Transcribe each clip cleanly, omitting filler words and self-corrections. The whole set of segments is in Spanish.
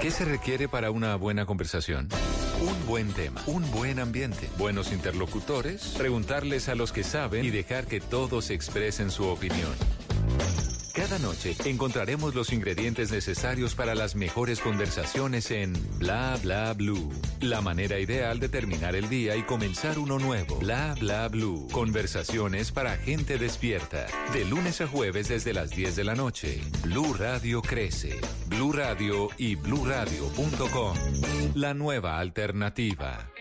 ¿Qué se requiere para una buena conversación? Un buen tema, un buen ambiente, buenos interlocutores, preguntarles a los que saben y dejar que todos expresen su opinión. Cada noche encontraremos los ingredientes necesarios para las mejores conversaciones en Bla Bla Blue. La manera ideal de terminar el día y comenzar uno nuevo. Bla Bla Blue. Conversaciones para gente despierta. De lunes a jueves desde las 10 de la noche. Blue Radio crece. Blue Radio y bluradio.com. La nueva alternativa.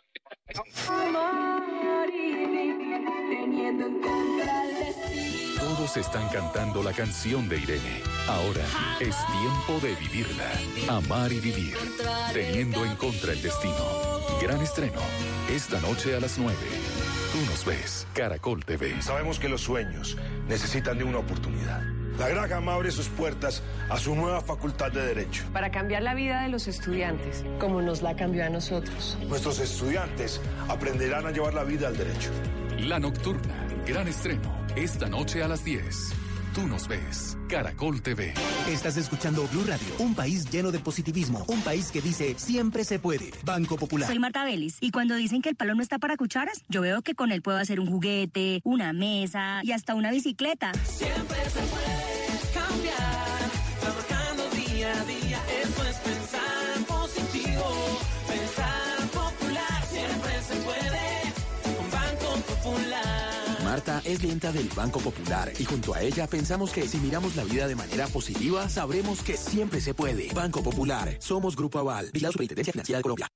Todos están cantando la canción de Irene. Ahora es tiempo de vivirla. Amar y vivir. Teniendo en contra el destino. Gran estreno. Esta noche a las 9. Tú nos ves. Caracol TV. Sabemos que los sueños necesitan de una oportunidad. La Graham abre sus puertas a su nueva facultad de Derecho. Para cambiar la vida de los estudiantes, como nos la cambió a nosotros. Nuestros estudiantes aprenderán a llevar la vida al derecho. La Nocturna. Gran estreno. Esta noche a las 10. Tú nos ves. Caracol TV. Estás escuchando Blue Radio, un país lleno de positivismo, un país que dice siempre se puede. Banco Popular. Soy Marta Vélez y cuando dicen que el palo no está para cucharas, yo veo que con él puedo hacer un juguete, una mesa y hasta una bicicleta. Siempre se puede cambiar, trabajando día a día, eso es pensar positivo, pensar popular, siempre se puede con Banco Popular. Marta es clienta del Banco Popular y junto a ella pensamos que si miramos la vida de manera positiva, sabremos que siempre se puede. Banco Popular, somos Grupo Aval, vigilado Superintendencia Financiera de Colombia.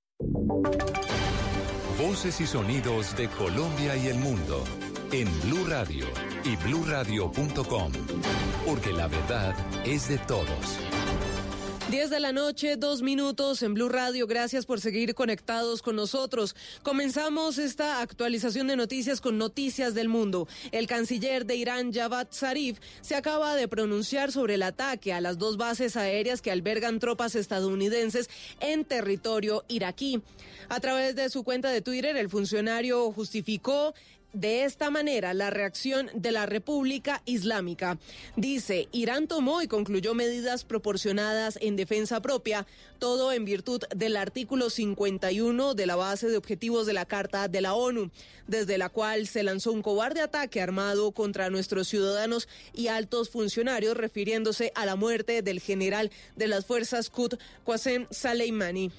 Voces y sonidos de Colombia y el mundo en Blue Radio y bluradio.com, porque la verdad es de todos. 10 de la noche, 2 minutos en Blue Radio. Gracias por seguir conectados con nosotros. Comenzamos esta actualización de noticias con noticias del mundo. El canciller de Irán, Javad Zarif, se acaba de pronunciar sobre el ataque a las 2 bases aéreas que albergan tropas estadounidenses en territorio iraquí. A través de su cuenta de Twitter, el funcionario justificó de esta manera la reacción de la República Islámica. Dice, Irán tomó y concluyó medidas proporcionadas en defensa propia, todo en virtud del artículo 51 de la base de objetivos de la Carta de la ONU, desde la cual se lanzó un cobarde ataque armado contra nuestros ciudadanos y altos funcionarios, refiriéndose a la muerte del general de las fuerzas Quds, Qasem Soleimani.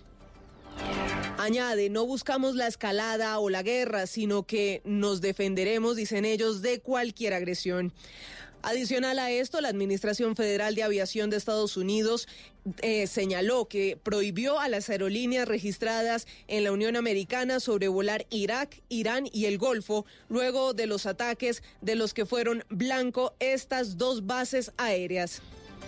Añade, no buscamos la escalada o la guerra, sino que nos defenderemos, dicen ellos, de cualquier agresión. Adicional a esto, la Administración Federal de Aviación de Estados Unidos señaló que prohibió a las aerolíneas registradas en la Unión Americana sobrevolar Irak, Irán y el Golfo, luego de los ataques de los que fueron blanco estas 2 bases aéreas.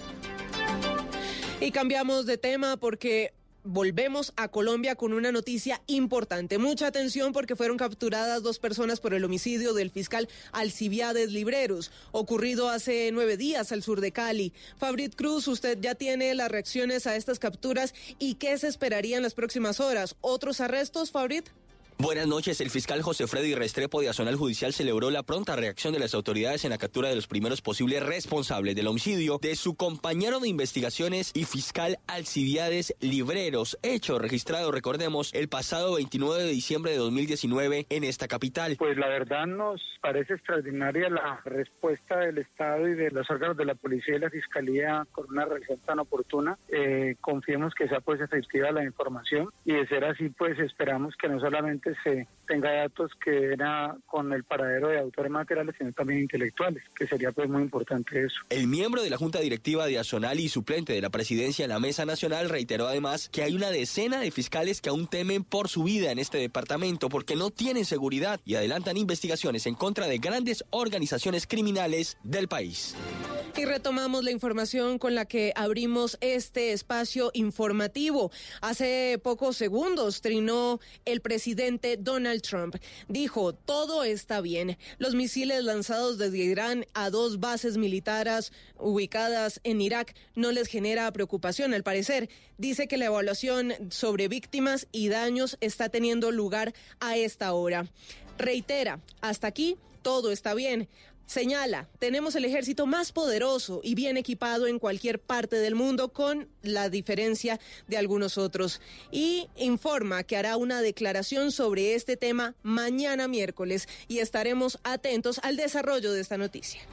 Y cambiamos de tema porque volvemos a Colombia con una noticia importante. Mucha atención porque fueron capturadas 2 personas por el homicidio del fiscal Alcibiades Libreros, ocurrido hace 9 días al sur de Cali. Fabrit Cruz, usted ya tiene las reacciones a estas capturas y ¿qué se esperaría en las próximas horas? ¿Otros arrestos, Fabrit? Buenas noches. El fiscal José Freddy Restrepo de Azonal Judicial celebró la pronta reacción de las autoridades en la captura de los primeros posibles responsables del homicidio de su compañero de investigaciones y fiscal Alcibiades Libreros, hecho registrado, recordemos, el pasado 29 de diciembre de 2019 en esta capital. Pues la verdad nos parece extraordinaria la respuesta del Estado y de los órganos de la policía y la fiscalía con una reacción tan oportuna. Confiemos que sea pues efectiva la información y de ser así pues esperamos que no solamente se tenga datos que era con el paradero de autores materiales, sino también intelectuales, que sería pues muy importante eso. El miembro de la Junta Directiva de Azonal y suplente de la presidencia en la Mesa Nacional reiteró además que hay una decena de fiscales que aún temen por su vida en este departamento porque no tienen seguridad y adelantan investigaciones en contra de grandes organizaciones criminales del país. Y retomamos la información con la que abrimos este espacio informativo. Hace pocos segundos trinó el presidente Donald Trump. Dijo, todo está bien. Los misiles lanzados desde Irán a 2 bases militares ubicadas en Irak no les genera preocupación, al parecer. Dice que la evaluación sobre víctimas y daños está teniendo lugar a esta hora. Reitera, hasta aquí todo está bien. Señala, tenemos el ejército más poderoso y bien equipado en cualquier parte del mundo, con la diferencia de algunos otros. Y informa que hará una declaración sobre este tema mañana miércoles y estaremos atentos al desarrollo de esta noticia.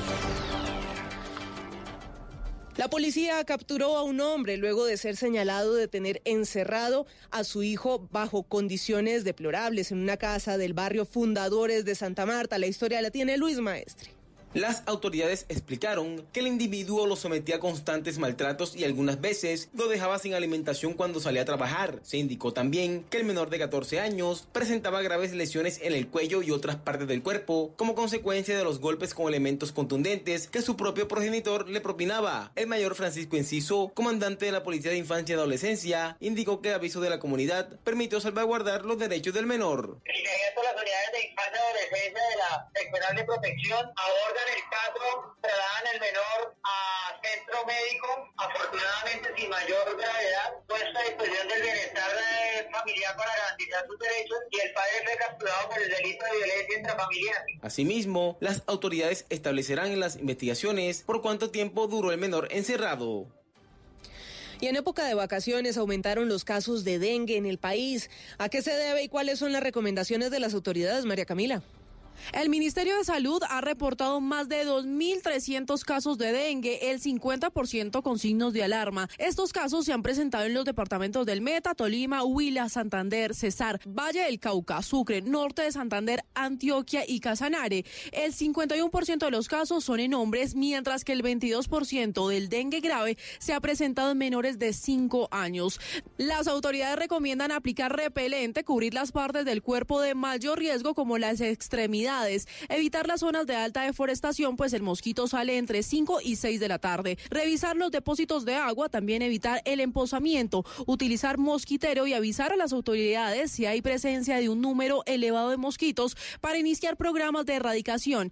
La policía capturó a un hombre luego de ser señalado de tener encerrado a su hijo bajo condiciones deplorables en una casa del barrio Fundadores de Santa Marta. La historia la tiene Luis Maestre. Las autoridades explicaron que el individuo lo sometía a constantes maltratos y algunas veces lo dejaba sin alimentación cuando salía a trabajar. Se indicó también que el menor de 14 años presentaba graves lesiones en el cuello y otras partes del cuerpo como consecuencia de los golpes con elementos contundentes que su propio progenitor le propinaba. El mayor Francisco Enciso, comandante de la Policía de Infancia y Adolescencia, indicó que el aviso de la comunidad permitió salvaguardar los derechos del menor. Las unidades de infancia y adolescencia de la Seccional de Protección abordan el caso, trasladan el menor a centro médico, afortunadamente sin mayor gravedad, puesta a disposición del bienestar familiar para garantizar sus derechos, y el padre fue capturado por el delito de violencia intrafamiliar. Asimismo, las autoridades establecerán en las investigaciones por cuánto tiempo duró el menor encerrado. Y en época de vacaciones aumentaron los casos de dengue en el país. ¿A qué se debe y cuáles son las recomendaciones de las autoridades, María Camila? El Ministerio de Salud ha reportado más de 2.300 casos de dengue, el 50% con signos de alarma. Estos casos se han presentado en los departamentos del Meta, Tolima, Huila, Santander, Cesar, Valle del Cauca, Sucre, Norte de Santander, Antioquia y Casanare. El 51% de los casos son en hombres, mientras que el 22% del dengue grave se ha presentado en menores de 5 años. Las autoridades recomiendan aplicar repelente, cubrir las partes del cuerpo de mayor riesgo como las extremidades, evitar las zonas de alta deforestación, pues el mosquito sale entre 5 y 6 de la tarde. Revisar los depósitos de agua, también evitar el emposamiento, utilizar mosquitero y avisar a las autoridades si hay presencia de un número elevado de mosquitos para iniciar programas de erradicación.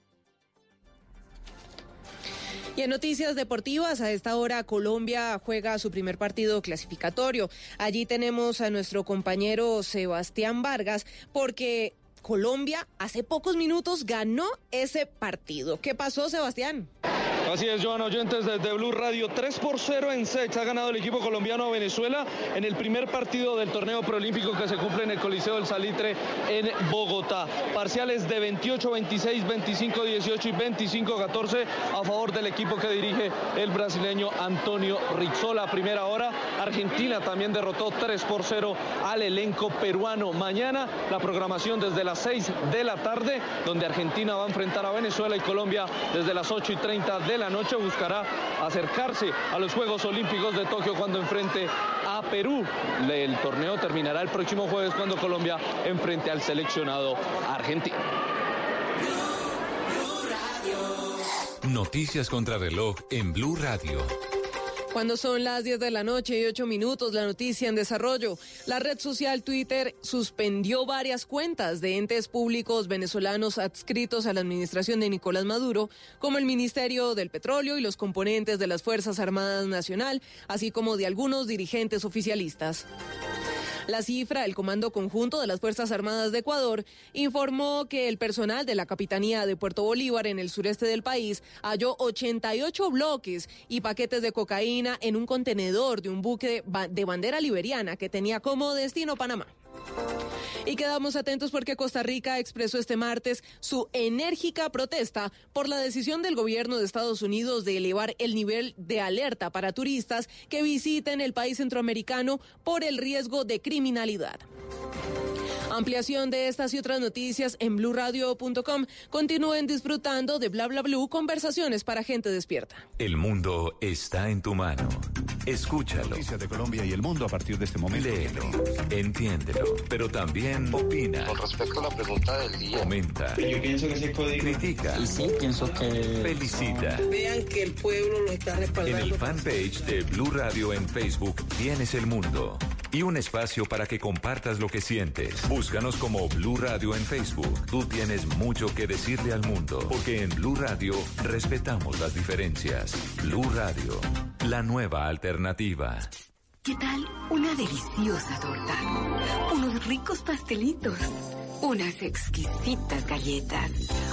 Y en noticias deportivas, a esta hora Colombia juega su primer partido clasificatorio. Allí tenemos a nuestro compañero Sebastián Vargas, porque Colombia hace pocos minutos ganó ese partido. ¿Qué pasó, Sebastián? Así es, Joana, oyentes desde Blue Radio, 3-0 en sets ha ganado el equipo colombiano a Venezuela en el primer partido del torneo preolímpico que se cumple en el Coliseo del Salitre en Bogotá. Parciales de 28-26, 25-18 y 25-14 a favor del equipo que dirige el brasileño Antonio Rizzola. Primera hora, Argentina también derrotó 3-0 al elenco peruano. Mañana la programación desde las 6 de la tarde, donde Argentina va a enfrentar a Venezuela y Colombia desde las 8:30 de la noche buscará acercarse a los Juegos Olímpicos de Tokio cuando enfrente a Perú. El torneo terminará el próximo jueves cuando Colombia enfrente al seleccionado argentino. Noticias contra reloj en Blue Radio. Cuando son las 10 de la noche y 8 minutos, la noticia en desarrollo. La red social Twitter suspendió varias cuentas de entes públicos venezolanos adscritos a la administración de Nicolás Maduro, como el Ministerio del Petróleo y los componentes de las Fuerzas Armadas Nacional, así como de algunos dirigentes oficialistas. La cifra, el Comando Conjunto de las Fuerzas Armadas de Ecuador, informó que el personal de la Capitanía de Puerto Bolívar en el sureste del país halló 88 bloques y paquetes de cocaína en un contenedor de un buque de bandera liberiana que tenía como destino Panamá. Y quedamos atentos porque Costa Rica expresó este martes su enérgica protesta por la decisión del gobierno de Estados Unidos de elevar el nivel de alerta para turistas que visiten el país centroamericano por el riesgo de criminalidad. Ampliación de estas y otras noticias en bluradio.com. Continúen disfrutando de Bla Bla Blue, conversaciones para gente despierta. El mundo está en tu mano. Escúchalo. Noticias de Colombia y el mundo a partir de este momento. Léelo, entiéndelo, pero también opina. Con respecto a la pregunta del día. Comenta. Yo pienso que ese código. Critica. Y sí, pienso que. Felicita. Vean que el pueblo lo está respaldando. En el fanpage de Blue Radio en Facebook tienes el mundo y un espacio para que compartas lo que sientes. Búscanos como Blue Radio en Facebook. Tú tienes mucho que decirle al mundo, porque en Blue Radio respetamos las diferencias. Blue Radio, la nueva alternativa. ¿Qué tal una deliciosa torta? Unos ricos pastelitos, unas exquisitas galletas,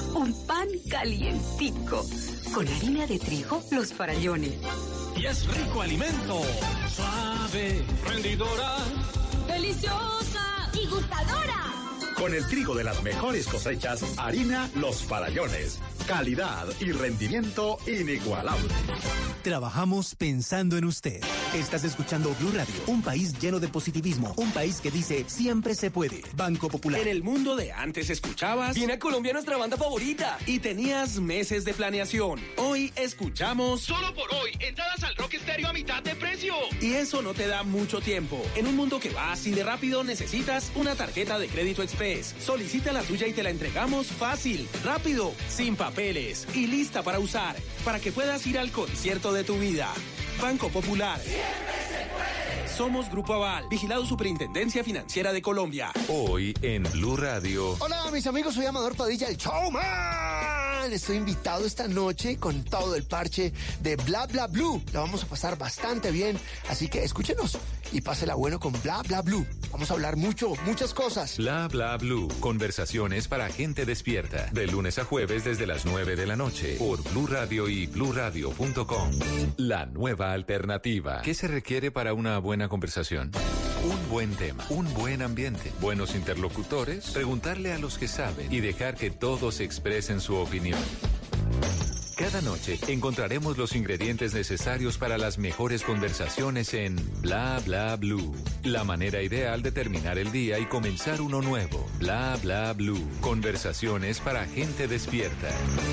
un pan calientico. Con harina de trigo, Los Farallones. Y es rico alimento, suave, rendidora, deliciosa y gustadora. Con el trigo de las mejores cosechas, harina Los Farallones. Calidad y rendimiento inigualable. Trabajamos pensando en usted. Estás escuchando Blue Radio, un país lleno de positivismo, un país que dice siempre se puede. Banco Popular. En el mundo de antes escuchabas Viene a Colombia nuestra banda favorita y tenías meses de planeación. Hoy escuchamos Solo por hoy, entradas al Rock Estéreo a mitad de precio. Y eso no te da mucho tiempo. En un mundo que va así de rápido necesitas una tarjeta de crédito express. Solicita la tuya y te la entregamos fácil, rápido, sin papeles y lista para usar, para que puedas ir al concierto de tu vida. Banco Popular. Somos Grupo Aval, vigilado Superintendencia Financiera de Colombia. Hoy en Blue Radio. Hola mis amigos, soy Amador Padilla, el Showman. Estoy invitado esta noche con todo el parche de Bla Bla Blue. La vamos a pasar bastante bien, así que escúchenos y pásela bueno con Bla Bla Blue. Vamos a hablar muchas cosas. Bla Bla Blue, conversaciones para gente despierta. De lunes a jueves desde las 9 de la noche por Blue Radio y bluradio.com. La nueva alternativa. ¿Qué se requiere para una buena conversación? Un buen tema, un buen ambiente, buenos interlocutores, preguntarle a los que saben y dejar que todos expresen su opinión. Cada noche encontraremos los ingredientes necesarios para las mejores conversaciones en Bla Bla Blue. La manera ideal de terminar el día y comenzar uno nuevo. Bla Bla Blue. Conversaciones para gente despierta.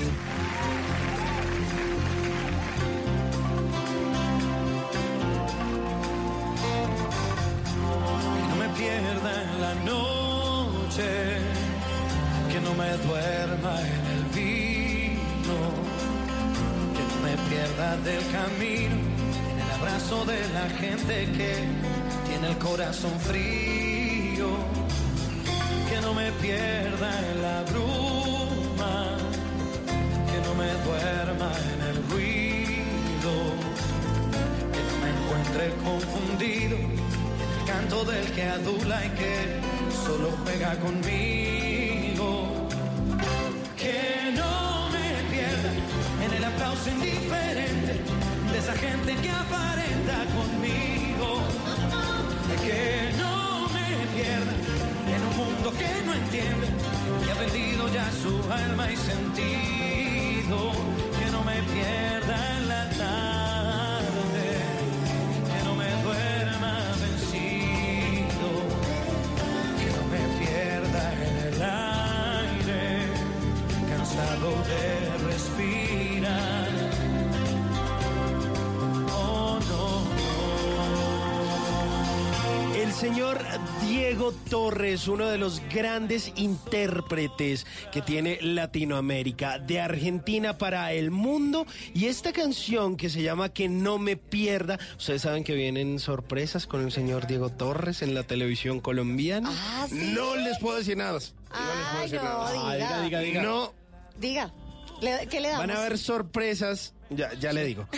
Que no me pierda en la noche, que no me duerma en el vino, me pierda del camino, en el abrazo de la gente que tiene el corazón frío, que no me pierda en la bruma, que no me duerma en el ruido, que no me encuentre confundido en el canto del que adula y que solo juega conmigo, que no me pierda en el aplauso indiferente de esa gente que aparenta conmigo, que no me pierda en un mundo que no entiende y ha perdido ya su alma y sentido, que no me pierda en la tarde, que no me duerma vencido, que no me pierda en el aire, cansado de respirar. Oh, no. El señor Diego Torres, uno de los grandes intérpretes que tiene Latinoamérica, de Argentina para el mundo, y esta canción que se llama Que no me pierda. Ustedes saben que vienen sorpresas con el señor Diego Torres en la televisión colombiana. Ah, ¿sí? No les puedo decir nada. Diga. No. Diga. ¿Qué le damos? Van a haber sorpresas. Ya le digo.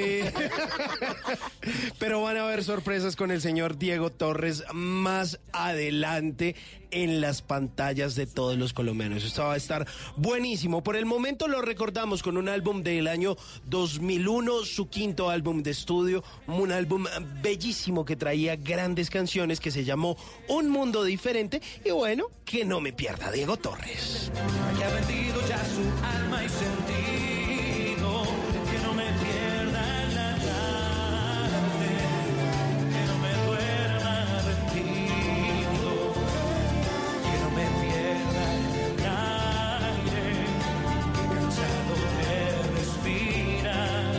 Pero van a haber sorpresas con el señor Diego Torres más adelante en las pantallas de todos los colombianos. Esto va a estar buenísimo. Por el momento lo recordamos con un álbum del año 2001, su quinto álbum de estudio, un álbum bellísimo que traía grandes canciones que se llamó Un Mundo Diferente. Y bueno, que no me pierda Diego Torres. Que ha vendido ya su alma y sentido, que no me pierda en la tarde, que no me duerma rendido, que no me pierda en el aire, cansado de respirar,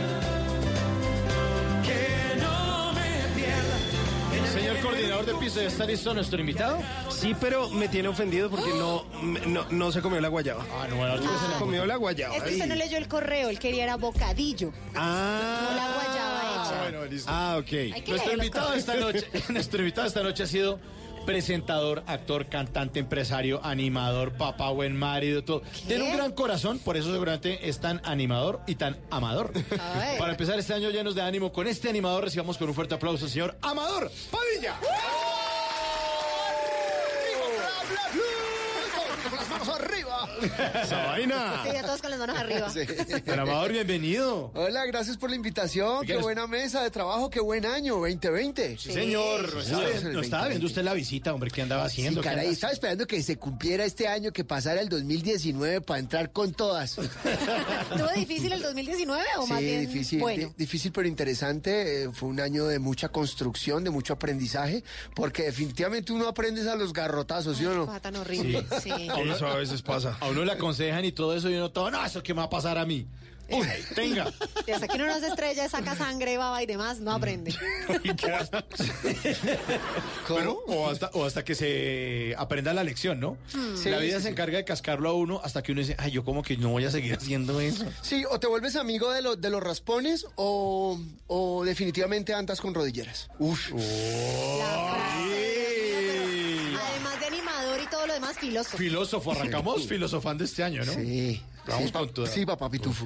que no me pierda en el Señor coordinador de piso, ¿ya está listo nuestro invitado? Sí, pero me tiene ofendido porque no se comió la guayaba. Se comió la guayaba. Es que usted no leyó el correo, él quería era bocadillo. No la guayaba hecha. Bueno, listo. Ok. Nuestro invitado esta noche ha sido presentador, actor, cantante, empresario, animador, papá, buen marido, todo. Tiene un gran corazón, por eso seguramente es tan animador y tan amador. Para empezar este año llenos de ánimo, con este animador recibamos con un fuerte aplauso al señor Amador Padilla. manos arriba. Esa vaina. Sí, ya todos con las manos arriba. Sí. Don Amador, bienvenido. Hola, gracias por la invitación. Qué buena mesa de trabajo, qué buen año, 2020. Sí, señor. No estaba viendo usted la visita, hombre, ¿qué andaba haciendo? Sí, caray, estaba esperando que se cumpliera este año, que pasara el 2019 para entrar con todas. ¿Estuvo difícil el 2019 o más bien difícil, bueno? Difícil pero interesante. Fue un año de mucha construcción, de mucho aprendizaje, porque definitivamente uno aprende a los garrotazos, ¿sí o no? Cosa tan horrible, sí. Eso a veces pasa. A uno le aconsejan y todo eso y uno todo, no, eso que me va a pasar a mí. Uy, tenga. Y hasta que uno no se estrella, saca sangre, baba y demás, no aprende. ¿Cómo? O hasta que se aprenda la lección, ¿no? Sí, la vida sí, se sí. encarga de cascarlo a uno hasta que uno dice, ay, yo como que no voy a seguir haciendo eso. Sí, o te vuelves amigo de los raspones o definitivamente andas con rodilleras. Uf. Además de animador y todo lo demás, filósofo. Filósofo, arrancamos filosofando este año, ¿no? Sí. Vamos con todo. Sí, papá pitufo.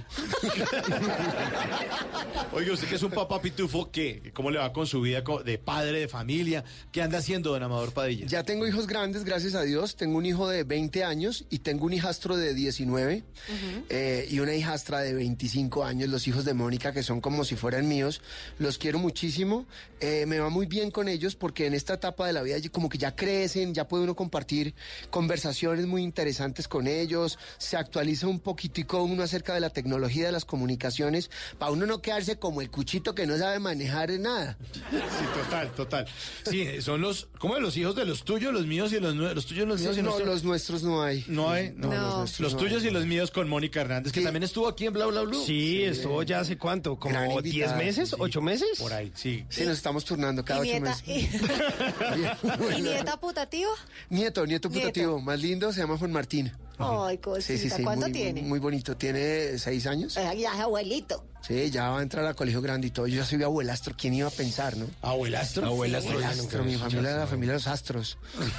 Oiga, usted que es un papá pitufo, ¿qué? ¿Cómo le va con su vida de padre, de familia? ¿Qué anda haciendo, don Amador Padilla? Ya tengo hijos grandes, gracias a Dios. Tengo un hijo de 20 años y tengo un hijastro de 19 y una hijastra de 25 años, los hijos de Mónica, que son como si fueran míos. Los quiero muchísimo. Me va muy bien con ellos porque en esta etapa de la vida como que ya crecen, ya puede uno compartir conversaciones muy interesantes con ellos, se actualiza un poquitico uno acerca de la tecnología de las comunicaciones, para uno no quedarse como el cuchito que no sabe manejar nada. Sí, total. Sí, son ¿cómo es? Los hijos de los tuyos, los míos y los tuyos, los míos y No, los nuestros no hay. ¿No hay? No. Los tuyos no y los míos con Mónica Hernández, que también estuvo aquí en Bla Bla Blue. Sí, estuvo ya hace cuánto, Gran como invitada, 10 meses, sí. 8 meses. Por ahí, sí. Sí, nos estamos turnando cada 8 meses. ¿Y nieta putativo? Nieto putativo, más lindo, se llama Juan Martín. Ay, cosita. Sí, ¿Cuánto muy, tiene? Muy bonito, tiene 6 años. Ya es abuelito. Sí, ya va a entrar al colegio grande y todo. Yo ya soy abuelastro, ¿quién iba a pensar, no? ¿Abuelastro? Abuelastro, mi familia es la familia de los astros.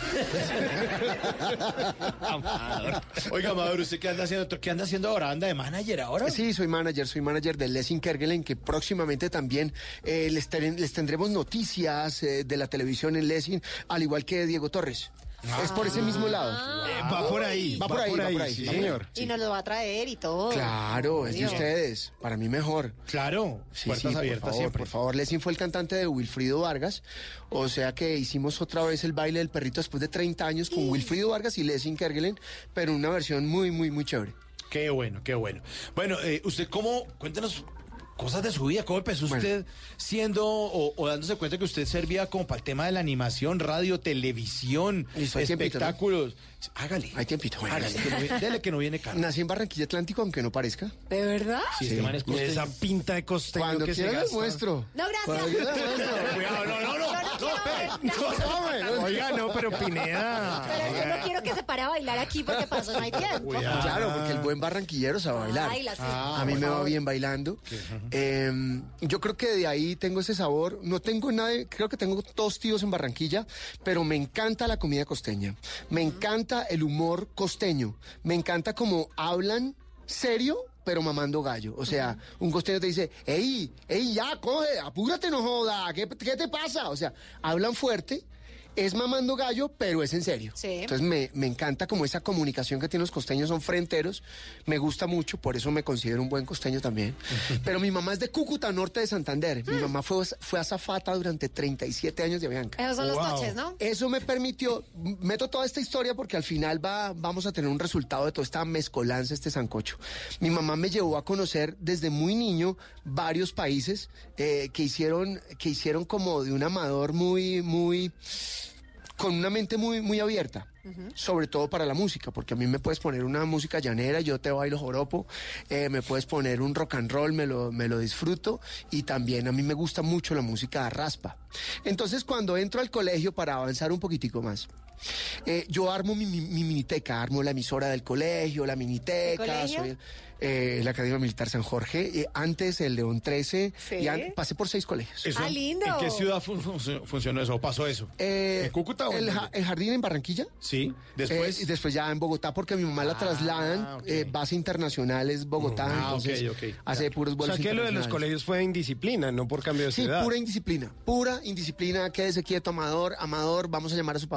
Oiga, Amador, ¿usted qué anda haciendo ahora? ¿Anda de manager ahora? Sí, soy manager de Lessing Kerguelen, que próximamente también les tendremos noticias de la televisión en Lessing, al igual que Diego Torres. Es por ese mismo lado. Va por ahí, sí, señor. Y nos lo va a traer y todo. Claro, es de ustedes. Para mí mejor. Claro, puertas abiertas siempre. Por favor, Lessing fue el cantante de Wilfrido Vargas. O sea que hicimos otra vez el baile del perrito después de 30 años con Wilfrido Vargas y Lessing Kerguelen, pero en una versión muy, muy, muy chévere. Qué bueno. Bueno, usted cuéntanos cosas de su vida, ¿cómo empezó usted siendo o dándose cuenta que usted servía como para el tema de la animación, radio, televisión, espectáculos? Hágale. Hay tiempito. Hágale, dele que no viene caro. Nací en Barranquilla Atlántico, aunque no parezca. ¿De verdad? Sí, este man es costeño. Esa pinta de costeño Cuando que quiera se les gasta. muestro. No, gracias. Cuando quiera les muestro. Cuidado, no, Oiga, no, pero Pineda. Pero es que no quiero que se pare a bailar aquí porque pasó no hay tiempo. Claro, porque el buen barranquillero sabe bailar. Baila, sí. A mí me va bien bailando. Yo creo que de ahí tengo ese sabor. No tengo nadie, creo que tengo 2 tíos en Barranquilla, pero me encanta la comida costeña. Me encanta el humor costeño. Me encanta cómo hablan serio, pero mamando gallo. O sea, un costeño te dice, ey, ya, coge, apúrate, no joda, ¿qué te pasa? O sea, hablan fuerte. Es mamando gallo, pero es en serio. Sí. Entonces me encanta como esa comunicación que tienen los costeños, son fronteros. Me gusta mucho, por eso me considero un buen costeño también. Pero mi mamá es de Cúcuta, norte de Santander. Mi mamá fue azafata durante 37 años de Avianca. Esos son los toches, ¿no? Eso me permitió, meto toda esta historia porque al final vamos a tener un resultado de toda esta mezcolanza, este sancocho. Mi mamá me llevó a conocer desde muy niño varios países que hicieron como de un amador con una mente muy, muy abierta. Sobre todo para la música, porque a mí me puedes poner una música llanera, yo te bailo joropo, me puedes poner un rock and roll, me lo disfruto, y también a mí me gusta mucho la música raspa. Entonces cuando entro al colegio para avanzar un poquitico más, yo armo mi miniteca, armo la emisora del colegio, la miniteca, soy la Academia Militar San Jorge, antes el León 13, ¿sí? Y pasé por 6 colegios. ¡Ah, lindo! ¿En qué ciudad funcionó eso o pasó eso? ¿En Cúcuta o el Jardín en Barranquilla? Sí, después. Y después ya en Bogotá, porque a mi mamá la trasladan, base internacional es Bogotá, entonces hace puros vuelos internacionales. O sea que lo de los colegios fue indisciplina, no por cambio de ciudad. Sí, pura indisciplina, quédese quieto, Amador, vamos a llamar a su papá,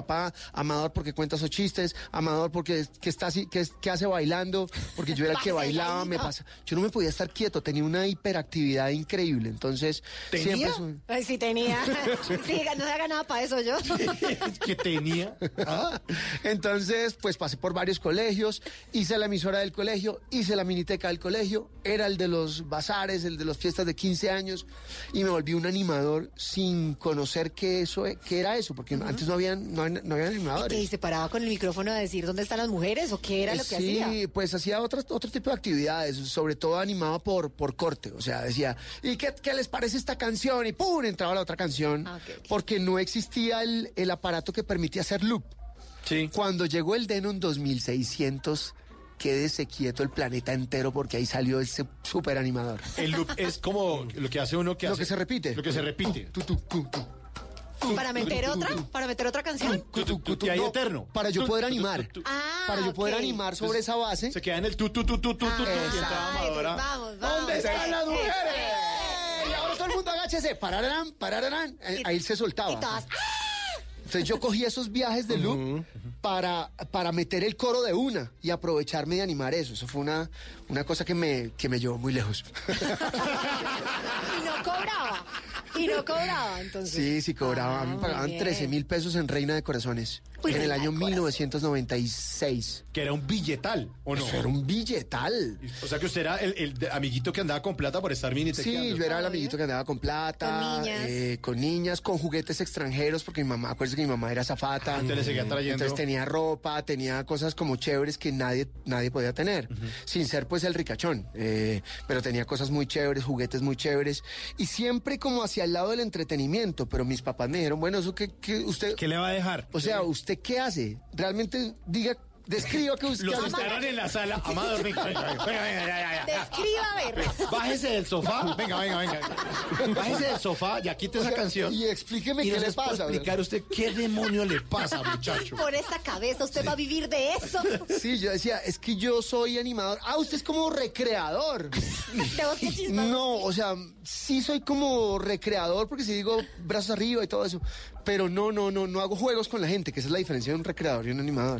Amador porque cuenta esos chistes, Amador porque que hace bailando, porque yo era el que bailaba, yo no me podía estar quieto, tenía una hiperactividad increíble, entonces ¿Tenía? siempre... Ay, sí tenía. Sí, no se ganaba para eso yo. ¿Qué tenía? Entonces, pues pasé por varios colegios, hice la emisora del colegio, hice la miniteca del colegio, era el de los bazares, el de las fiestas de 15 años, y me volví un animador sin conocer qué era eso, porque antes no había animadores. ¿Y se paraba con el micrófono a decir dónde están las mujeres o qué era lo que hacía? Sí, pues hacía otro tipo de actividades, sobre todo animaba por corte, o sea, decía, ¿y qué les parece esta canción? Y ¡pum! Entraba la otra canción, porque no existía el aparato que permitía hacer loop. Sí. Cuando llegó el Denon 2600, quédese quieto el planeta entero porque ahí salió ese super animador. El loop es como lo que hace uno que Lo que se repite. Lo que se repite. ¿Para meter otra? ¿Para meter otra canción? Y ahí eterno. Para yo poder animar. Para yo poder animar sobre esa base. Se queda en el tu. Y entraba Amadora. Vamos. ¿Dónde están las mujeres? Y ahora todo el mundo agáchese. Pararán. Ahí se soltaba. Y todas... Entonces yo cogí esos viajes de loop para meter el coro de una y aprovecharme de animar eso. Eso fue una cosa que me llevó muy lejos. Y no cobraba, entonces. Sí, cobraba. Me pagaban 13,000 pesos en Reina de Corazones. En el año 1996. Que era un billetal, ¿o no? Eso era un billetal. O sea que usted era el amiguito que andaba con plata por estar minitequeando. Sí, yo era el amiguito que andaba con plata. Con niñas, con juguetes extranjeros, porque mi mamá, acuérdese que mi mamá era azafata. Entonces le seguía trayendo. Entonces tenía ropa, tenía cosas como chéveres que nadie podía tener. Sin ser pues el ricachón. Pero tenía cosas muy chéveres, juguetes muy chéveres. Y siempre como hacia el lado del entretenimiento. Pero mis papás me dijeron, bueno, eso que usted... ¿Qué le va a dejar? O sea, ¿usted qué hace? Realmente describa que usted... Los estarán en la sala. Amador, venga. Describa, a ver. Bájese del sofá. Venga. Bájese del sofá y quite esa canción. Y explíqueme qué le pasa. Explicar usted qué demonio le pasa, muchacho. Por esa cabeza, usted va a vivir de eso. Sí, yo decía, es que yo soy animador. Usted es como recreador. No, o sea, sí soy como recreador, porque si digo brazos arriba y todo eso. Pero no hago juegos con la gente, que esa es la diferencia de un recreador y un animador.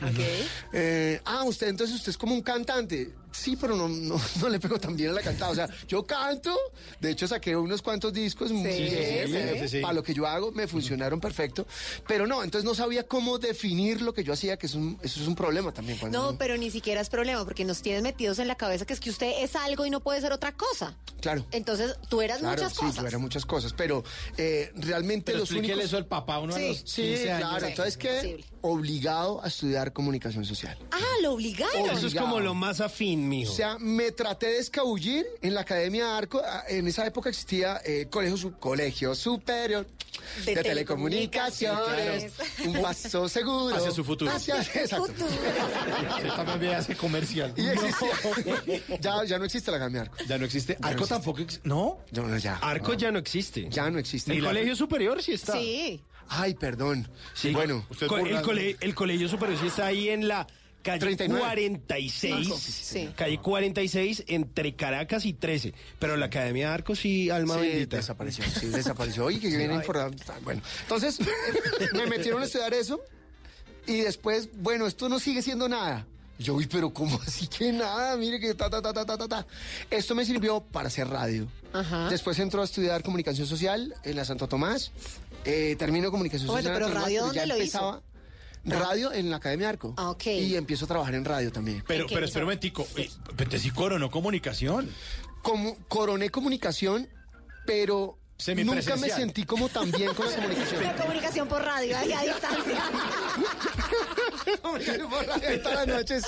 Usted es como un cantante. Sí, pero no le pego tan bien a la cantada. O sea, yo canto, de hecho saqué unos cuantos discos para lo que yo hago, me funcionaron perfecto. Pero no, entonces no sabía cómo definir lo que yo hacía, que eso es un problema también. Pero ni siquiera es problema, porque nos tienes metidos en la cabeza que es que usted es algo y no puede ser otra cosa. Claro. Entonces, tú eras muchas cosas. Sí, yo era muchas cosas, pero realmente pero los únicos... eso al papá, uno a los 15 años. Claro, entonces que obligado a estudiar comunicación social. Lo obligaron. Eso es como lo más afín, mijo. O sea, me traté de escabullir en la Academia Arco. En esa época existía Colegio Superior de Telecomunicaciones. Claro. Un paso seguro. Hacia su futuro. Exacto. Se también hace comercial. Y ya no existe la Academia Arco. Ya no existe. ¿Arco no tampoco existe? ¿No? Ya. Arco ya no existe. Ya no existe. El Colegio Superior sí está. Sí. Ay, perdón. Sí. Bueno. El Colegio Superior sí está ahí en la calle 39. 46. Sí. Calle 46 entre Caracas y 13. Pero la Academia de Arco sí, alma bendita. Desapareció. Oye, que viene informado. Bueno, entonces me metieron a estudiar eso y después, bueno, esto no sigue siendo nada. Yo, pero ¿cómo así que nada? Mire que Esto me sirvió para hacer radio. Ajá. Después entró a estudiar comunicación social en la Santo Tomás. Termino comunicación social. Pero radio, ¿dónde lo hizo? Radio en la Academia Arco. Y empiezo a trabajar en radio también. Pero espera un momentico. Pero sí coronó comunicación. Coroné comunicación, pero nunca me sentí como tan bien con la comunicación. La comunicación por radio, ahí a distancia. Comunicación por radio todas las noches.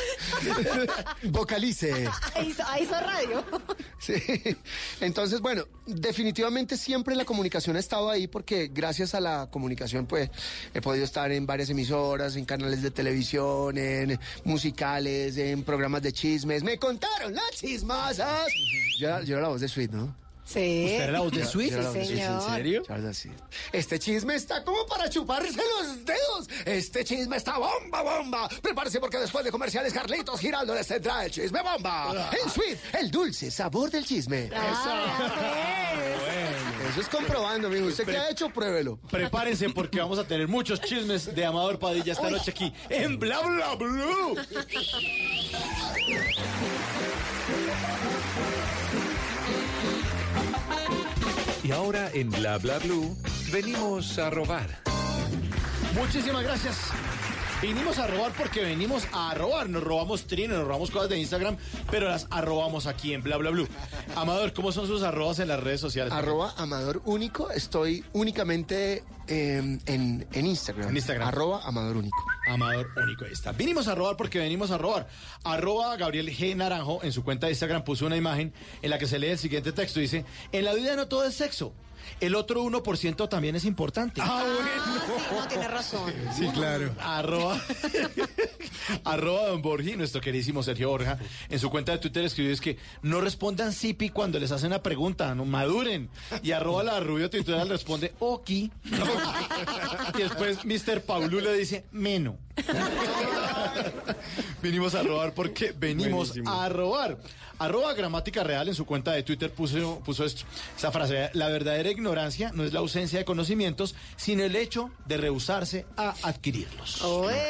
Vocalice. Ahí hizo radio. Sí. Entonces, bueno, definitivamente siempre la comunicación ha estado ahí porque gracias a la comunicación, pues, he podido estar en varias emisoras, en canales de televisión, en musicales, en programas de chismes. ¡Me contaron las chismosas! Yo era la voz de Sweet, ¿no? Sí. ¿Usted era la voz de Sweet? Sí, señor. ¿En serio? Sí. Este chisme está como para chuparse los dedos. Este chisme está bomba. Prepárese porque después de comerciales, Carlitos Giraldo les tendrá el chisme bomba. En Sweet, el dulce sabor del chisme. Eso es comprobando, mijo. ¿Usted qué ha hecho? Pruébelo. Prepárense porque vamos a tener muchos chismes de Amador Padilla esta noche aquí en Bla Bla Blue. Y ahora en Bla Bla Blue venimos a robar. Muchísimas gracias. Vinimos a robar porque venimos a robar. Nos robamos trinos, nos robamos cosas de Instagram, pero las arrobamos aquí en Bla Bla Blue. Amador, ¿cómo son sus arrobas en las redes sociales? @Amador Único. Estoy únicamente en Instagram. En Instagram. @Amador Único. Amador Único, ahí está. Vinimos a robar porque venimos a robar. @Gabriel G. Naranjo en su cuenta de Instagram puso una imagen en la que se lee el siguiente texto. Dice, en la vida no todo es sexo. El otro 1% también es importante. Ah, bueno. Sí, no, tiene razón. Sí, claro. Don Borgi, nuestro queridísimo Sergio Borja, en su cuenta de Twitter escribió es que no respondan sipi cuando les hacen una pregunta, no maduren. Y @la Rubio Titular responde oki. Y después Mr. Paulu le dice meno. Vinimos a robar porque venimos a robar. @Gramática Real en su cuenta de Twitter puso esto, esa frase: la verdadera ignorancia no es la ausencia de conocimientos, sino el hecho de rehusarse a adquirirlos.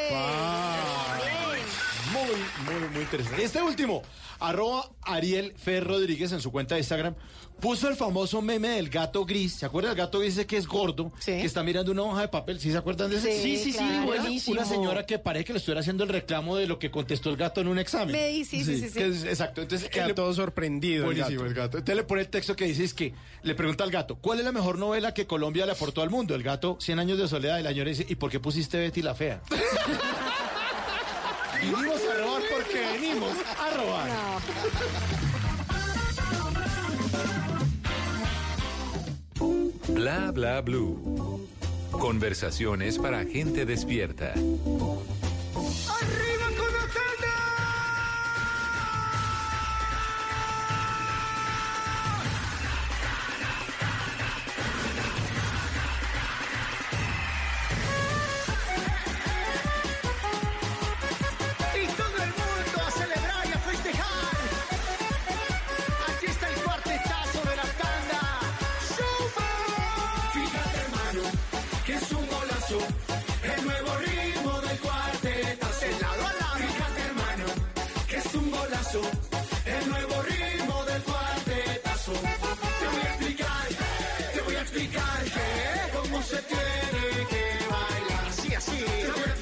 Muy interesante. Este último, @Ariel Fer Rodríguez en su cuenta de Instagram puso el famoso meme del gato gris. ¿Se acuerdan del gato gris ese que es gordo? Sí. Que está mirando una hoja de papel. ¿Sí se acuerdan de ese? Sí, claro. Buenísimo. Una señora que parece que le estuviera haciendo el reclamo de lo que contestó el gato en un examen. Sí. Exacto. Entonces queda todo sorprendido. Buenísimo el gato. Entonces le pone el texto que dice es que le pregunta al gato, ¿cuál es la mejor novela que Colombia le aportó al mundo? El gato, 100 años de soledad. Y la señora dice, ¿y por qué pusiste Betty la fea? Vinimos a robar porque venimos a robar. Bla Bla Blue. Conversaciones para gente despierta. ¡Arriba con la tanda! Y todo el mundo a celebrar y a festejar. Aquí está el cuartetazo de la tanda. Fíjate, hermano, que es un golazo. El nuevo ritmo del cuartetazo. Fíjate, hermano, que es un golazo. El nuevo ritmo del cuartetazo. Te voy a explicar cómo se tiene que bailar. Así. Te voy a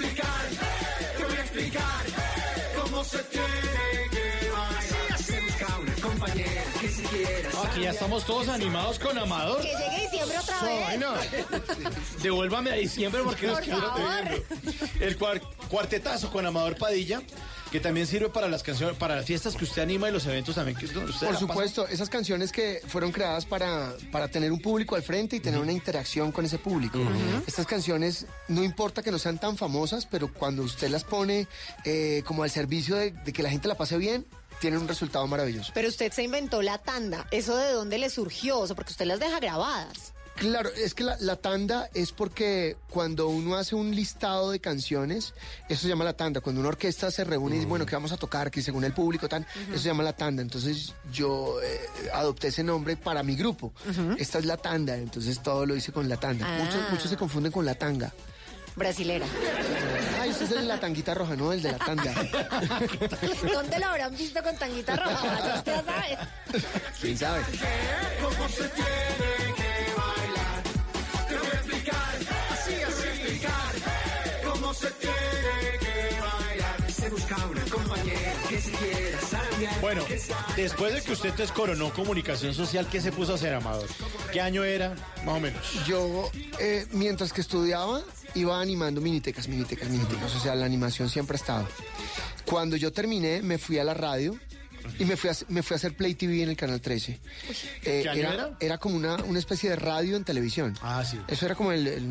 explicar cómo se tiene que bailar. Así. Busca una compañera que si quieras. Aquí ya estamos todos animados con Amador. Que llegue diciembre otra vez. No. Devuélvame a diciembre porque nos Por quiero favor. El cuartetazo con Amador Padilla, que también sirve para las canciones, para las fiestas que usted anima y los eventos también que usted Por supuesto, esas canciones que fueron creadas para tener un público al frente y tener una interacción con ese público. Estas canciones, no importa que no sean tan famosas, pero cuando usted las pone como al servicio de que la gente la pase bien, tienen un resultado maravilloso. Pero usted se inventó la tanda. ¿Eso de dónde le surgió? O sea, porque usted las deja grabadas. Claro, es que la tanda es porque cuando uno hace un listado de canciones, eso se llama la tanda. Cuando una orquesta se reúne y dice, bueno, ¿qué vamos a tocar? Que según el público, eso se llama la tanda. Entonces yo adopté ese nombre para mi grupo. Esta es la tanda, entonces todo lo hice con la tanda. Muchos se confunden con la tanga. Brasilera. Ay, usted es el de la tanguita roja, no el de la tanda. ¿Dónde lo habrán visto con tanguita roja? Ya usted sabe. ¿Quién sabe? ¿Cómo se tiene que bailar? Te voy a explicar, así explicar cómo se tiene que bailar. Se busca una compañera que si quiera saber. Bueno, después de que usted descoronó comunicación social, ¿qué se puso a hacer, Amador? ¿Qué año era, más o menos? Yo, mientras que estudiaba, iba animando minitecas. O sea, la animación siempre ha estado. Cuando yo terminé, me fui a la radio y me fui a hacer Play TV en el Canal 13. ¿Qué año era? Era como una especie de radio en televisión. Ah, sí. Eso era como el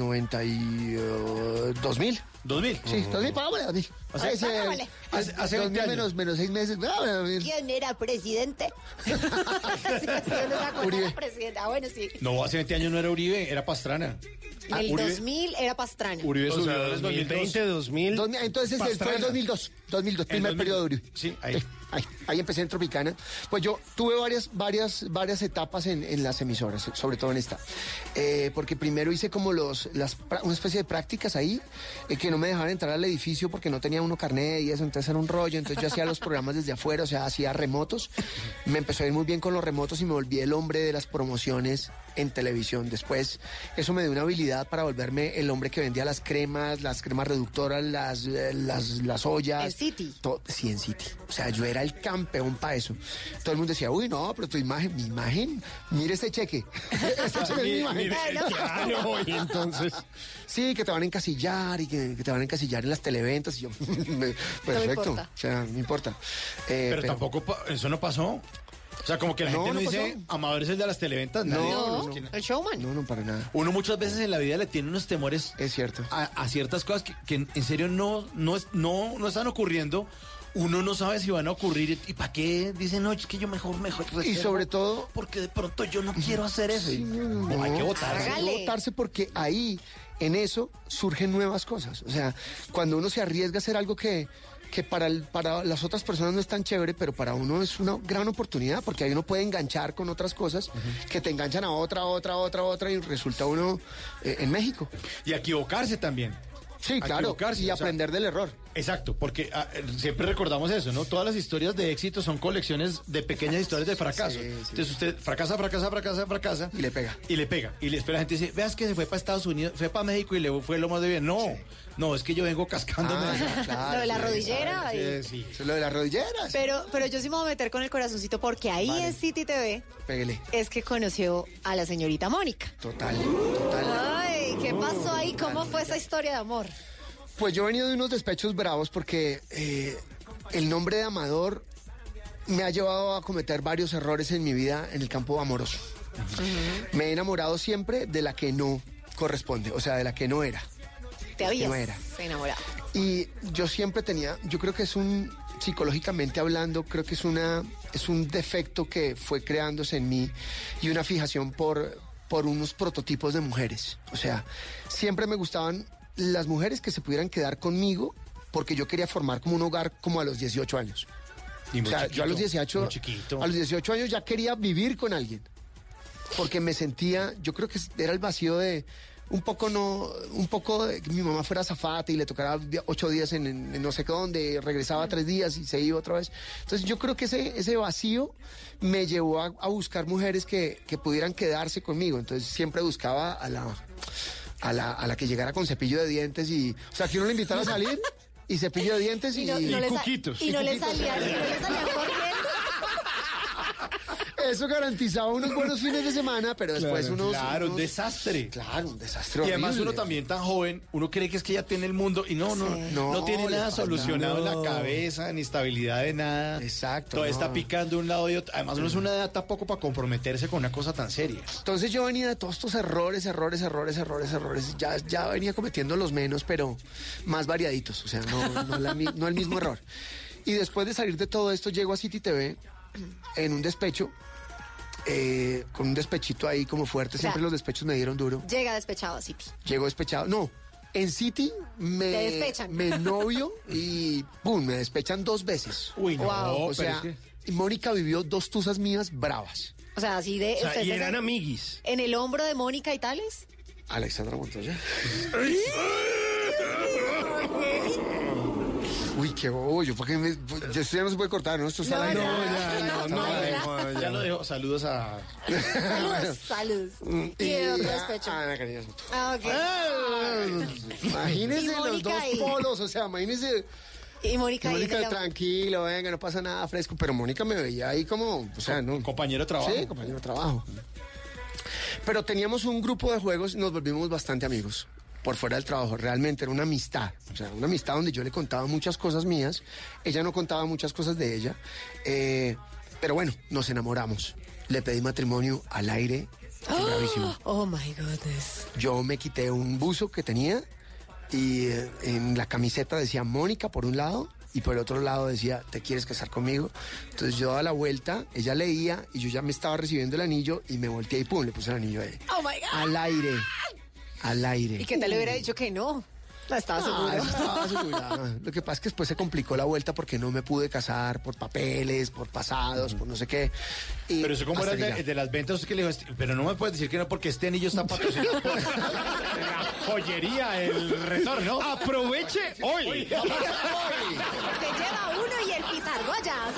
2000. ¿2000? Sí, 2000, pagámosle 2000. O sea, hace 20 años. menos 6 meses. ¿Quién era presidente? Uribe. Ah, bueno, sí. No, hace 20 años no era Uribe, era Pastrana. En el 2000 era Pastrana. Uribe subió en el 2020, 2000. Entonces fue el 2002. 2002, primer periodo de Uribe. Sí, ahí. ahí empecé en Tropicana. Pues yo tuve varias etapas en las emisoras, sobre todo en esta. Porque primero hice como una especie de prácticas ahí, que no me dejaban entrar al edificio porque no tenía uno carnet y eso, entonces era un rollo. Entonces yo hacía los programas desde afuera, o sea, hacía remotos. Me empezó a ir muy bien con los remotos y me volví el hombre de las promociones en televisión. Después eso me dio una habilidad para volverme el hombre que vendía las cremas reductoras, las ollas. En City. Sí, en City. O sea, yo era el campeón para eso. Todo el mundo decía, uy, no, pero mi imagen, mire este cheque. Este cheque es mi imagen. Claro, y entonces... Sí, que te van a encasillar y que te van a encasillar en las televentas. Y yo, perfecto. No, o sea, no importa. Pero tampoco, eso no pasó. O sea, como que la gente no dice, Amador es el de las televentas. No, el showman. No, para nada. Uno muchas veces en la vida le tiene unos temores. Es cierto. A ciertas cosas que en serio no están ocurriendo. Uno no sabe si van a ocurrir y para qué dicen, no, es que yo mejor reservo, y sobre todo porque de pronto yo no quiero hacer eso. No, hay que votarse. Hay que votarse porque ahí, en eso, surgen nuevas cosas. O sea, cuando uno se arriesga a hacer algo que para las otras personas no es tan chévere, pero para uno es una gran oportunidad, porque ahí uno puede enganchar con otras cosas que te enganchan a otra, y resulta uno en México. Y a equivocarse también. Sí, claro, y aprender del error. Exacto, porque siempre recordamos eso, ¿no? Todas las historias de éxito son colecciones de pequeñas historias de fracaso. Sí. Entonces usted fracasa. Y le pega. Y después la gente dice, veas que se fue para Estados Unidos, fue para México y le fue lo más de bien. No, es que yo vengo cascándome. Claro, lo de la rodillera. Sí. Lo de las rodilleras. Pero yo sí me voy a meter con el corazoncito porque ahí en City TV es que conoció a la señorita Mónica. Total. Ay, ¿qué pasó ahí? ¿Cómo fue esa historia de amor? Pues yo he venido de unos despechos bravos porque el nombre de Amador me ha llevado a cometer varios errores en mi vida en el campo amoroso. Me he enamorado siempre de la que no corresponde, o sea, de la que no era. Te habías enamorado. Y yo siempre yo creo que psicológicamente hablando, creo que es un defecto que fue creándose en mí y una fijación por unos prototipos de mujeres. O sea, siempre me gustaban las mujeres que se pudieran quedar conmigo porque yo quería formar como un hogar como a los 18 años. Y muy chiquito, yo a los 18 años ya quería vivir con alguien. Porque me sentía, yo creo que era el vacío de un poco de que mi mamá fuera azafata y le tocara 8 días en no sé qué dónde, regresaba 3 días y se iba otra vez. Entonces yo creo que ese vacío me llevó a buscar mujeres que pudieran quedarse conmigo. Entonces siempre buscaba a la que llegara con cepillo de dientes o sea, que uno le invitara a salir y cepillo de dientes y cuquitos. Y no le salían corriendo. Eso garantizaba unos buenos fines de semana, pero después un desastre. Claro, un desastre Y además horrible. uno también tan joven, uno cree que es que ya tiene el mundo y no tiene nada solucionado en la cabeza, ni estabilidad de nada. Exacto. Todo está picando de un lado y otro. Además uno es una edad tampoco para comprometerse con una cosa tan seria. Entonces yo venía de todos estos errores. Ya venía cometiendo los menos, pero más variaditos. O sea, no el mismo error. Y después de salir de todo esto, llego a City TV en un despecho. Con un despechito ahí como fuerte, siempre los despechos me dieron duro. Llega despechado a City. Llego despechado, no, en City me novio y ¡pum! Me despechan 2 veces. Uy, no, wow. O sea, Mónica vivió 2 tusas mías bravas. O sea, así de... O sea, y eran amiguis. ¿En el hombro de Mónica y tales? Alexandra Montoya. Uy, qué bollo, porque esto ya no se puede cortar, ¿no? Esto está al aire. Ya lo dejo. Saludos a... Saludos. Y de otro despecho. Ana Karina Soto. Ok. Imagínense los dos polos, o sea, imagínense... Y Mónica tranquilo, venga, no pasa nada, fresco. Pero Mónica me veía ahí como, o sea, ¿no? Compañero de trabajo. Sí, compañero de trabajo. Pero teníamos un grupo de juegos y nos volvimos bastante amigos. Por fuera del trabajo, realmente era una amistad. O sea, una amistad donde yo le contaba muchas cosas mías. Ella no contaba muchas cosas de ella. Pero bueno, nos enamoramos. Le pedí matrimonio al aire. Bravísimo. Oh, my goodness. Yo me quité un buzo que tenía y en la camiseta decía Mónica por un lado y por el otro lado decía, ¿te quieres casar conmigo? Entonces yo daba la vuelta, ella leía y yo ya me estaba recibiendo el anillo y me volteé y pum, le puse el anillo ahí. Oh my God. Al aire. ¿Y qué tal le hubiera dicho que no? Estaba seguro. Eso estaba seguro. Lo que pasa es que después se complicó la vuelta porque no me pude casar por papeles, por pasados, por no sé qué. Y pero eso como era hasta de las ventas que le dijo, pero no me puedes decir que no porque este anillo está patrocinado por la joyería, el retorno. Aproveche hoy. Se lleva uno y el pizargoyas.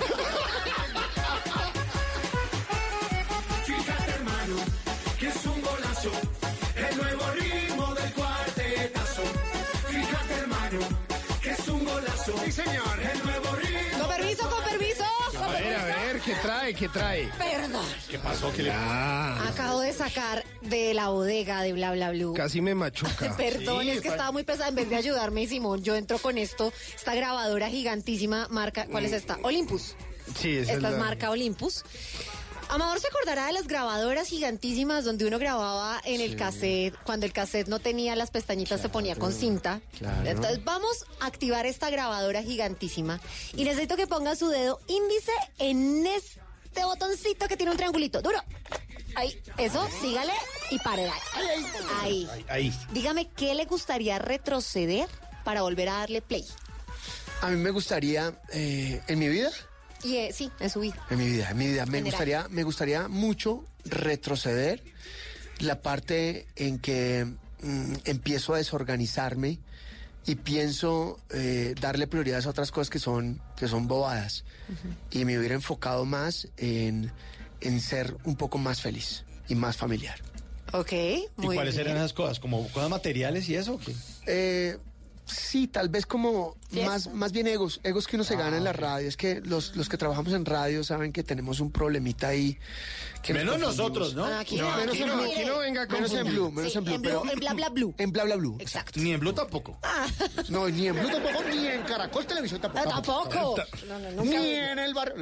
Fíjate, hermano, que es un golazo, el nuevo ritmo del cuartetazo. Fíjate, hermano, que es un golazo. Sí, señor. El nuevo ritmo. Con permiso, con permiso. A ver, ¿qué trae? Perdón. ¿Qué pasó? ¿Qué le... Acabo de sacar de la bodega de Bla Bla Blue. Casi me machuca. Perdón, Sí, es que estaba muy pesada. En vez de ayudarme, Simón, yo entro con esta grabadora gigantísima marca. ¿Cuál es esta? Olympus. Sí, Esta es marca Olympus. Amador se acordará de las grabadoras gigantísimas donde uno grababa en el cassette, cuando el cassette no tenía las pestañitas, se ponía con cinta. Claro. Entonces vamos a activar esta grabadora gigantísima y necesito que ponga su dedo índice en este botoncito que tiene un triangulito. Duro. Ahí, eso, sígale y pare. Ahí. Dígame, ¿qué le gustaría retroceder para volver a darle play? A mí me gustaría, en mi vida... Y sí, en su vida. En mi vida. General. Me gustaría mucho retroceder la parte en que empiezo a desorganizarme y pienso darle prioridades a otras cosas que son bobadas. Y me hubiera enfocado más en ser un poco más feliz y más familiar. Ok, muy ¿Y cuáles bien. eran esas cosas? ¿Como cosas materiales y eso? ¿O qué? Sí, tal vez como más bien egos que uno se gana en la radio. Es que los que trabajamos en radio saben que tenemos un problemita ahí. Que Menos nos nosotros, ¿no? Aquí menos en Blue. Aquí no venga con Menos en Blue, Sí, en Blue. en Bla Bla Blue. En Bla Bla Blue. Exacto. Ni en Blue tampoco. No, ni en Blue tampoco, ni en Caracol Televisión tampoco. Tampoco. No, Ni en el barrio.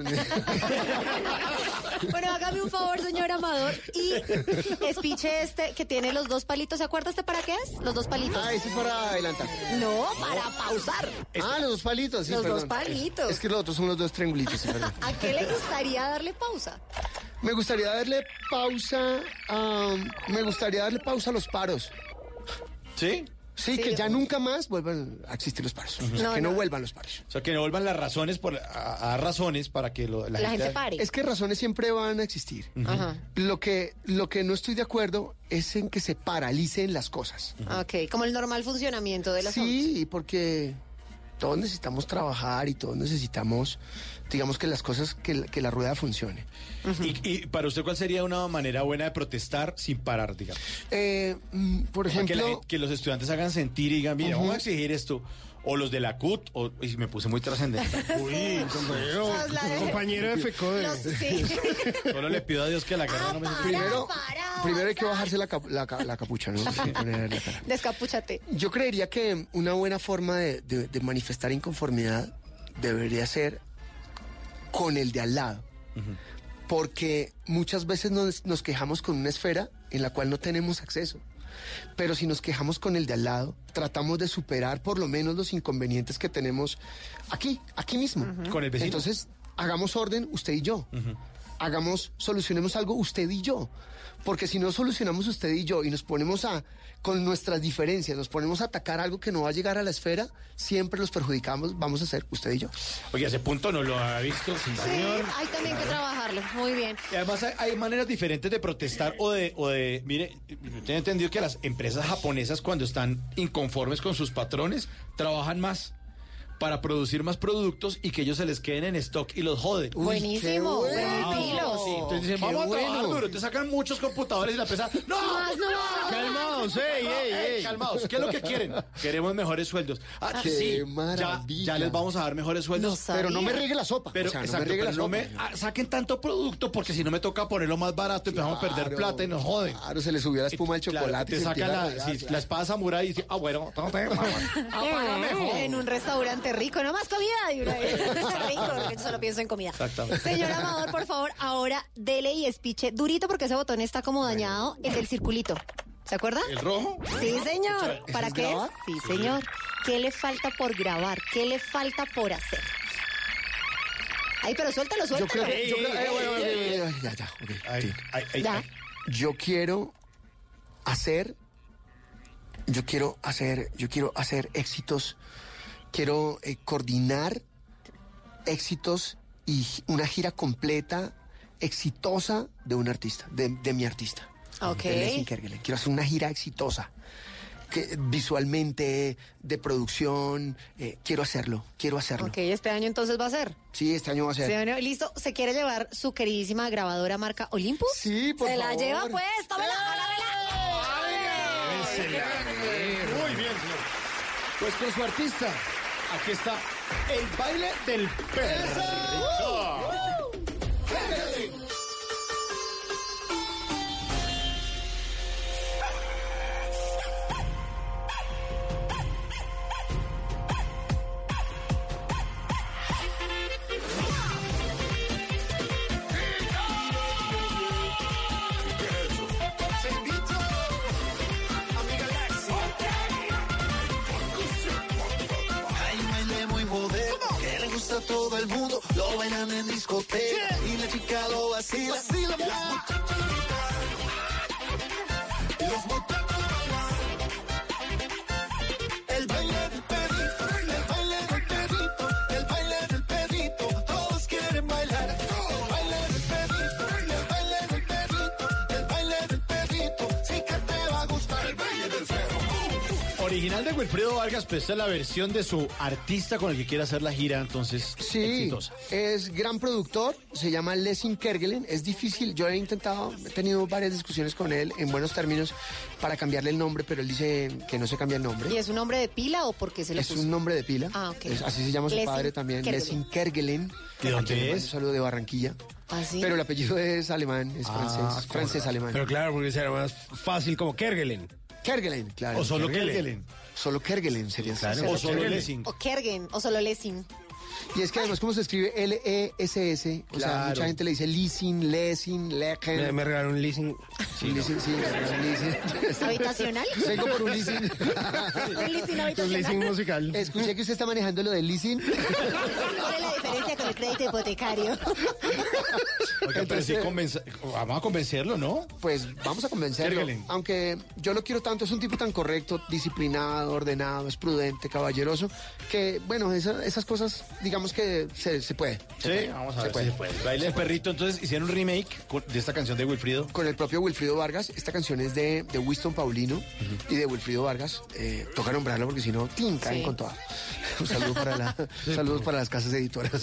Bueno, hágame un favor, señor Amador. Y espiche este que tiene los dos palitos. ¿Se acuerda este para qué es? Los dos palitos. Ah, ese para adelantar. No, para pausar. Los dos palitos, sí, Los perdón. dos palitos. Es que los otros son los dos triangulitos, sí, perdón. ¿A qué le gustaría darle pausa? Me gustaría darle pausa a los paros. ¿Sí? Sí, que ya nunca más vuelvan a existir los paros. O sea, que no vuelvan los paros. O sea, que no vuelvan las razones a razones para que la gente pare. Es que razones siempre van a existir. Ajá. Lo que no estoy de acuerdo es en que se paralicen las cosas. Ok, como el normal funcionamiento de las Sí, porque todos necesitamos trabajar y todos necesitamos, digamos, que las cosas, que la rueda funcione. ¿Y para usted cuál sería una manera buena de protestar sin parar, digamos? Por ejemplo... Que los estudiantes hagan sentir y digan, mira, vamos a exigir esto. O los de la CUT, y me puse muy trascendental. Uy, compañero de FECODE. Sí. Solo le pido a Dios que la guerra no me... Primero hay que bajarse la capucha, ¿no? Poner la cara. Descapúchate. Yo creería que una buena forma de manifestar inconformidad debería ser con el de al lado. Porque muchas veces nos quejamos con una esfera en la cual no tenemos acceso. Pero si nos quejamos con el de al lado, tratamos de superar por lo menos los inconvenientes que tenemos aquí mismo. Con el vecino. Entonces, hagamos orden usted y yo. Solucionemos algo usted y yo. Porque si no solucionamos usted y yo y nos ponemos con nuestras diferencias, nos ponemos a atacar algo que no va a llegar a la esfera, siempre los perjudicamos, vamos a ser usted y yo. Oye, ese punto no lo ha visto, sí, señor. Hay también que trabajarlo, muy bien. Y además hay maneras diferentes de protestar o de mire, yo tengo entendido que las empresas japonesas cuando están inconformes con sus patrones, trabajan más para producir más productos y que ellos se les queden en stock y los joden. Buenísimo, buen estilo. Sí, entonces dicen, vamos a trabajar duro, te sacan muchos computadores y la empresa, ¡no! Calmados, calmados, ¿qué es lo que quieren? Queremos mejores sueldos. ¡Qué maravilla! Ya les vamos a dar mejores sueldos. Pero no me riegue la sopa. Pero, no me saquen tanto producto porque si no me toca ponerlo más barato, empezamos a perder plata y nos joden. Claro, se le subió la espuma al chocolate. Te sacan la espada samurái y dice, bueno, en un restaurante rico, no más comida. Y una vez rico, porque yo solo pienso en comida. Exactamente. Señor Amador, por favor, ahora dele y espiche durito porque ese botón está como dañado, el del circulito. ¿Se acuerda? ¿El rojo? Sí, señor. ¿Para qué es? Sí, señor. ¿Qué le falta por grabar? ¿Qué le falta por hacer? Ay, pero suéltalo. Ya, ok. Ya. Yo quiero hacer yo quiero hacer éxitos, quiero coordinar éxitos y una gira completa, exitosa de un artista, de mi artista. Ok. De Lessing Kergelen. Quiero hacer una gira exitosa. Que visualmente, de producción, quiero hacerlo. Ok, ¿este año entonces va a ser? Sí, este año va a ser. ¿Este año listo? ¿Se quiere llevar su queridísima grabadora marca Olympus? Sí, por favor. ¿Se la lleva pues? ¡Tómela! Muy bien, señor. Pues con su artista, aquí está el baile del perro. A todo el mundo lo bailan en discoteca y la chica lo vacila. Los el baile del perrito, el baile del perrito, el baile del perrito, todos quieren bailar. El baile del perrito, el baile del perrito, el baile del perrito, sí que te va a gustar el baile del perro. Original de Wilfrido Vargas, pero esta es la versión de su artista con el que quiere hacer la gira, entonces exitosa. Es gran productor, se llama Lessing Kergelen, es difícil, yo he tenido varias discusiones con él en buenos términos para cambiarle el nombre, pero él dice que no se cambia el nombre. ¿Y es un nombre de pila o por qué se lo puso? Es un nombre de pila, ok. Así se llama su Lessing padre también, Kergelen. Lessing Kergelen. ¿De dónde es? Un saludo de Barranquilla. ¿Ah, sí? Pero el apellido es alemán, es francés-alemán. Pero claro, porque será más fácil como Kergelen. Kergelen, claro. O solo Kergelen. Solo Kergelen sería. Claro, o solo Lessing. O Kergen, o solo Lessing. Y es que además, ¿cómo se escribe? L-E-S-S. O sea, mucha gente le dice leasing, lessing, lechen. Me regalaron un leasing. Un leasing, sí, un leasing. ¿Habitacional? Vengo por un leasing. Un leasing Un habitacional. leasing musical. Escuché que usted está manejando lo del leasing. ¿Cuál es la diferencia con el crédito hipotecario? Oiga, pero sí vamos a convencerlo, ¿no? Pues vamos a convencerlo. Kergelen. Aunque yo lo quiero tanto, es un tipo tan correcto, disciplinado, ordenado, es prudente, caballeroso, que bueno, esas cosas, digamos que se puede. Vamos a ver si se puede. Baile del perrito, entonces hicieron un remake de esta canción de Wilfrido. Con el propio Wilfrido Vargas. Esta canción es de Winston Paulino y de Wilfrido Vargas. Toca nombrarlo porque si no, caen con toda. Un saludo saludos para las casas editoras.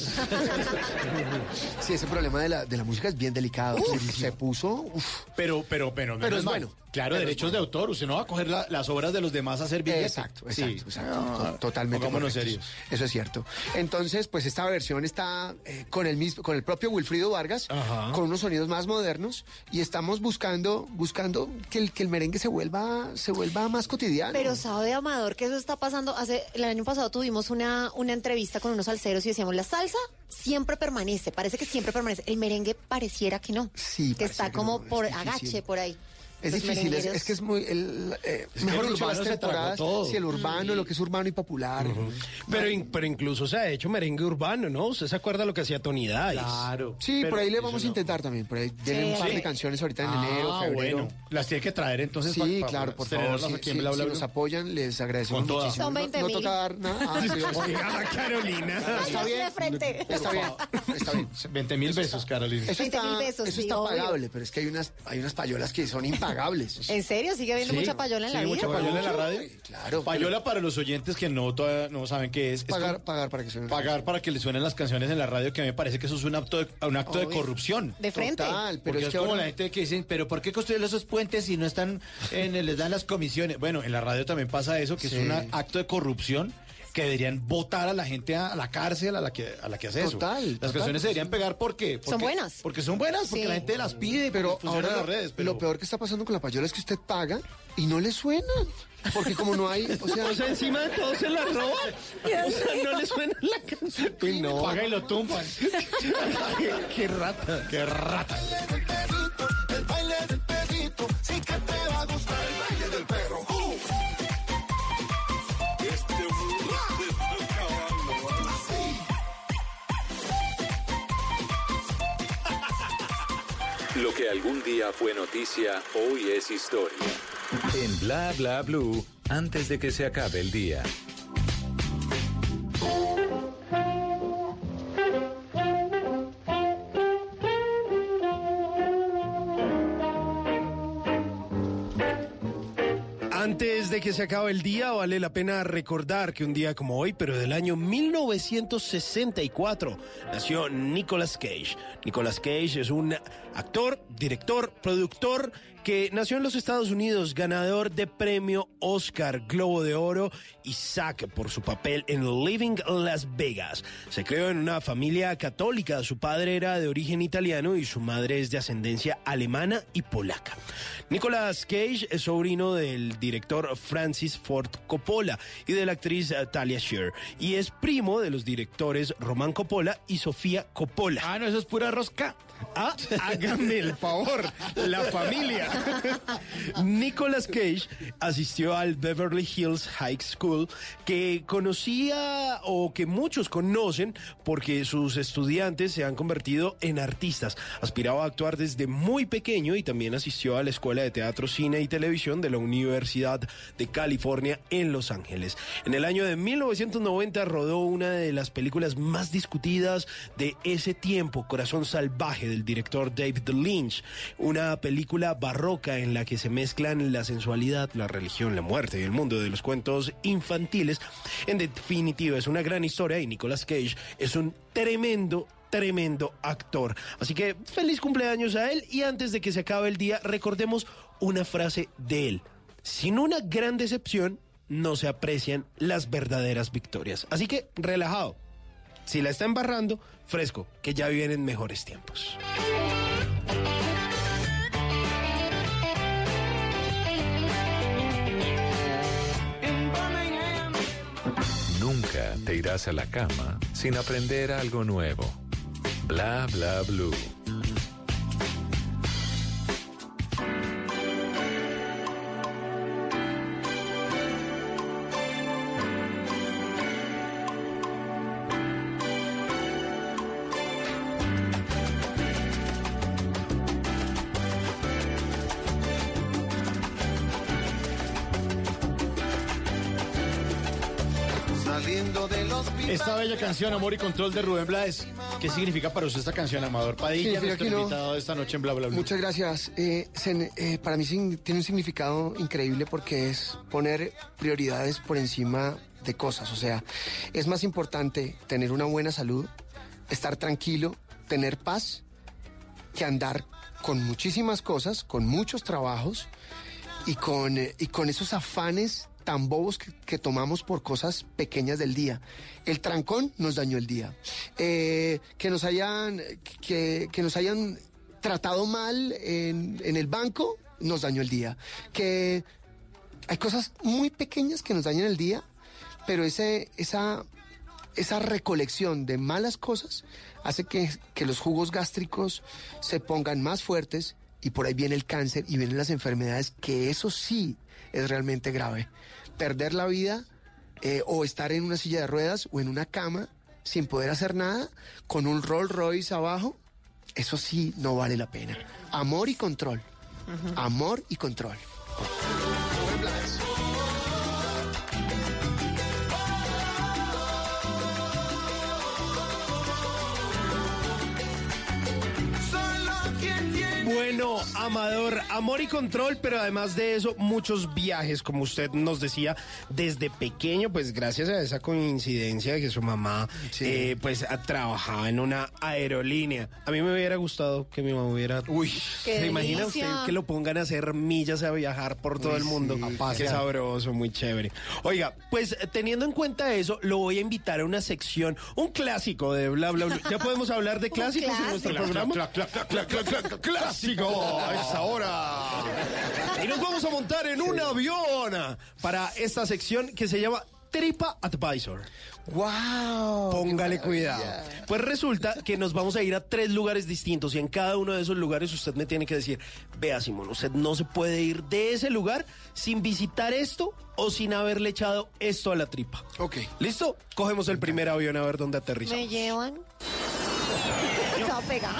Sí, ese problema de la música es bien delicado. Se puso. Pero es bueno. Claro, derechos de autor. Usted no va a coger las obras de los demás a hacer billetes. Exacto. No, Totalmente. pongámonos correctos. serios. Eso es cierto. Entonces, pues esta versión está con el propio Wilfrido Vargas, con unos sonidos más modernos, y estamos buscando que el merengue se vuelva más cotidiano. Pero sabe, Amador, que eso está pasando. El año pasado tuvimos una entrevista con unos salseros y decíamos, la salsa siempre permanece, parece que siempre permanece. El merengue pareciera que no. Sí, que está como por agache por ahí. Es Los difícil, merengueros. es que es muy... mejor el dicho, urbano las se temporadas, tragó todo. sí, el urbano, lo que es urbano y popular. Pero incluso se ha hecho merengue urbano, ¿no? ¿Usted se acuerda lo que hacía Tony Dice? Claro. Sí, pero por ahí le eso vamos a intentar también. Por ahí vienen un par de canciones ahorita en enero, febrero. Bueno, las tiene que traer entonces. Sí, claro, por favor. Si nos apoyan, les agradecemos Con toda. muchísimo. Son 20.000. No toca dar nada. Oiga, Carolina. Está bien. de frente. Está bien. 20.000 pesos, Carolina. Eso 20.000 pesos, eso sí, está obvio. pagable, pero es que hay unas payolas que son impagables. ¿En serio? ¿Sigue habiendo mucha payola en la vida? mucha payola en la radio. Claro. Payola para los oyentes que todavía no saben qué es. Pagar para que suenen. Pagar para que le suenen las canciones en la radio, que a mí me parece que eso es un acto de corrupción. De frente. Total, pero Porque es como la gente que dicen, pero ¿por qué construyen esos puentes si no están les dan las comisiones? Bueno, en la radio también pasa eso, que es un acto de corrupción, que deberían votar a la gente a la cárcel a la que hace eso. Las canciones se deberían pegar porque son buenas. Porque son buenas, porque la gente las pide, pero funciona en las redes. Pero lo peor que está pasando con la payola es que usted paga y no le suena. Porque como no hay, o sea, encima de todo se la roban. O sea, no le suena la canción. Uy, no. Paga y lo tumban. Qué rata. Qué rata. El baile del perrito, sí que te va a gustar el baile del perro. Lo que algún día fue noticia, hoy es historia. En Bla Bla Blue, antes de que se acabe el día. Antes de que se acabe el día, vale la pena recordar que un día como hoy, pero del año 1964, nació Nicolas Cage. Nicolas Cage es un actor, director, productor que nació en los Estados Unidos, ganador de premio Oscar, Globo de Oro y SAG por su papel en Living Las Vegas. Se creó en una familia católica. Su padre era de origen italiano y su madre es de ascendencia alemana y polaca. Nicolas Cage es sobrino del director Francis Ford Coppola y de la actriz Talia Shire, y es primo de los directores Roman Coppola y Sofía Coppola. Ah, no, eso es pura rosca. Ah, hágame el favor, la familia. Nicolas Cage asistió al Beverly Hills High School, que conocía o que muchos conocen porque sus estudiantes se han convertido en artistas. Aspiraba a actuar desde muy pequeño y también asistió a la Escuela de Teatro, Cine y Televisión de la Universidad de California en Los Ángeles. En el año de 1990 rodó una de las películas más discutidas de ese tiempo, Corazón Salvaje, del director David Lynch, una película barroca en la que se mezclan la sensualidad, la religión, la muerte y el mundo de los cuentos infantiles. En definitiva, es una gran historia y Nicolas Cage es un tremendo actor. Así que feliz cumpleaños a él, y antes de que se acabe el día, recordemos una frase de él: sin una gran decepción no se aprecian las verdaderas victorias. Así que relajado. Si la está embarrando, fresco, que ya vienen mejores tiempos. Nunca te irás a la cama sin aprender algo nuevo. Bla bla blue. Esta bella canción, Amor y Control, de Rubén Blades. ¿Qué significa para usted esta canción, Amador Padilla, nuestro invitado de esta noche en Bla Bla Bla? Muchas gracias. Para mí tiene un significado increíble porque es poner prioridades por encima de cosas. O sea, es más importante tener una buena salud, estar tranquilo, tener paz, que andar con muchísimas cosas, con muchos trabajos y con esos afanes tan bobos que tomamos por cosas pequeñas del día. El trancón nos dañó el día. Que nos hayan tratado mal en el banco nos dañó el día. Que hay cosas muy pequeñas que nos dañan el día, pero esa recolección de malas cosas hace que los jugos gástricos se pongan más fuertes, y por ahí viene el cáncer y vienen las enfermedades, que eso sí es realmente grave. Perder la vida o estar en una silla de ruedas o en una cama sin poder hacer nada, con un Rolls Royce abajo, eso sí no vale la pena. Amor y control. Amor y control. Bueno, Amador, amor y control, pero además de eso, muchos viajes, como usted nos decía, desde pequeño, pues gracias a esa coincidencia de que su mamá, trabajaba en una aerolínea. A mí me hubiera gustado que mi mamá hubiera... Uy, ¿se imagina usted que lo pongan a hacer millas, a viajar por todo el mundo? Sí, qué sabroso, muy chévere. Oiga, pues teniendo en cuenta eso, lo voy a invitar a una sección, un clásico de Bla Bla Bla. ¿Ya podemos hablar de clásicos en nuestro programa? ¡Clásico! A esa hora. Y nos vamos a montar en un avión para esta sección que se llama TripAdvisor. ¡Wow! Póngale cuidado. Pues resulta que nos vamos a ir a 3 lugares distintos, y en cada uno de esos lugares usted me tiene que decir: vea, Simón, usted no se puede ir de ese lugar sin visitar esto o sin haberle echado esto a la tripa. Ok. ¿Listo? Cogemos el primer avión a ver dónde aterriza. ¿Me llevan? Está pegada.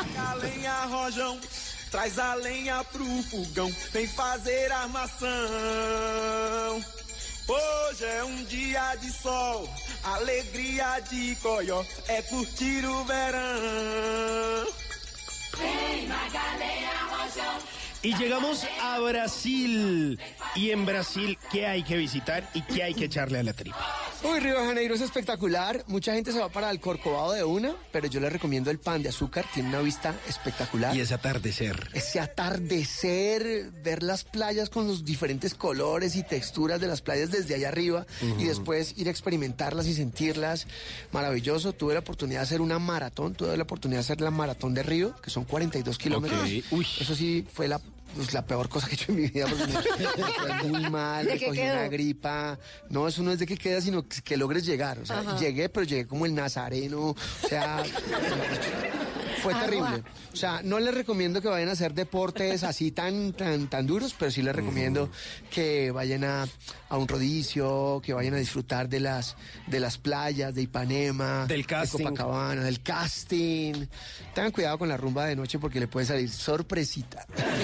Traz a lenha pro fogão, vem fazer armação. Hoje é dia de sol, alegria de coió, é curtir o verão. Vem Magdalena Rojão. Y llegamos a Brasil. Y en Brasil, ¿qué hay que visitar y qué hay que echarle a la tripa? Uy, Río de Janeiro es espectacular. Mucha gente se va para el Corcovado de una, pero yo les recomiendo el Pan de Azúcar. Tiene una vista espectacular. Y ese atardecer. Ese atardecer, ver las playas con los diferentes colores y texturas de las playas desde allá arriba y después ir a experimentarlas y sentirlas. Maravilloso. Tuve la oportunidad de hacer una maratón. Tuve la oportunidad de hacer la maratón de Río, que son 42 kilómetros. Okay. Uy. Eso sí fue la peor cosa que he hecho en mi vida, porque me fue muy mal, me cogí una gripa. No, eso no es de que queda, sino que logres llegar. O sea, llegué, pero llegué como el nazareno. O sea, fue terrible. O sea, no les recomiendo que vayan a hacer deportes así tan duros, pero sí les recomiendo que vayan a un rodicio, que vayan a disfrutar de las playas, de Ipanema, del casting, de Copacabana, del casting. Tengan cuidado con la rumba de noche porque le puede salir sorpresita.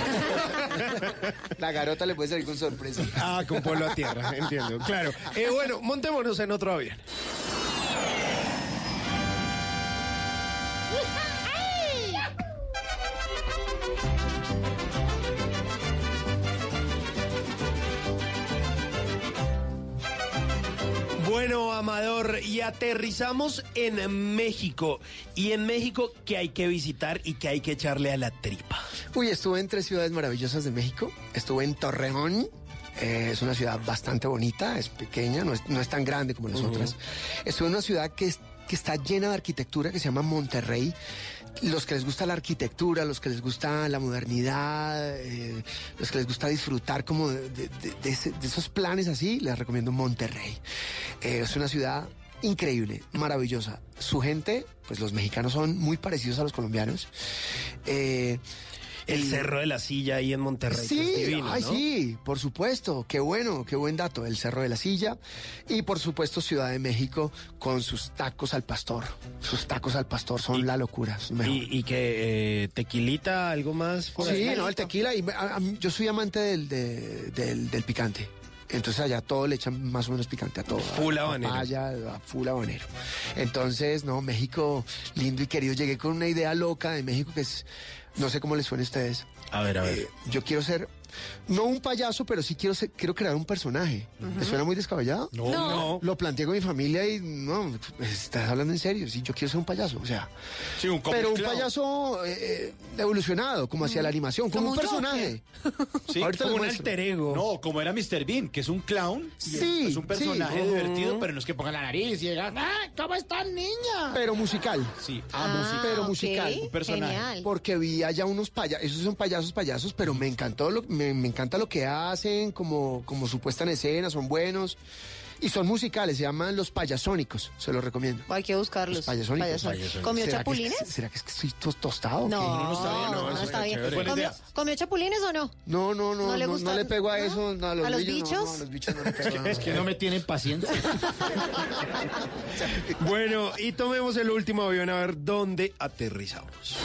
La garota le puede salir con sorpresa. Ah, con pueblo a tierra, entiendo, claro. Bueno, montémonos en otro avión. Bueno, Amador, y aterrizamos en México. Y en México, ¿qué hay que visitar y qué hay que echarle a la tripa? Uy, estuve en 3 ciudades maravillosas de México. Estuve en Torreón. Es una ciudad bastante bonita, es pequeña, no es tan grande como las otras. Estuve en una ciudad que está llena de arquitectura, que se llama Monterrey. Los que les gusta la arquitectura, los que les gusta la modernidad, los que les gusta disfrutar como de esos planes así, les recomiendo Monterrey. Es una ciudad increíble, maravillosa. Su gente, pues los mexicanos son muy parecidos a los colombianos. El Cerro de la Silla ahí en Monterrey, sí, que es divino, ay, ¿no? Sí, por supuesto, qué bueno, qué buen dato, el Cerro de la Silla y por supuesto Ciudad de México con sus tacos al pastor. Sus tacos al pastor son la locura. Y que tequilita, algo más. Por sí, no, el tequila, y yo soy amante del picante. Entonces allá todo le echan más o menos picante a todo. Full habanero. Papaya, full habanero. Entonces, no, México lindo y querido. Llegué con una idea loca de México que es, no sé cómo les suena a ustedes. A ver. Yo quiero ser, no un payaso, pero sí quiero crear un personaje. ¿Te suena muy descabellado? No. Lo planteé con mi familia y no, estás hablando en serio. Sí, yo quiero ser un payaso, o sea. Sí, pero un payaso evolucionado, como hacia la animación, como un personaje. Sí, ahorita como un alter ego. No, como era Mr. Bean, que es un clown. Sí. Es un personaje divertido, pero no es que ponga la nariz y diga, ¿cómo estás, niña? Pero musical. Sí, musical. Pero musical. Un personaje. Genial. Porque vi allá unos payasos, esos son payasos, pero me encantó, me encanta lo que hacen, como su puesta en escena, son buenos. Y son musicales, se llaman Los Payasónicos, se los recomiendo. Hay que buscarlos. Los Payasónicos. ¿Comió chapulines? ¿Será que estoy tostado? No, no está bien. chévere. ¿Comió chapulines o no? No le pego a eso. No, ¿A los bichos? No, a los bichos no le pego. Es que no me tienen paciencia. Bueno, y tomemos el último avión a ver dónde aterrizamos.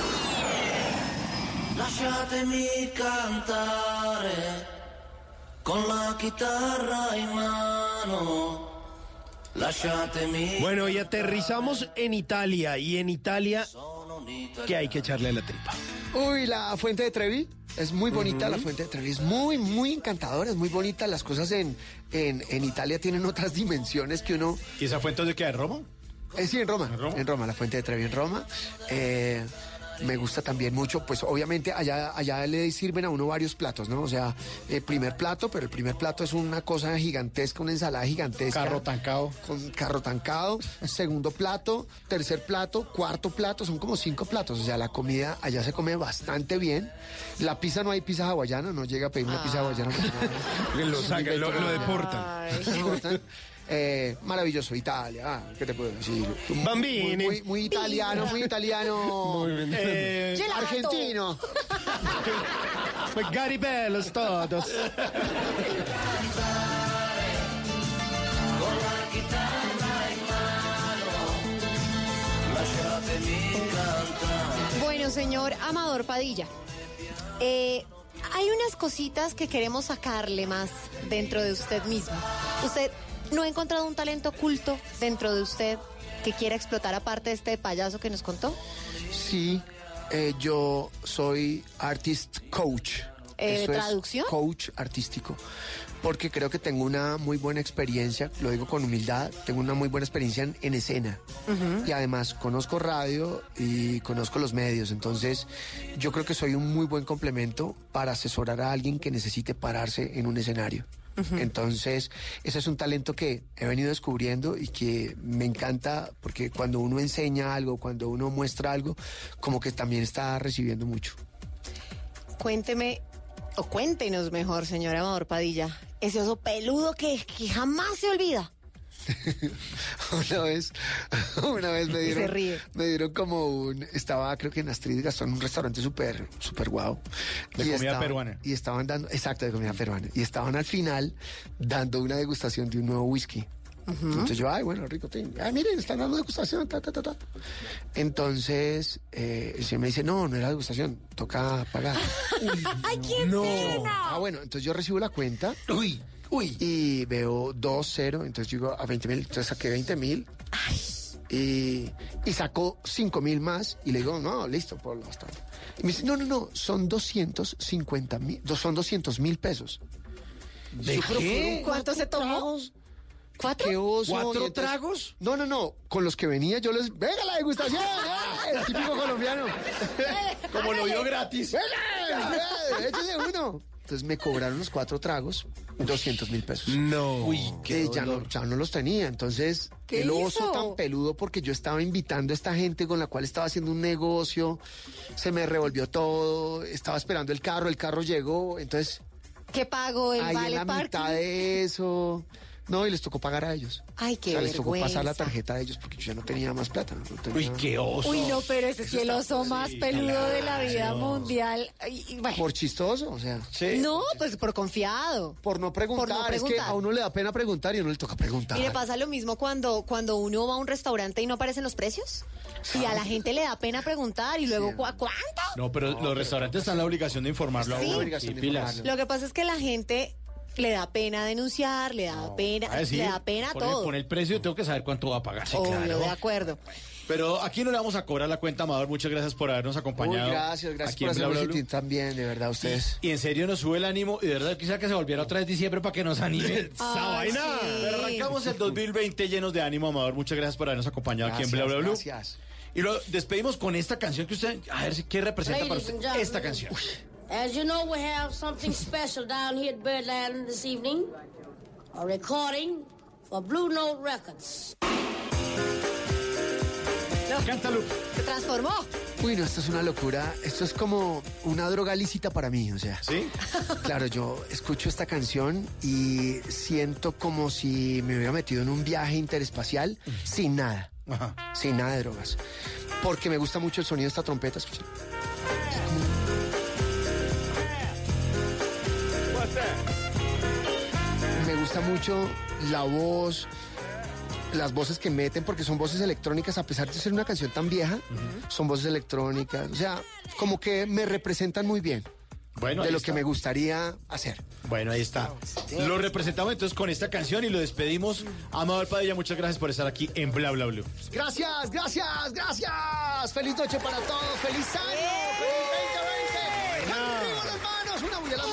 Lasciatemi cantare con la chitarra in mano. Lasciatemi. Bueno, y aterrizamos en Italia. Y en Italia, ¿qué hay que echarle a la tripa? Uy, la Fuente de Trevi. Es muy bonita la Fuente de Trevi. Es muy, muy encantadora. Es muy bonita. Las cosas en Italia tienen otras dimensiones que uno... ¿Y esa fuente dónde queda? ¿En Roma? Sí, en Roma. En Roma, la Fuente de Trevi en Roma. Me gusta también mucho, pues obviamente allá le sirven a uno varios platos, ¿no? O sea, primer plato, pero el primer plato es una cosa gigantesca, una ensalada gigantesca. Carro tancado. Con carro tancado. Segundo plato, tercer plato, cuarto plato, son como 5 platos. O sea, la comida allá se come bastante bien. La pizza, no hay pizza hawaiana, no llega a pedir una pizza hawaiana. Lo deportan. Maravilloso, Italia, ¿qué te puedo decir? Bambini. Muy italiano, muy italiano. Argentino. Garibellos todos. Bueno, señor Amador Padilla, hay unas cositas que queremos sacarle más dentro de usted mismo. ¿Usted no ha encontrado un talento oculto dentro de usted que quiera explotar aparte de este payaso que nos contó? Sí, yo soy artist coach. ¿Traducción? Coach artístico. Porque creo que tengo una muy buena experiencia, lo digo con humildad, tengo una muy buena experiencia en escena. Y además conozco radio y conozco los medios, entonces yo creo que soy un muy buen complemento para asesorar a alguien que necesite pararse en un escenario. Entonces, ese es un talento que he venido descubriendo y que me encanta porque cuando uno enseña algo, cuando uno muestra algo, como que también está recibiendo mucho. Cuénteme, o cuéntenos mejor, señor Amador Padilla, ese oso peludo que jamás se olvida. Una vez se ríe. me dieron como estaba creo que en Astrid Gastón, un restaurante súper guau. De comida peruana. Y estaban dando, exacto, de comida peruana. Y estaban al final dando una degustación de un nuevo whisky. Entonces yo, ay, bueno, rico, miren, están dando degustación, Entonces, el señor me dice, no era degustación, toca pagar. ¡Ay, qué pena! Ah, bueno, entonces yo recibo la cuenta. Uy. Y veo 2-0, entonces digo a 20,000, entonces saqué 20,000. Y saco 5,000 más y le digo, no, listo, por lo bastante. Y me dice, no, son 250,000, son 200,000 pesos. ¿De qué? ¿Cuánto se tomó? ¿4? ¿4 tragos? No, con los que venía yo les, venga la degustación, el típico colombiano. Como lo vio gratis. Venga, échese uno. Entonces me cobraron los 4 tragos, 200,000 pesos. No. Uy, ya no los tenía. Entonces, el oso tan peludo, porque yo estaba invitando a esta gente con la cual estaba haciendo un negocio, se me revolvió todo, estaba esperando el carro llegó, entonces... ¿Qué pago el ahí vale en la parking? mitad de eso... No, y les tocó pagar a ellos. Ay, qué les tocó vergüenza. pasar la tarjeta de ellos porque yo ya no tenía más plata. Uy, qué oso. Uy, no, pero ese es el oso más peludo de la vida mundial. Bueno. Por chistoso, o sea. Sí. No, pues por confiado. Por no preguntar. Es que a uno le da pena preguntar y a uno le toca preguntar. Y le pasa lo mismo cuando uno va a un restaurante y no aparecen los precios. Y a la gente le da pena preguntar y luego, ¿cuánto? No, pero los restaurantes están en la obligación de informarlo. Sí. A uno. Y pilas. Lo que pasa es que la gente... le da pena denunciar, le da pena, sí, le da pena todo. Pon el precio, tengo que saber cuánto va a pagar. Sí, claro. De acuerdo. Pero aquí no le vamos a cobrar la cuenta, Amador. Muchas gracias por habernos acompañado. Gracias aquí por hacernos también, de verdad, ustedes. Y en serio nos sube el ánimo. Y de verdad quisiera que se volviera otra vez diciembre para que nos anime. ¡Esa vaina! Sí. Pero arrancamos el 2020 llenos de ánimo, Amador. Muchas gracias por habernos acompañado aquí en Bla Bla Blue. Gracias. Y lo despedimos con esta canción que usted... A ver, ¿qué representa para usted esta canción? As you know, we have something special down here at Birdland this evening. A recording for Blue Note Records. Cántalo. Se transformó. Uy, no, esto es una locura. Esto es como una droga lícita para mí, o sea. ¿Sí? Claro, yo escucho esta canción y siento como si me hubiera metido en un viaje interespacial sin nada. Ajá. Sin nada de drogas. Porque me gusta mucho el sonido de esta trompeta, escuchen. Me gusta mucho la voz, las voces que meten, porque son voces electrónicas, a pesar de ser una canción tan vieja, son voces electrónicas, o sea, como que me representan muy bien. Bueno, de lo que me gustaría hacer. Bueno, ahí está. Lo representamos entonces con esta canción y lo despedimos. Amador Padilla, muchas gracias por estar aquí en Bla Bla Blue. Gracias. Feliz noche para todos. Feliz año. Feliz 2020. ¡Arriba las manos! Una bulla a las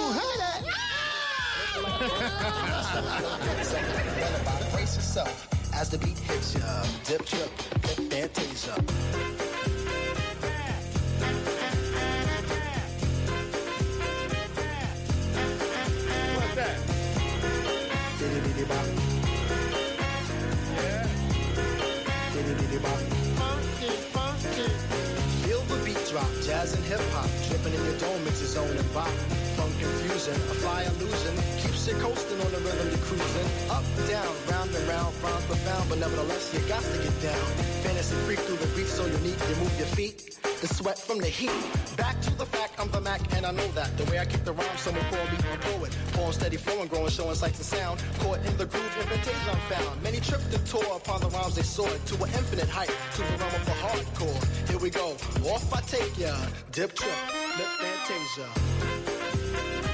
mujeres. As the beat hits ya, dip trip, fantasia. What's that? Diddy bop. Yeah. Diddy bop. Funky. Feel the beat drop, jazz and hip hop, dripping in your dome, it's your zone and bop. Funk confusion, a fly illusion, keeps you coasting on the rhythm you're cruising. Up, down, round and round, rhymes profound, but nevertheless you got to get down. Fantasy freak through the beat so unique, you move your feet, the sweat from the heat. Back to the fact, I'm the Mac and I know that. The way I kick the rhyme, someone call me a poet. Poem steady flowing, growing, showing sights and sound. Caught in the groove, invitation I'm found. Many tripped and tore upon the rhymes they soared to an infinite height, to the realm of the hardcore. Here we go, off I take ya, dip trip, lip fantasia.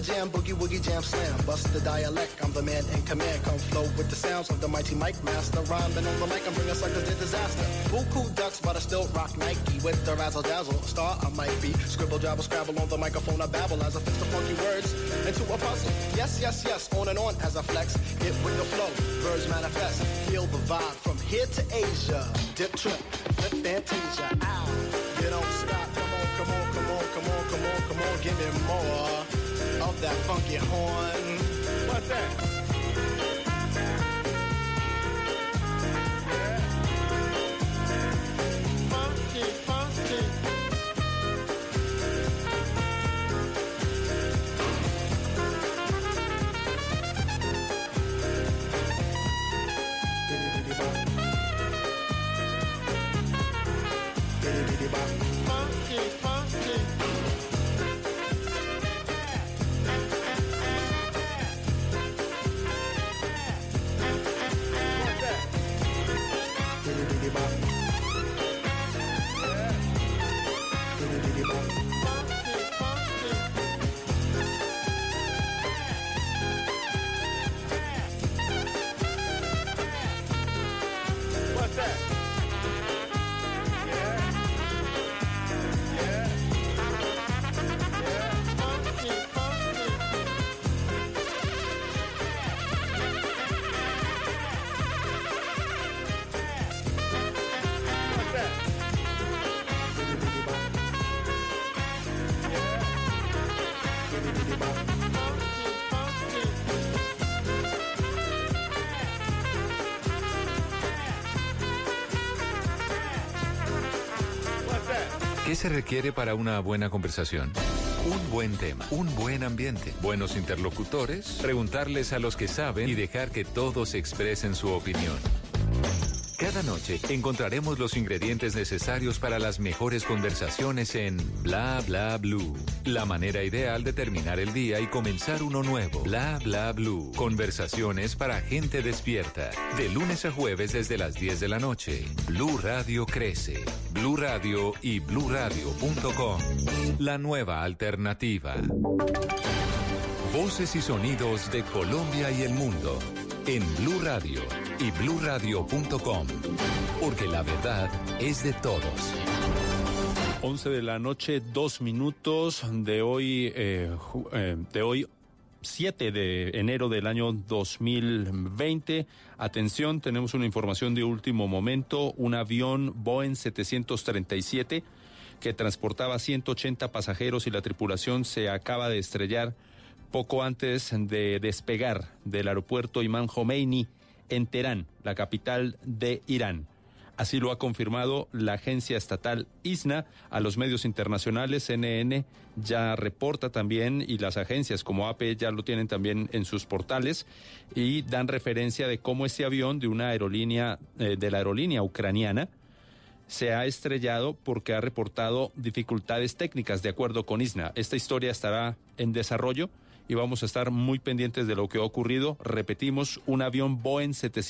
jam, boogie woogie jam slam. Bust the dialect, I'm the man in command. Come flow with the sounds of the mighty Mike Master. Rhyming on the mic, I'm bringing suckers to disaster. Buku ducks, but I still rock Nike with the razzle dazzle. A star I might be. Scribble, jabble, scrabble on the microphone. I babble as I fix the funky words into a puzzle. Yes, yes, yes, on and on as I flex. Get with the flow, birds manifest. Feel the vibe from here to Asia. Dip trip, flip fantasia. Ow, you don't stop. Come on, come on, come on, come on, come on, come on. Give me more of that funky horn. What's that? ¿Qué se requiere para una buena conversación? Un buen tema, un buen ambiente, buenos interlocutores, preguntarles a los que saben y dejar que todos expresen su opinión. Cada noche encontraremos los ingredientes necesarios para las mejores conversaciones en Bla Bla Blue. La manera ideal de terminar el día y comenzar uno nuevo. Bla Bla Blue. Conversaciones para gente despierta. De lunes a jueves desde las 10 de la noche. Blue Radio crece. Blue Radio y bluradio.com. La nueva alternativa. Voces y sonidos de Colombia y el mundo. En Blue Radio y bluradio.com, porque la verdad es de todos. 11 de la noche, 2 minutos de hoy 7 de enero del año 2020. Atención, tenemos una información de último momento. Un avión Boeing 737 que transportaba 180 pasajeros y la tripulación se acaba de estrellar poco antes de despegar del aeropuerto Imam Khomeini en Teherán, la capital de Irán. Así lo ha confirmado la agencia estatal ISNA a los medios internacionales. CNN ya reporta también, y las agencias como AP ya lo tienen también en sus portales, y dan referencia de cómo este avión de una aerolínea, de la aerolínea ucraniana, se ha estrellado porque ha reportado dificultades técnicas, de acuerdo con ISNA. Esta historia estará en desarrollo y vamos a estar muy pendientes de lo que ha ocurrido. Repetimos, un avión Boeing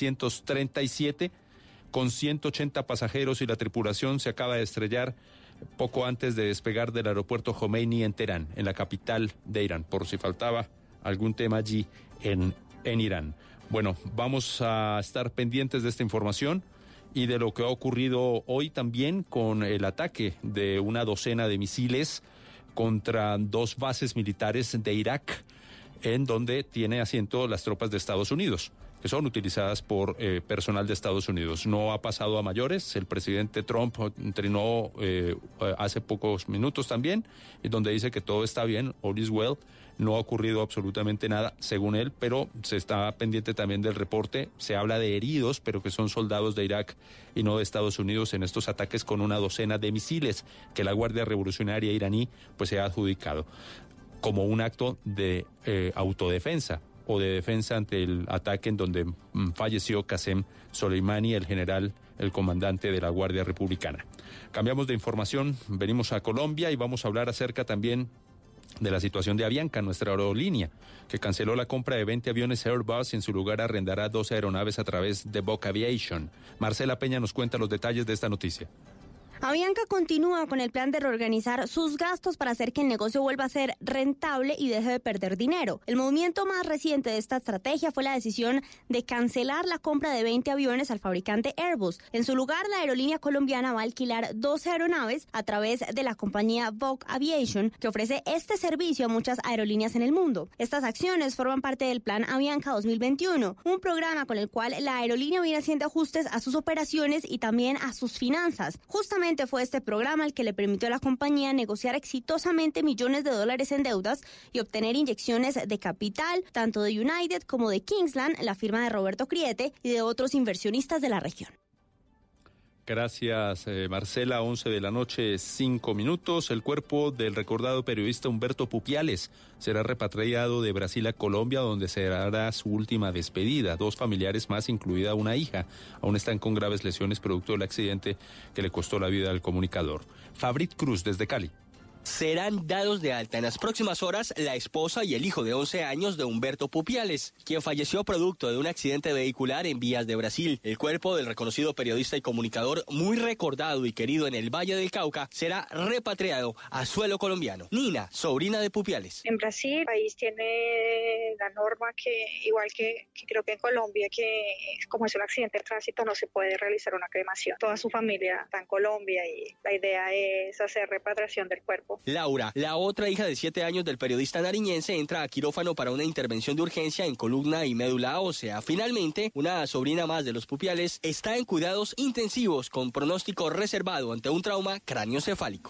737 con 180 pasajeros y la tripulación se acaba de estrellar poco antes de despegar del aeropuerto Khomeini en Teherán, en la capital de Irán, por si faltaba algún tema allí en Irán. Bueno, vamos a estar pendientes de esta información y de lo que ha ocurrido hoy también con el ataque de una docena de misiles contra 2 bases militares de Irak, en donde tiene asiento las tropas de Estados Unidos, que son utilizadas por personal de Estados Unidos. No ha pasado a mayores. El presidente Trump entrenó hace pocos minutos también, y donde dice que todo está bien, all is well. No ha ocurrido absolutamente nada, según él, pero se está pendiente también del reporte. Se habla de heridos, pero que son soldados de Irak y no de Estados Unidos en estos ataques con una docena de misiles que la Guardia Revolucionaria iraní pues se ha adjudicado como un acto de autodefensa o de defensa ante el ataque en donde falleció Qasem Soleimani, el general, el comandante de la Guardia Republicana. Cambiamos de información, venimos a Colombia y vamos a hablar acerca también de la situación de Avianca, nuestra aerolínea, que canceló la compra de 20 aviones Airbus y en su lugar arrendará 12 aeronaves a través de Boca Aviation. Marcela Peña nos cuenta los detalles de esta noticia. Avianca continúa con el plan de reorganizar sus gastos para hacer que el negocio vuelva a ser rentable y deje de perder dinero. El movimiento más reciente de esta estrategia fue la decisión de cancelar la compra de 20 aviones al fabricante Airbus. En su lugar, la aerolínea colombiana va a alquilar 12 aeronaves a través de la compañía Vogue Aviation, que ofrece este servicio a muchas aerolíneas en el mundo. Estas acciones forman parte del Plan Avianca 2021, un programa con el cual la aerolínea viene haciendo ajustes a sus operaciones y también a sus finanzas. Justamente fue este programa el que le permitió a la compañía negociar exitosamente millones de dólares en deudas y obtener inyecciones de capital, tanto de United como de Kingsland, la firma de Roberto Criete, y de otros inversionistas de la región. Gracias, Marcela. 11 de la noche, 5 minutos. El cuerpo del recordado periodista Humberto Pupiales será repatriado de Brasil a Colombia, donde será su última despedida. 2 familiares más, incluida una hija, aún están con graves lesiones producto del accidente que le costó la vida al comunicador. Fabrit Cruz, desde Cali. Serán dados de alta en las próximas horas la esposa y el hijo de 11 años de Humberto Pupiales, quien falleció producto de un accidente vehicular en vías de Brasil. El cuerpo del reconocido periodista y comunicador, muy recordado y querido en el Valle del Cauca, será repatriado a suelo colombiano. Nina, sobrina de Pupiales. En Brasil, el país tiene la norma que, igual que creo que en Colombia, que como es un accidente de tránsito no se puede realizar una cremación. Toda su familia está en Colombia y la idea es hacer repatriación del cuerpo. Laura, la otra hija de 7 años del periodista nariñense, entra a quirófano para una intervención de urgencia en columna y médula ósea. Finalmente, una sobrina más de los Pupiales está en cuidados intensivos con pronóstico reservado ante un trauma craneoencefálico.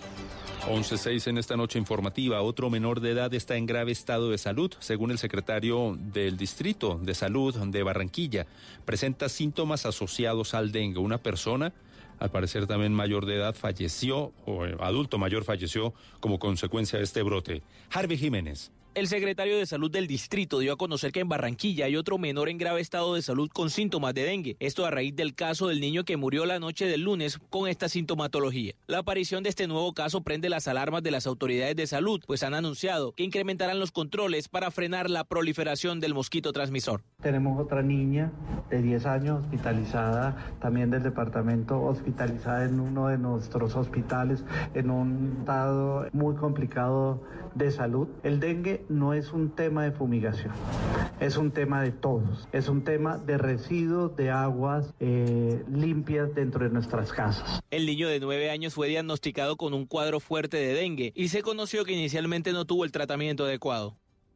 11:06 en esta noche informativa. Otro menor de edad está en grave estado de salud, según el secretario del Distrito de Salud de Barranquilla. Presenta síntomas asociados al dengue. Una persona, al parecer también mayor de edad, falleció, o adulto mayor falleció como consecuencia de este brote. Harvey Jiménez. El secretario de Salud del distrito dio a conocer que en Barranquilla hay otro menor en grave estado de salud con síntomas de dengue. Esto a raíz del caso del niño que murió la noche del lunes con esta sintomatología. La aparición de este nuevo caso prende las alarmas de las autoridades de salud, pues han anunciado que incrementarán los controles para frenar la proliferación del mosquito transmisor. Tenemos otra niña de 10 años hospitalizada, también del departamento, hospitalizada en uno de nuestros hospitales en un estado muy complicado de salud. El dengue no es un tema de fumigación, es un tema de todos, es un tema de residuos de aguas limpias dentro de nuestras casas. El niño de 9 años fue diagnosticado con un cuadro fuerte de dengue y se conoció que inicialmente no tuvo el tratamiento adecuado.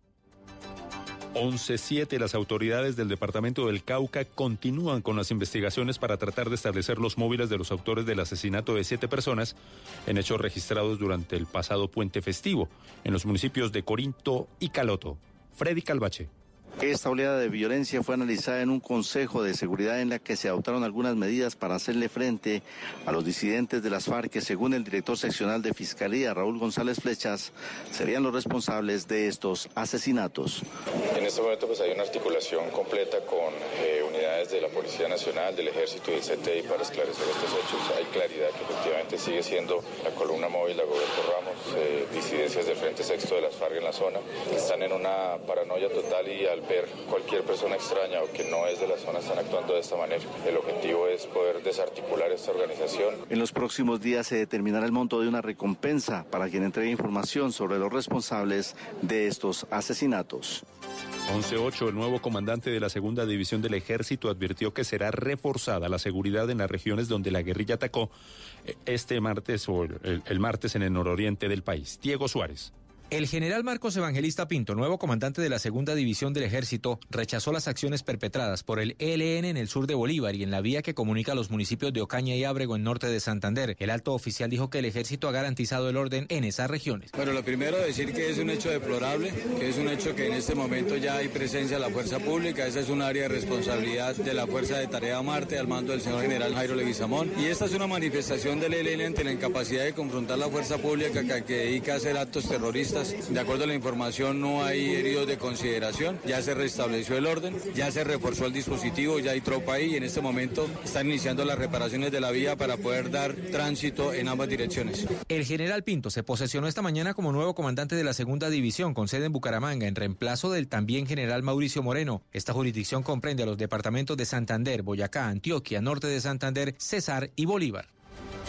11:07, las autoridades del departamento del Cauca continúan con las investigaciones para tratar de establecer los móviles de los autores del asesinato de 7 personas en hechos registrados durante el pasado puente festivo en los municipios de Corinto y Caloto. Freddy Calvache. Esta oleada de violencia fue analizada en un consejo de seguridad en la que se adoptaron algunas medidas para hacerle frente a los disidentes de las FARC que, según el director seccional de Fiscalía, Raúl González Flechas, serían los responsables de estos asesinatos. En este momento pues hay una articulación completa con unidades de la Policía Nacional, del Ejército y del CTI para esclarecer estos hechos. Hay claridad que efectivamente sigue siendo la columna móvil de Roberto Ramos, disidencias del Frente Sexto de las FARC en la zona, que están en una paranoia total y al ver cualquier persona extraña o que no es de la zona están actuando de esta manera. El objetivo es poder desarticular esta organización. En los próximos días se determinará el monto de una recompensa para quien entregue información sobre los responsables de estos asesinatos. 11:08, el nuevo comandante de la Segunda División del Ejército advirtió que será reforzada la seguridad en las regiones donde la guerrilla atacó este martes o el martes en el nororiente del país. Diego Suárez. El general Marcos Evangelista Pinto, nuevo comandante de la Segunda División del Ejército, rechazó las acciones perpetradas por el ELN en el sur de Bolívar y en la vía que comunica los municipios de Ocaña y Ábrego en norte de Santander. El alto oficial dijo que el Ejército ha garantizado el orden en esas regiones. Bueno, lo primero decir que es un hecho deplorable, que es un hecho que en este momento ya hay presencia de la fuerza pública. Esa es un área de responsabilidad de la Fuerza de Tarea Marte al mando del señor general Jairo Leguizamón. Y esta es una manifestación del ELN ante la incapacidad de confrontar la fuerza pública que dedica a hacer actos terroristas. De acuerdo a la información, no hay heridos de consideración, ya se restableció el orden, ya se reforzó el dispositivo, ya hay tropa ahí y en este momento están iniciando las reparaciones de la vía para poder dar tránsito en ambas direcciones. El general Pinto se posesionó esta mañana como nuevo comandante de la Segunda División con sede en Bucaramanga, en reemplazo del también general Mauricio Moreno. Esta jurisdicción comprende a los departamentos de Santander, Boyacá, Antioquia, norte de Santander, Cesar y Bolívar.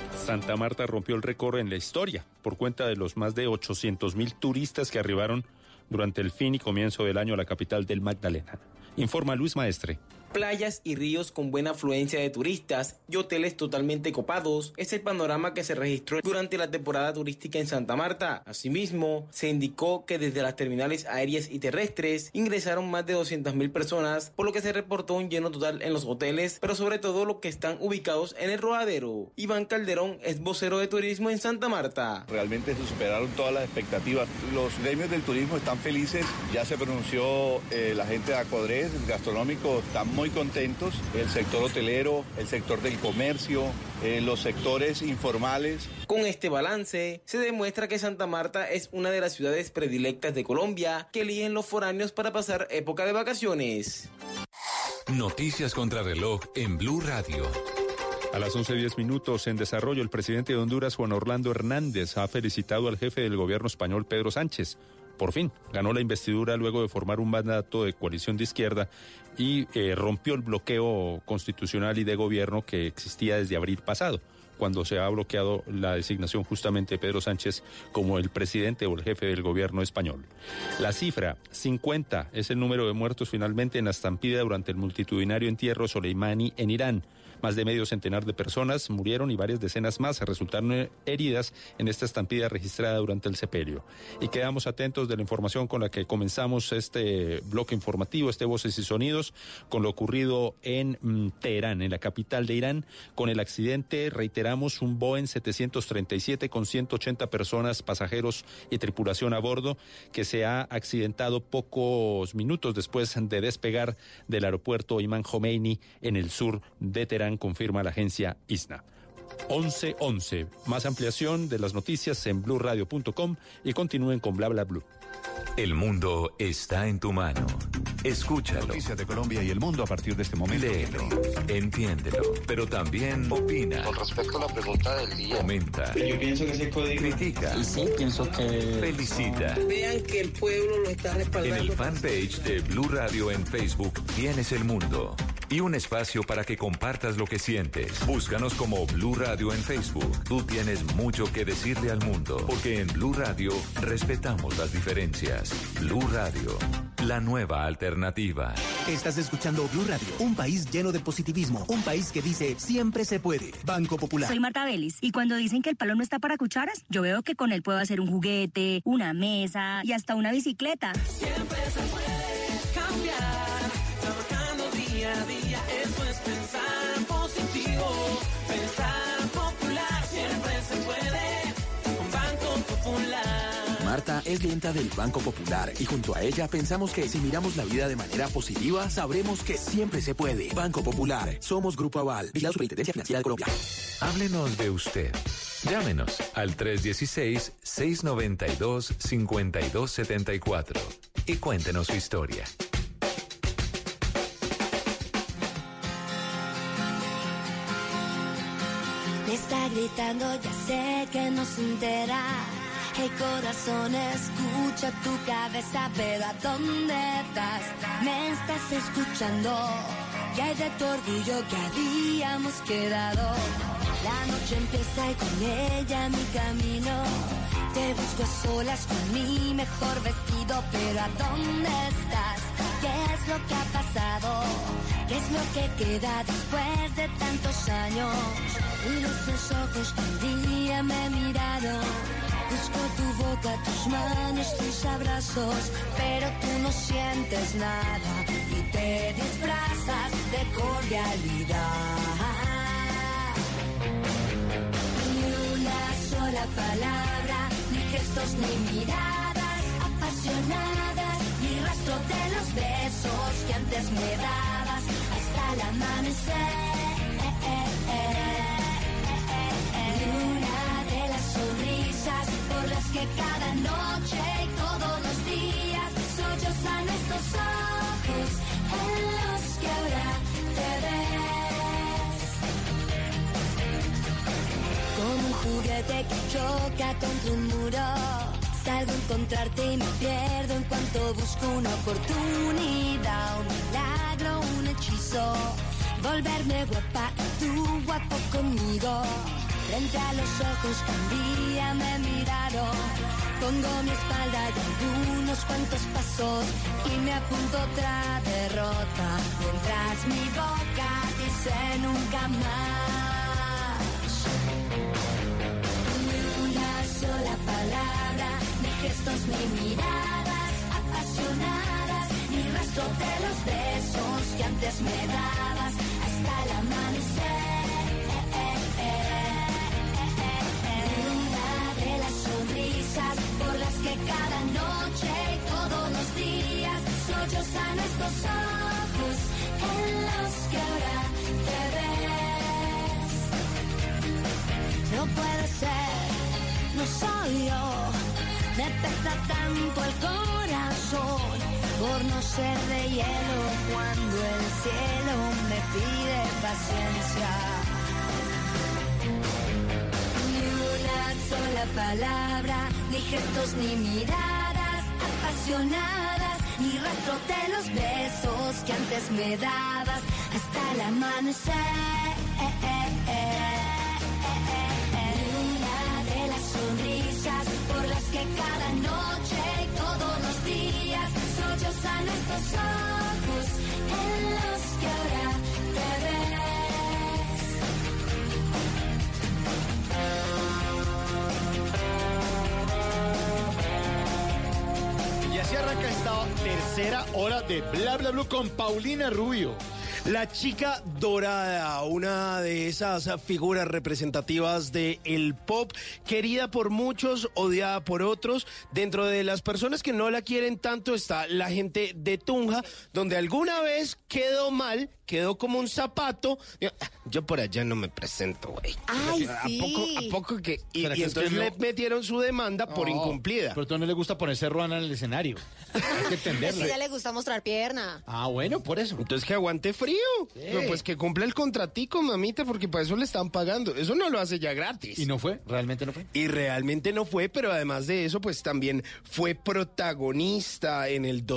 Santa Marta rompió el récord en la historia por cuenta de los más de 800.000 turistas que arribaron durante el fin y comienzo del año a la capital del Magdalena. Informa Luis Maestre. Playas y ríos con buena afluencia de turistas y hoteles totalmente copados es el panorama que se registró durante la temporada turística en Santa Marta. Asimismo, se indicó que desde las terminales aéreas y terrestres ingresaron más de 200.000 personas, por lo que se reportó un lleno total en los hoteles, pero sobre todo los que están ubicados en el Rodadero. Iván Calderón es vocero de turismo en Santa Marta. Realmente se superaron todas las expectativas. Los gremios del turismo están felices, ya se pronunció la gente de Acodres, el gastronómico, están muy contentos, el sector hotelero, el sector del comercio, los sectores informales. Con este balance, se demuestra que Santa Marta es una de las ciudades predilectas de Colombia que eligen los foráneos para pasar época de vacaciones. Noticias contra reloj en Blue Radio. A las 11:10 en desarrollo, el presidente de Honduras, Juan Orlando Hernández, ha felicitado al jefe del gobierno español, Pedro Sánchez. Por fin, ganó la investidura luego de formar un mandato de coalición de izquierda y rompió el bloqueo constitucional y de gobierno que existía desde abril pasado, cuando se ha bloqueado la designación justamente de Pedro Sánchez como el presidente o el jefe del gobierno español. La cifra, 50, es el número de muertos finalmente en la estampida durante el multitudinario entierro Soleimani en Irán. Más de medio centenar de personas murieron y varias decenas más resultaron heridas en esta estampida registrada durante el sepelio. Y quedamos atentos de la información con la que comenzamos este bloque informativo, Voces y Sonidos, con lo ocurrido en Teherán, en la capital de Irán, con el accidente, reiteramos, un Boeing 737 con 180 personas, pasajeros y tripulación a bordo, que se ha accidentado pocos minutos después de despegar del aeropuerto Imam Khomeini en el sur de Teherán, confirma la agencia ISNA. 11:11. Más ampliación de las noticias en bluradio.com y continúen con Bla Bla Blue. El mundo está en tu mano. Escúchalo. Noticias de Colombia y el mundo a partir de este momento. Léelo, entiéndelo, pero también opina. Con respecto a la pregunta del día. Comenta. Yo pienso que ese código. Critica. Y sí, pienso que. Felicita. Vean que el pueblo lo está respaldando. En el fanpage de Blue Radio en Facebook tienes el mundo y un espacio para que compartas lo que sientes. Búscanos como Blue Radio en Facebook. Tú tienes mucho que decirle al mundo, porque en Blue Radio respetamos las diferencias. Blue Radio, la nueva alternativa. Estás escuchando Blue Radio, un país lleno de positivismo, un país que dice siempre se puede. Banco Popular. Soy Marta Vélez y cuando dicen que el palo no está para cucharas, yo veo que con él puedo hacer un juguete, una mesa y hasta una bicicleta. Siempre se puede cambiar, trabajando día a día, eso es pensar positivo, pensar popular, siempre se puede, con Banco Popular. Marta es clienta del Banco Popular y junto a ella pensamos que si miramos la vida de manera positiva, sabremos que siempre se puede. Banco Popular, somos Grupo Aval, vigilado Superintendencia Financiera de Colombia. Háblenos de usted. Llámenos al 316-692-5274 y cuéntenos su historia. Me está gritando, ya sé que no se entera. Hey corazón, escucha tu cabeza, pero ¿a dónde estás? Me estás escuchando. ¿Qué hay de tu orgullo que habíamos quedado? La noche empieza y con ella mi camino. Te busco a solas con mi mejor vestido, pero ¿a dónde estás? ¿Qué es lo que ha pasado? ¿Qué es lo que queda después de tantos años? Y esos ojos que un día me miraron. Busco tu boca, tus manos, tus abrazos, pero tú no sientes nada y te disfrazas de cordialidad. Ni una sola palabra, ni gestos ni miradas apasionadas, ni rastro de los besos que antes me dabas hasta el amanecer. Por las que cada noche y todos los días sollozan estos ojos en los que ahora te ves. Como un juguete que choca contra un muro, salgo a encontrarte y me pierdo en cuanto busco una oportunidad, un milagro, un hechizo, volverme guapa y tú guapo conmigo. frente a los ojos que un día me miraron. Pongo mi espalda y algunos cuantos pasos y me apunto otra derrota, mientras mi boca dice nunca más. Ni una sola palabra, ni gestos ni miradas apasionadas, ni rastro de los besos que antes me dabas hasta el amanecer. Por las que cada noche y todos los días sollozan estos ojos en los que ahora te ves. No puede ser, no soy yo, me pesa tanto el corazón por no ser de hielo cuando el cielo me pide paciencia. Sola palabra, ni gestos ni miradas apasionadas, ni rastro de los besos que antes me dabas hasta el amanecer. Ni una de las sonrisas por las que cada noche y todos los días sollozan estos ojos en los que ahora te ves. Y así arranca esta tercera hora de Bla Bla Blue con Paulina Rubio. La chica dorada, una de esas figuras representativas del pop, querida por muchos, odiada por otros. Dentro de las personas que no la quieren tanto está la gente de Tunja, donde alguna vez quedó mal, quedó como un zapato. Yo por allá no me presento, güey. Ay, ¿A poco que? Y ¿Será que entonces usted le no? metieron su demanda por incumplida. Pero a usted no le gusta ponerse ruana en el escenario. Hay que Es que entenderlo. ya le gusta mostrar pierna. Ah, bueno, por eso. Entonces que aguante frío. Sí. Pero pues que cumpla el contratico, mamita, porque para eso le están pagando. Eso no lo hace ya gratis. ¿Y no fue? ¿Realmente no fue? Y realmente no fue, pero además de eso, pues también fue protagonista en el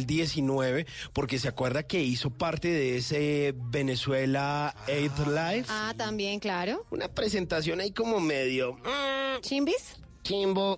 2019, porque se acuerda que hizo parte de ese Venezuela 8 Live. Ah, también, claro. Una presentación ahí como medio... ¿Chimbis? Chimbo.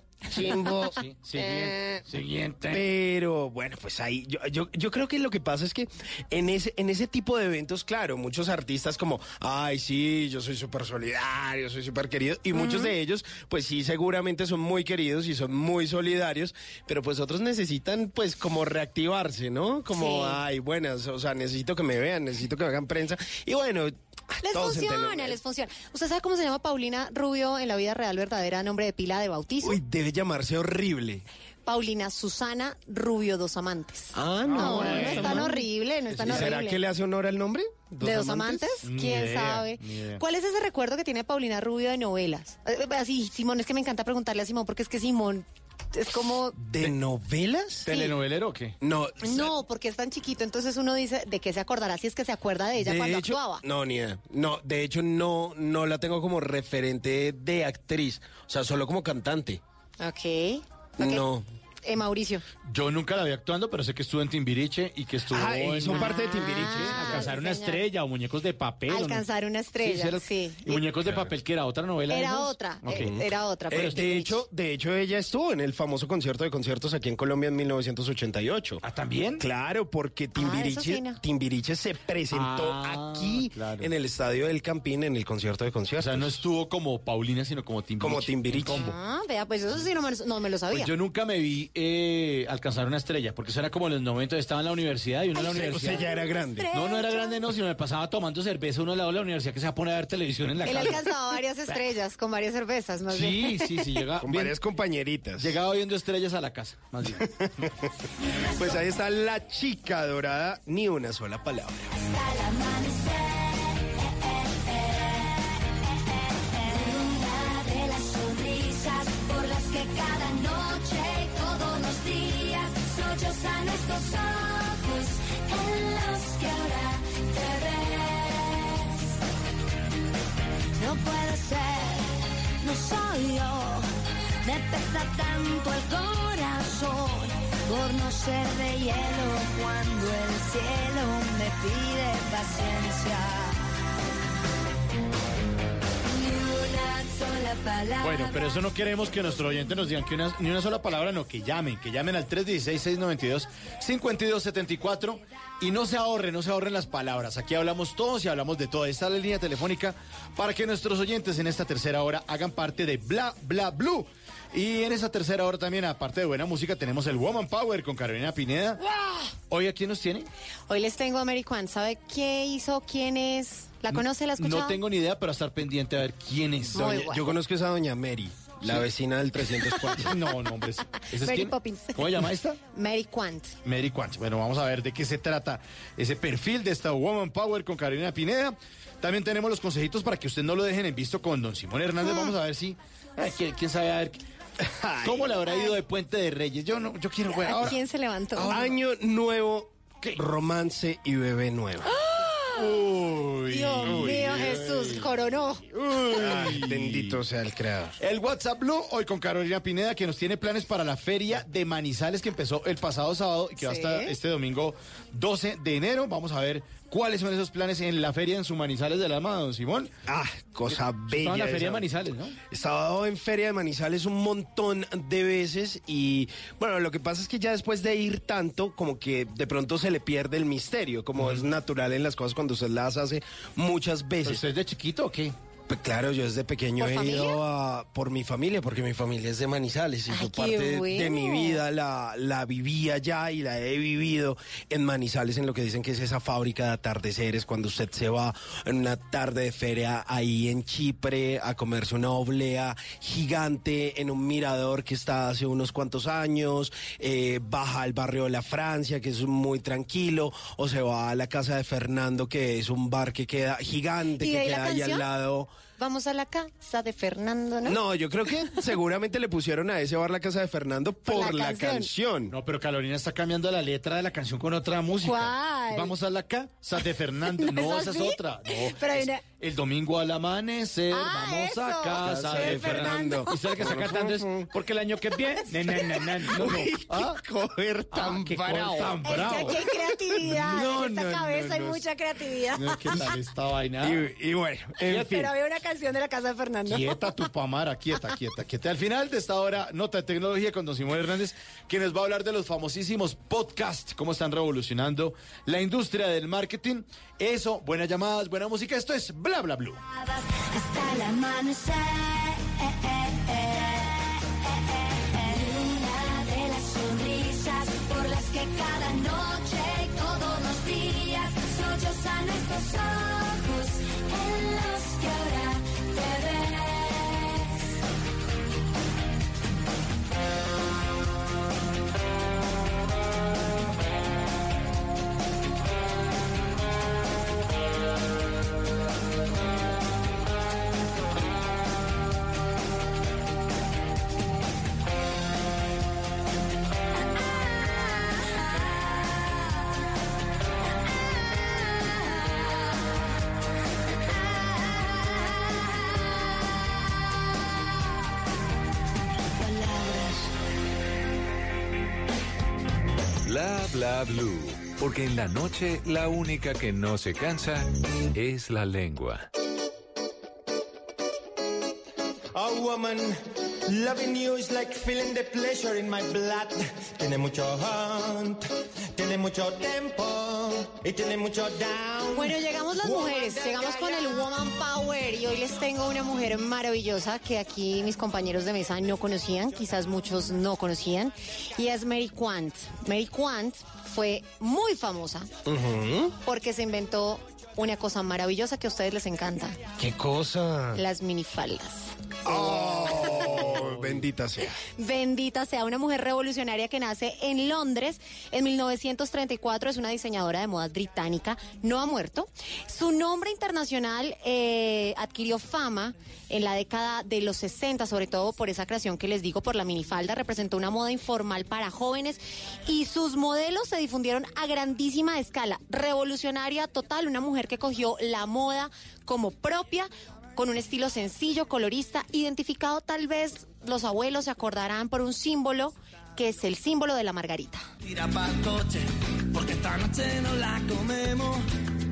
Sí, siguiente. Pero bueno, pues ahí yo creo que lo que pasa es que en ese tipo de eventos, claro, muchos artistas como, ay, sí, yo soy súper solidario, soy súper querido, y muchos de ellos, pues sí, seguramente son muy queridos y son muy solidarios, pero pues otros necesitan, pues, como reactivarse, ¿no? Como, Sí. ay, buenas, o sea, necesito que me vean, necesito que me hagan prensa, y bueno... Les todos funciona, entendemos. les funciona. ¿Usted sabe cómo se llama Paulina Rubio en la vida real verdadera, nombre de pila de bautizo? Uy, debe llamarse horrible. Paulina Susana Rubio Dos Amantes. Ah, No, no es tan horrible, no es tan ¿Será horrible. que le hace honor al nombre? ¿De Dos Amantes? Ni ¿Quién idea, sabe? ni idea. ¿Cuál es ese recuerdo que tiene Paulina Rubio de novelas? Así, Simón, es que me encanta preguntarle a Simón, porque es que Simón es como... ¿De novelas? ¿Telenovelero o qué? No, No, porque es tan chiquito, entonces uno dice, ¿de qué se acordará si es que se acuerda de ella de cuando hecho, actuaba? no, ni idea. No, de hecho no la tengo como referente de actriz, o sea, solo como cantante. Ok. No. Mauricio. Yo nunca la vi actuando, pero sé que estuvo en Timbiriche y que estuvo Ah, hizo en... parte de Timbiriche. Alcanzar sí, una señor. estrella o Muñecos de Papel. ¿o no? Alcanzar una estrella, sí. Y Muñecos de Papel, que era otra novela. de Era esas? otra, Ok. era otra. pero De hecho, ella estuvo en el famoso concierto de conciertos aquí en Colombia en 1988. ¿Ah, también? Claro, porque Timbiriche, eso sí, no. Timbiriche se presentó aquí claro. en el estadio del Campín en el concierto de O conciertos. sea, no estuvo como Paulina, sino como Timbiriche. Como Timbiriche. En combo. Ah, vea, pues eso sí no me lo sabía. Pues yo nunca me vi alcanzar una estrella, porque eso era como en los 90, estaba en la universidad y uno en la O universidad... sea, ya era grande. No era grande, no, sino me pasaba tomando cerveza uno al lado de la universidad que se va a poner a ver televisión en la Él casa. alcanzaba varias estrellas con varias cervezas, más bien. Sí, llega Con bien- varias compañeritas. llegaba viendo estrellas a la casa, más bien. Pues ahí está la chica dorada, ni una sola palabra. Una de las sonrisas por las que cada noche y todos los días sollozan estos ojos en los que ahora te ves. No puede ser, no soy yo, me pesa tanto el corazón por no ser de hielo cuando el cielo me pide paciencia. Ni una palabra. Bueno, pero eso no queremos que nuestros oyentes nos digan que ni una sola palabra, no, que llamen al 316-692-5274 y no se ahorren las palabras. Aquí hablamos todos y hablamos de todo. Esta es la línea telefónica para que nuestros oyentes en esta tercera hora hagan parte de Bla Bla Blue. Y en esa tercera hora también, aparte de buena música, tenemos el Woman Power con Carolina Pineda. ¡Wow! ¿Hoy a quién nos tiene? Hoy les tengo a Mary Quant. ¿Sabe qué hizo? ¿Quién es? ¿La conoce? ¿La ha escuchado? No tengo ni idea, pero a estar pendiente a ver quién es. Yo conozco a esa doña Mary, la vecina del 304. No, hombre. ¿Ese es Mary quién? Poppins. ¿Cómo se llama esta? Mary Quant. Mary Quant. Bueno, vamos a ver de qué se trata ese perfil de esta Woman Power con Carolina Pineda. También tenemos los consejitos para que usted no lo dejen en visto con don Simón Hernández. Vamos a ver si... ¿Quién sabe? A ver... ¿Cómo le habrá ido de Puente de Reyes? Yo quiero... Bueno, ¿A quién se levantó? Año nuevo, romance y bebé nuevo. Uy, Dios mío, Jesús, coronó. Ay, bendito sea el creador. El WhatsApp Blue, hoy con Carolina Pineda, que nos tiene planes para la feria de Manizales que empezó el pasado sábado y que va hasta este domingo 12 de enero. Vamos a ver cuáles son esos planes en la feria en su Manizales del Alma, don Simón. Cosa bella. Estaba en la feria de Manizales, ¿no? Estaba en feria de Manizales un montón de veces y bueno, lo que pasa es que ya después de ir tanto, como que de pronto se le pierde el misterio, como es natural en las cosas cuando usted las hace muchas veces. ¿Usted es de chiquito o qué? Pues claro, yo desde pequeño ¿Por he familia? ido por mi familia, porque mi familia es de Manizales y Ay, yo qué parte de bueno. mi vida la viví allá y la he vivido en Manizales, en lo que dicen que es esa fábrica de atardeceres, cuando usted se va en una tarde de feria ahí en Chipre a comerse una oblea gigante en un mirador que está hace unos cuantos años, baja al barrio de la Francia, que es muy tranquilo, o se va a la casa de Fernando, que es un bar que queda gigante, ¿Y que de ahí la queda ahí al canción? lado. Vamos a la casa de Fernando, ¿no? No, yo creo que seguramente le pusieron a ese bar la casa de Fernando por la canción. canción. No, pero Carolina está cambiando la letra de la canción con otra música. ¿Cuál? Vamos a la casa de Fernando. ¿No No, es esa es así? otra. No, Pero hay es una- el domingo al amanecer, vamos eso. a casa de Fernando. Y usted que está cantando es porque el año que viene. No. Coger tan qué bravo. coger tan Es que bravo. aquí hay creatividad. No, en esta no, cabeza no, hay no. mucha creatividad. No, ¿qué tal esta vaina? Y bueno, en fin. Pero había una canción de la casa de Fernando. Quieta tu pamara, quieta. Al final de esta hora, nota de tecnología con don Simón Hernández, que nos va a hablar de los famosísimos podcasts, cómo están revolucionando la industria del marketing. Eso, buenas llamadas, buena música. Esto es Bla Bla Blue. Hasta el amanecer. Una de las sonrisas por las que cada noche y todos los días sollozan nuestros ojos en los que ahora te ves. Bla Bla Blue. Porque en la noche la única que no se cansa es la lengua. Oh woman, loving you is like feeling the pleasure in my blood. Tiene mucho hunt, tiene mucho tempo y tiene mucho down. Bueno, llegamos las mujeres, llegamos con el Woman Power y hoy les tengo una mujer maravillosa que aquí mis compañeros de mesa no conocían, quizás muchos no conocían, y es Mary Quant. Mary Quant fue muy famosa porque se inventó una cosa maravillosa que a ustedes les encanta, ¿Qué cosa? las minifaldas. Oh, bendita sea. Bendita sea, una mujer revolucionaria que nace en Londres en 1934, es una diseñadora de modas británica, no ha muerto. Su nombre internacional adquirió fama en la década de los 60, sobre todo por esa creación que les digo, por la minifalda. Representó una moda informal para jóvenes y sus modelos se difundieron a grandísima escala. Revolucionaria total, una mujer que cogió la moda como propia, con un estilo sencillo, colorista, identificado tal vez, los abuelos se acordarán, por un símbolo que es el símbolo de la margarita. Tira pa'l coche, porque esta noche no la comemos.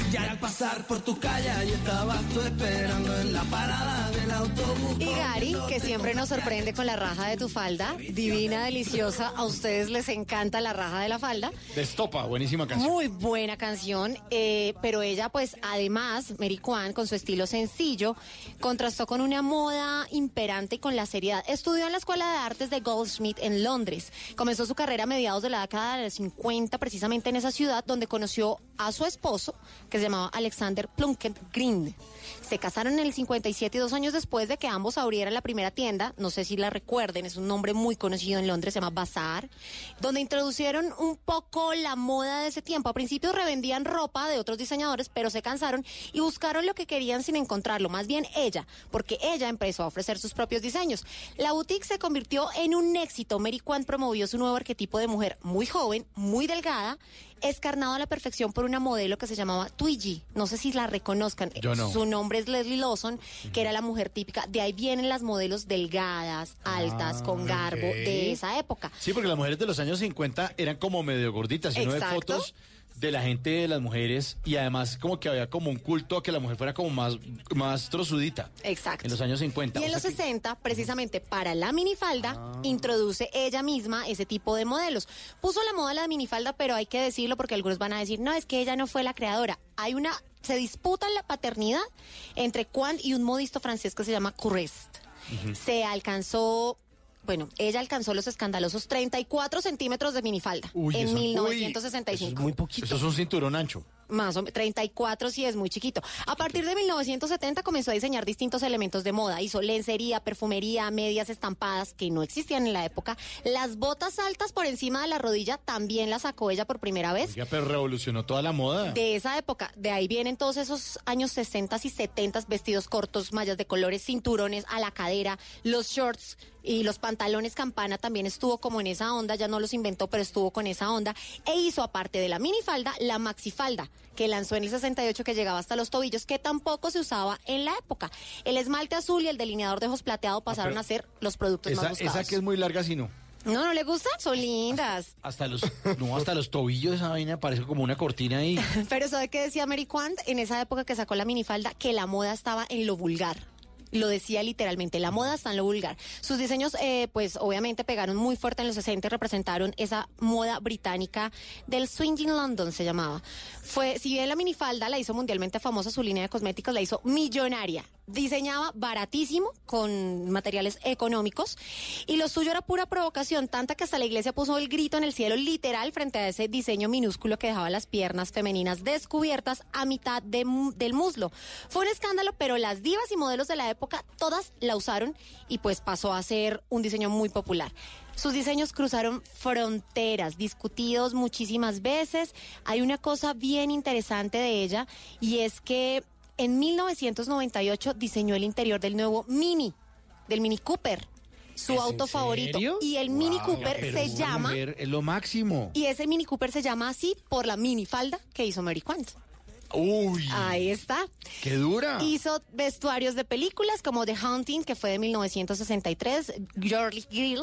Y al pasar por tu calle, ahí estabas tú esperando en la parada del autobús. Y Gary, que siempre nos sorprende con la raja de tu falda, divina, deliciosa, a ustedes les encanta la raja de la falda. Destopa, buenísima canción. Muy buena canción, pero ella pues además, Mary Kwan, con su estilo sencillo, contrastó con una moda imperante y con la seriedad. Estudió en la Escuela de Artes de Goldsmith en Londres. Comenzó su carrera a mediados de la década de los 50, precisamente en esa ciudad, donde conoció a su esposo, que se llamaba Alexander Plunkett Green. Se casaron en el 57 y 2 años después de que ambos abrieran la primera tienda, no sé si la recuerden, es un nombre muy conocido en Londres, se llama Bazaar, donde introducieron un poco la moda de ese tiempo. A principio revendían ropa de otros diseñadores, pero se cansaron y buscaron lo que querían sin encontrarlo, más bien ella, porque ella empezó a ofrecer sus propios diseños. La boutique se convirtió en un éxito. Mary Kwan promovió su nuevo arquetipo de mujer muy joven, muy delgada, escarnado a la perfección por una modelo que se llamaba Twiggy. No sé si la reconozcan. Yo no. Su nombre es Leslie Lawson, que era la mujer típica. De ahí vienen las modelos delgadas, altas, con garbo, de esa época. Sí, porque las mujeres de los años 50 eran como medio gorditas. Si uno ve Exacto. fotos de la gente, de las mujeres, y además como que había como un culto a que la mujer fuera como más trozudita. Exacto. En los años 50. Y en los 60, precisamente para la minifalda, introduce ella misma ese tipo de modelos. Puso la moda la minifalda, pero hay que decirlo porque algunos van a decir, no, es que ella no fue la creadora. Se disputa la paternidad entre Kwan y un modisto francés que se llama Courrest. Ella alcanzó los escandalosos 34 centímetros de minifalda en 1965. Eso es muy poquito. Eso es un cinturón ancho. Más o menos, 34 sí es muy chiquito. A partir de 1970 comenzó a diseñar distintos elementos de moda. Hizo lencería, perfumería, medias estampadas que no existían en la época. Las botas altas por encima de la rodilla también las sacó ella por primera vez. Oiga, pero revolucionó toda la moda. De esa época, de ahí vienen todos esos años 60 y 70, vestidos cortos, mallas de colores, cinturones a la cadera, los shorts y los pantalones campana también estuvo como en esa onda, ya no los inventó, pero estuvo con esa onda. E hizo, aparte de la minifalda, la maxifalda, que lanzó en el 68, que llegaba hasta los tobillos, que tampoco se usaba en la época. El esmalte azul y el delineador de ojos plateado pasaron a ser los productos más buscados. Esa que es muy larga, sí no. ¿No le gustan? Son lindas. Hasta los tobillos esa vaina parece como una cortina ahí. Pero ¿sabe qué decía Mary Kwan en esa época que sacó la minifalda? Que la moda estaba en lo vulgar. Lo decía literalmente, la moda está en lo vulgar. Sus diseños, pues obviamente pegaron muy fuerte en los 60 y representaron esa moda británica del swinging London, se llamaba. Si bien la minifalda la hizo mundialmente famosa, su línea de cosméticos la hizo millonaria. Diseñaba baratísimo, con materiales económicos, y lo suyo era pura provocación, tanta que hasta la iglesia puso el grito en el cielo literal frente a ese diseño minúsculo que dejaba las piernas femeninas descubiertas a mitad del muslo. Fue un escándalo, pero las divas y modelos de la época todas la usaron y pues pasó a ser un diseño muy popular. Sus diseños cruzaron fronteras, discutidos muchísimas veces. Hay una cosa bien interesante de ella, y es que en 1998 diseñó el interior del nuevo del Mini Cooper, su auto favorito. Y el Mini Cooper se llama... Es lo máximo. Y ese Mini Cooper se llama así por la minifalda que hizo Mary Kwan. Uy. Ahí está. ¡Qué dura! Hizo vestuarios de películas como The Haunting, que fue de 1963, Girly Girl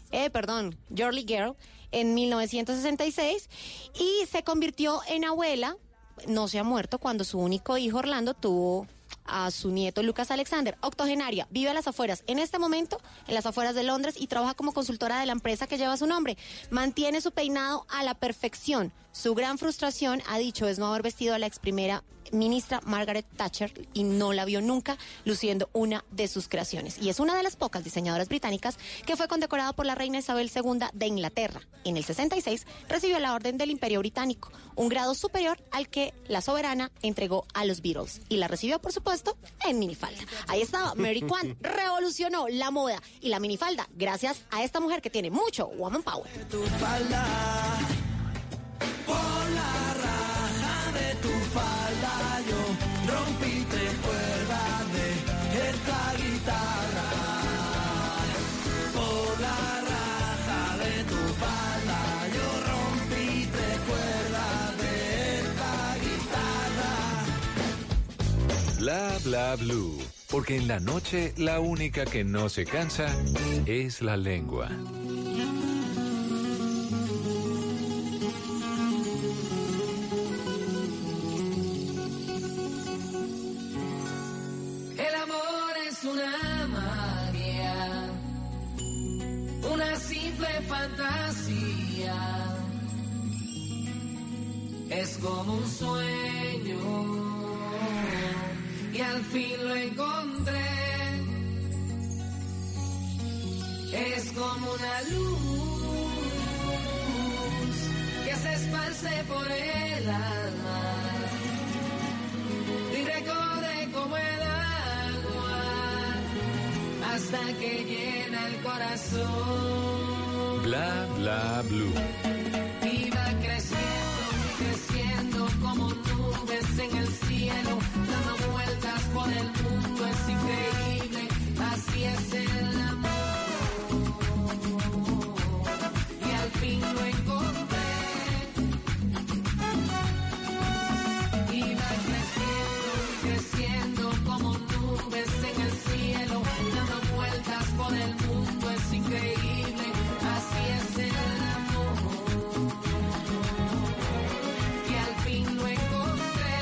en 1966, y se convirtió en abuela. No se ha muerto cuando su único hijo Orlando tuvo a su nieto Lucas Alexander, octogenaria, vive a las afueras, en este momento en las afueras de Londres, y trabaja como consultora de la empresa que lleva su nombre. Mantiene su peinado a la perfección. Su gran frustración, ha dicho, es no haber vestido a la ex primera ministra Margaret Thatcher, y no la vio nunca luciendo una de sus creaciones. Y es una de las pocas diseñadoras británicas que fue condecorada por la reina Isabel II de Inglaterra. En el 66 recibió la Orden del Imperio Británico, un grado superior al que la soberana entregó a los Beatles, y la recibió, por supuesto, en minifalda. Ahí estaba Mary Kwan, revolucionó la moda y la minifalda gracias a esta mujer que tiene mucho woman power. Tu falda, por la raja de tu falda yo rompí 3 cuerdas de esta guitarra. Por la raja de tu falda yo rompí 3 cuerdas de esta guitarra. Bla bla blue, porque en la noche la única que no se cansa es la lengua. fantasía, es como un sueño y al fin lo encontré. Es como una luz que se esparce por el alma y recorre como el agua hasta que llena el corazón. Bla bla blue. Y va creciendo como nubes en el cielo, dando vueltas por el mundo, es increíble, así es el amor. Y al fin lo encontré. Y va creciendo como nubes en el cielo, dando vueltas por el mundo, es increíble, así es el amor. Y al fin lo encontré.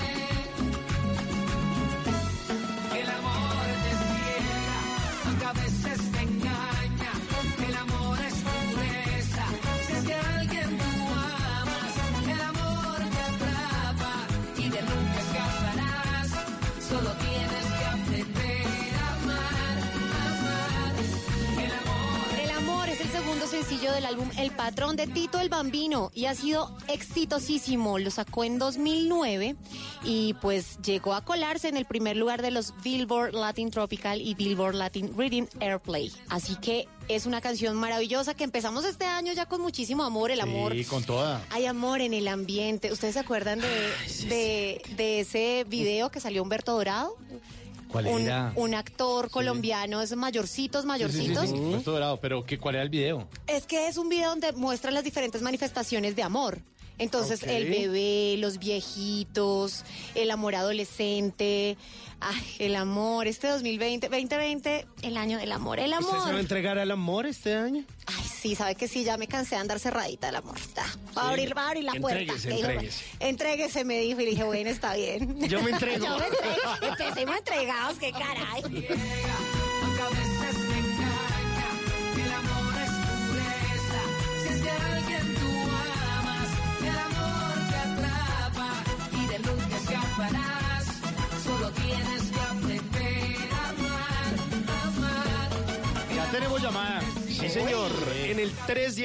El amor te ciega, aunque a veces te engaña. El amor es pureza. Si es que a alguien tú amas, el amor te atrapa y de nunca escaparás. Solo tienes que aprender a amar, amar. El amor es el segundo sencillo del álbum El Patrón de Tito el Bambino y ha sido exitosísimo. Lo sacó en 2009 y pues llegó a colarse en el primer lugar de los Billboard Latin Tropical y Billboard Latin Reading Airplay. Así que es una canción maravillosa que empezamos este año ya con muchísimo amor. El amor. Sí, con toda. Hay amor en el ambiente. ¿Ustedes se acuerdan de ese video que salió Humberto Dorado? ¿Cuál era? Un actor colombiano, esos mayorcitos. Sí. Puesto Dorado, pero ¿cuál era el video? Es que es un video donde muestra las diferentes manifestaciones de amor. Entonces, el bebé, los viejitos, el amor adolescente, el amor, este 2020, el año del amor, el amor. ¿Usted se va a entregar al amor este año? Ay, sí, sabe que sí, ya me cansé de andar cerradita del amor. Va a abrir la puerta. Entréguese, me dijo, y dije, bueno, está bien. Yo me entrego. Empecemos entregados, qué caray. Aunque a veces te engaña, el amor es pureza. Si es que a alguien tú amas, el amor te atrapa y de nunca escaparás. Solo tienes que aprender a amar, amar. Ya tenemos llamada. Sí, señor. En el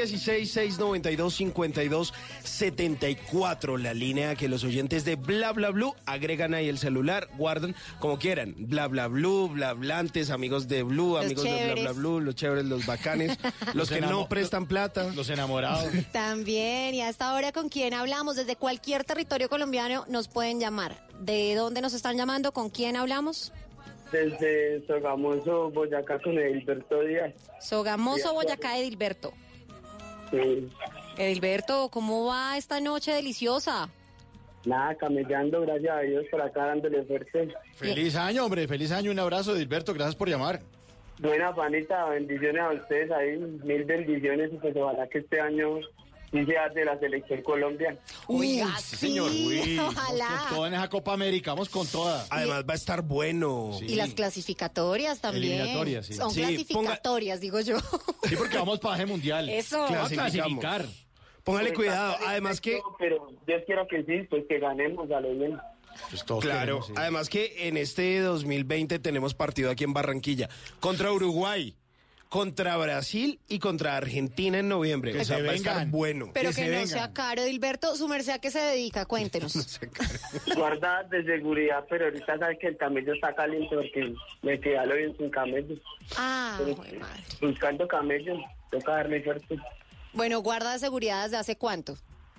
316-692-5274, la línea que los oyentes de Bla Bla Blue agregan ahí el celular, guardan como quieran. Bla Bla Blue, Blablantes, amigos de Blue, amigos de Bla Bla Blue, los chéveres, los bacanes, los que no prestan plata. Los enamorados. También, y a esta hora, ¿con quién hablamos? Desde cualquier territorio colombiano nos pueden llamar. ¿De dónde nos están llamando? ¿Con quién hablamos? Desde Sogamoso, Boyacá, con Edilberto Díaz. Sogamoso, Boyacá, Edilberto. Sí. Edilberto, ¿cómo va esta noche deliciosa? Nada, camellando, gracias a Dios, por acá dándole fuerte. Feliz año, hombre, feliz año. Un abrazo, Edilberto, gracias por llamar. Buena, panita, bendiciones a ustedes ahí, mil bendiciones, y pues ojalá que este año sí sea de la selección Colombia. Oiga, sí, señor. ojalá. Vamos con toda en esa Copa América, vamos con toda. Además va a estar bueno. Y las clasificatorias también. Eliminatorias, sí. Son clasificatorias, digo yo. Sí, porque vamos para el mundial. Eso. Vamos a clasificar. Póngale cuidado, además que... Pero Dios quiera que sí, pues que ganemos a lo bien. Pues todos claro, queremos, sí. Además que en este 2020 tenemos partido aquí en Barranquilla contra Uruguay, contra Brasil y contra Argentina en noviembre. Que o sea, se va a estar vengan. bueno. Pero que que se no vengan. sea caro, Edilberto. ¿Su merced a qué se dedica? Cuéntenos. Guarda de seguridad, pero ahorita sabes que el camello está caliente porque me quedé lo bien sin camello. Ah, Pero, jue madre. buscando camello, toca darme fuerte. Bueno, guarda de seguridad, ¿desde hace cuánto?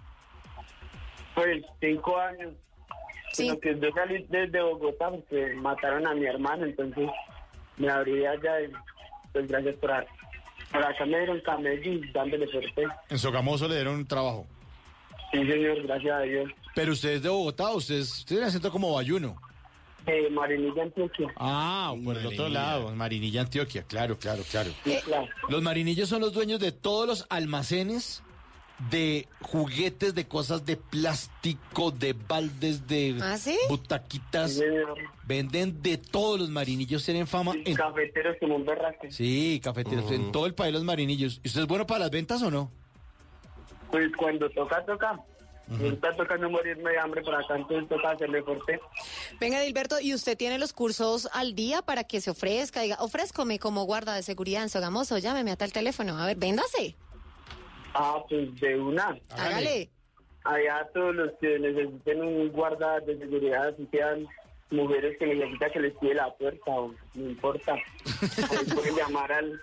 Pues 5 años. Sí. Pero que yo salí desde Bogotá porque mataron a mi hermano, entonces me abrí allá y pues gracias por acá me dieron camello y dándole fuerte. En Sogamoso le dieron un trabajo. Sí, señor, gracias a Dios. Pero usted es de Bogotá, usted tiene acento como bayuno. Marinilla, Antioquia. Ah, por el otro lado, Marinilla, Antioquia. Claro. Sí, claro. Los marinillos son los dueños de todos los almacenes de juguetes, de cosas de plástico, de baldes, de ¿Ah, sí? butaquitas. Sí, señor. Venden de todos los marinillos, tienen fama. Y cafeteros como un berraque. Sí, cafeteros, en todo el país los marinillos. ¿Y usted es bueno para las ventas o no? Pues cuando toca. Me está tocando morirme de hambre por acá, entonces toca hacerle fuerte. Venga, Dilberto, ¿y usted tiene los cursos al día para que se ofrezca? Diga, ofrézcome como guarda de seguridad en Sogamoso, llámeme hasta el teléfono. A ver, véndase. Pues de una. Hágale. Allá todos los que necesiten un guarda de seguridad, si sean mujeres que necesitan que les pide la puerta, o no importa. Ahí pueden llamar al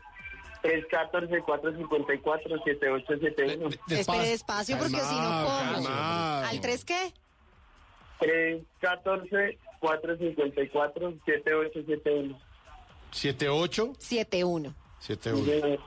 314-454-7871. Espere despacio porque si no, ¿cómo? ¿Al 3 qué? 314-454-7871. 78 71. 71.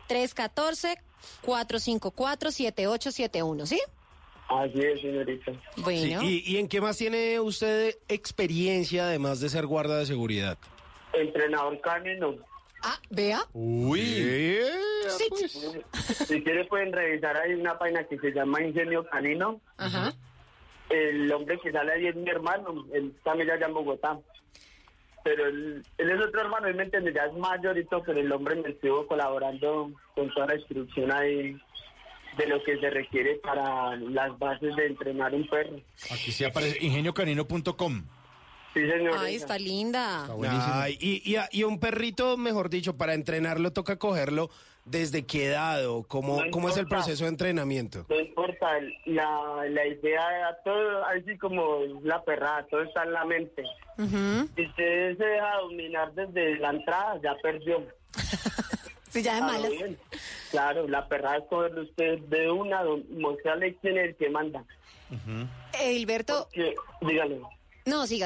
314-454-7871, ¿sí? Así es, señorita. Bueno. Sí, ¿Y en qué más tiene usted experiencia además de ser guarda de seguridad? Entrenador canino. Vea. Uy. Sí. Si quieren pueden revisar, hay una página que se llama Ingenio Canino. Ajá. El hombre que sale ahí es mi hermano, él también allá en Bogotá. Pero él es otro hermano, él me entiende, ya es mayorito, pero el hombre me estuvo colaborando con toda la instrucción ahí de lo que se requiere para las bases de entrenar un perro. Aquí sí aparece ingeniocanino.com. Sí, señor. Ay, está linda. Está buenísimo. Ay, y un perrito, mejor dicho, para entrenarlo toca cogerlo desde qué edad o cómo es el proceso de entrenamiento. No importa, la idea, todo, así como la perrada, todo está en la mente. Si usted se deja dominar desde la entrada, ya perdió. Si ya de malas. Bien. Claro, la perrada es cogerle usted de una, mostrarle quién es el que manda. Hilberto. Dígale. No, siga.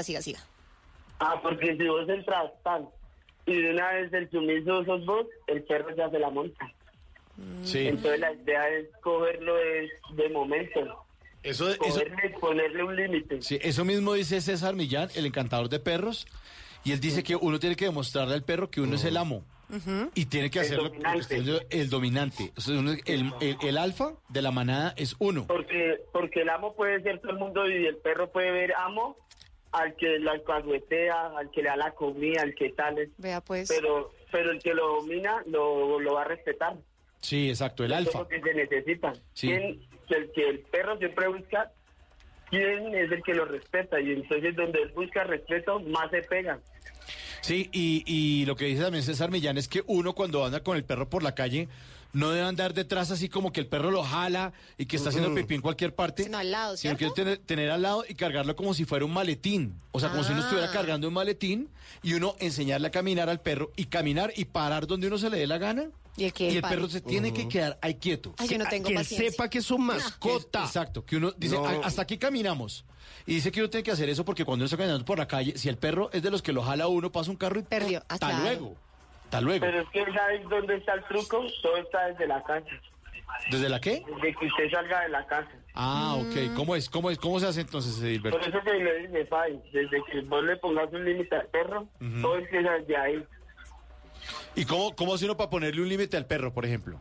Porque si vos entras tan y de una vez el sumiso sos vos, el perro ya se la monta. Sí. Entonces la idea es cogerlo de momento. Ponerle un límite. Sí, eso mismo dice César Millán, el encantador de perros, y él dice que uno tiene que demostrarle al perro que uno es el amo. Y tiene que hacerlo el dominante. O sea, el alfa de la manada es uno. Porque el amo puede ser todo el mundo y el perro puede ver amo al que la alcahuetea, al que le da la comida, al que tal. Vea pues. Pero el que lo domina lo va a respetar. Sí, exacto, el alfa. Es lo que se necesita. Sí. El que el perro siempre busca quién es el que lo respeta, y entonces donde él busca respeto más se pega. Sí, y lo que dice también César Millán es que uno cuando anda con el perro por la calle no debe andar detrás así como que el perro lo jala y que está haciendo pipí en cualquier parte. Sino al lado, sino ¿cierto? que tener al lado y cargarlo como si fuera un maletín. O sea, como si uno estuviera cargando un maletín y uno enseñarle a caminar al perro y caminar y parar donde uno se le dé la gana. Y el perro se tiene que quedar ahí quieto. Ay, yo no tengo que paciencia. sepa que es su mascota. Exacto, que uno dice, No. hasta aquí caminamos. Y dice que uno tiene que hacer eso porque cuando uno está caminando por la calle, si el perro es de los que lo jala a uno, pasa un carro y perdió. Hasta Claro. luego. Hasta luego. Pero es que ¿sabes dónde está el truco? Todo está desde la casa. ¿Desde la qué? Desde que usted salga de la casa. Ah, ok. ¿Cómo se hace entonces, Edilberto? Por eso que le dice, Pai, desde que vos le pongas un límite al perro, todo empieza desde ahí. ¿Y cómo hace uno para ponerle un límite al perro, por ejemplo?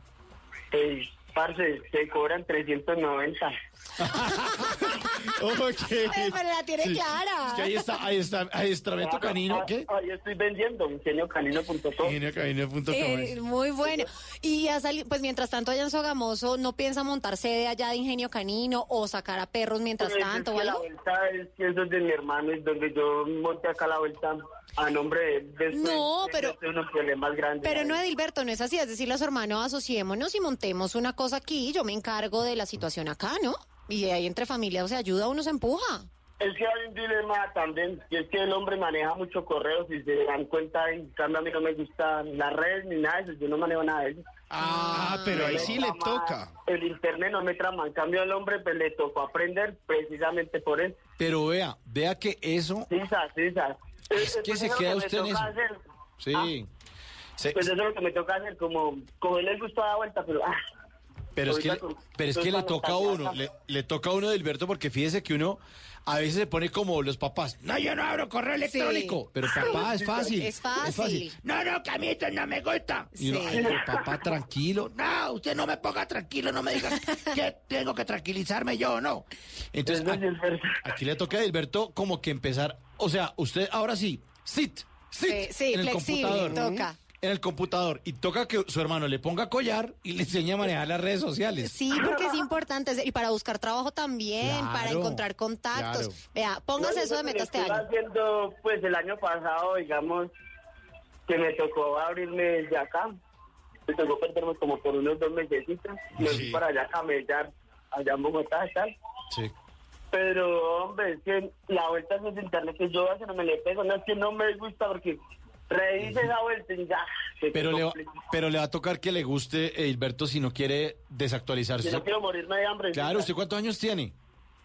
Parce, se cobran 390. Pero la tiene clara. Es que ahí está, adiestramiento canino, ¿qué? Ahí estoy vendiendo, ingeniocanino.com. Ingeniocanino.com. Muy bueno. Y ha salido, pues mientras tanto allá en Sogamoso, ¿no piensa montar sede allá de Ingenio Canino o sacar a perros mientras tanto o La algo? vuelta es que eso es de mi hermano, es donde yo monté acá la vuelta a nombre de él. No, pero- unos problemas grandes. Pero no, Edilberto, no es así. Es decir, a su hermano, asociémonos y montemos una cosa aquí. Yo me encargo de la situación acá, ¿no? Y ahí entre familias se ayuda, uno se empuja. Es que hay un dilema también, y es que el hombre maneja mucho correos y se dan cuenta, en cambio a mí no me gustan las redes ni nada de eso, yo no manejo nada de eso. Pero ahí sí le toca. El internet no me trama, en cambio al hombre pues, le tocó aprender precisamente por eso. Pero vea que eso... Sisas. Es que se queda usted en eso. Sí. Pues eso es lo que me toca hacer, como cogerle el gusto a la vuelta, pero... Pero es que ahorita le toca a uno, le toca a uno, Edilberto, porque fíjese que uno a veces se pone como los papás. No, yo no abro correo electrónico. Pero papá, es fácil. Es fácil. No, que a mí esto no me gusta. Y uno, Sí. ay, pero papá, tranquilo. No, usted no me ponga tranquilo, no me diga que tengo que tranquilizarme yo, ¿no? Entonces, aquí le toca a Edilberto como que empezar, o sea, usted ahora sí, sit sí, en el flexible, computador. toca. En el computador, y toca que su hermano le ponga collar y le enseñe a manejar las redes sociales. Sí, porque es importante. Y para buscar trabajo también, Claro, para encontrar contactos. claro. Vea, póngase eso de meta este año. Haciendo, pues el año pasado, digamos, que me tocó abrirme desde acá. Me tocó perderme como por unos 2 mesecitos. Me fui para allá a camellar, allá en Bogotá y tal. Sí. Pero, hombre, es que la vuelta en internet que yo hago no me le pego. No es que no me gusta porque rehice esa vuelta y ya. Pero le va a tocar que le guste, Edilberto, si no quiere desactualizarse. Yo no quiero morirme de hambre. Claro, ¿usted cuántos años tiene?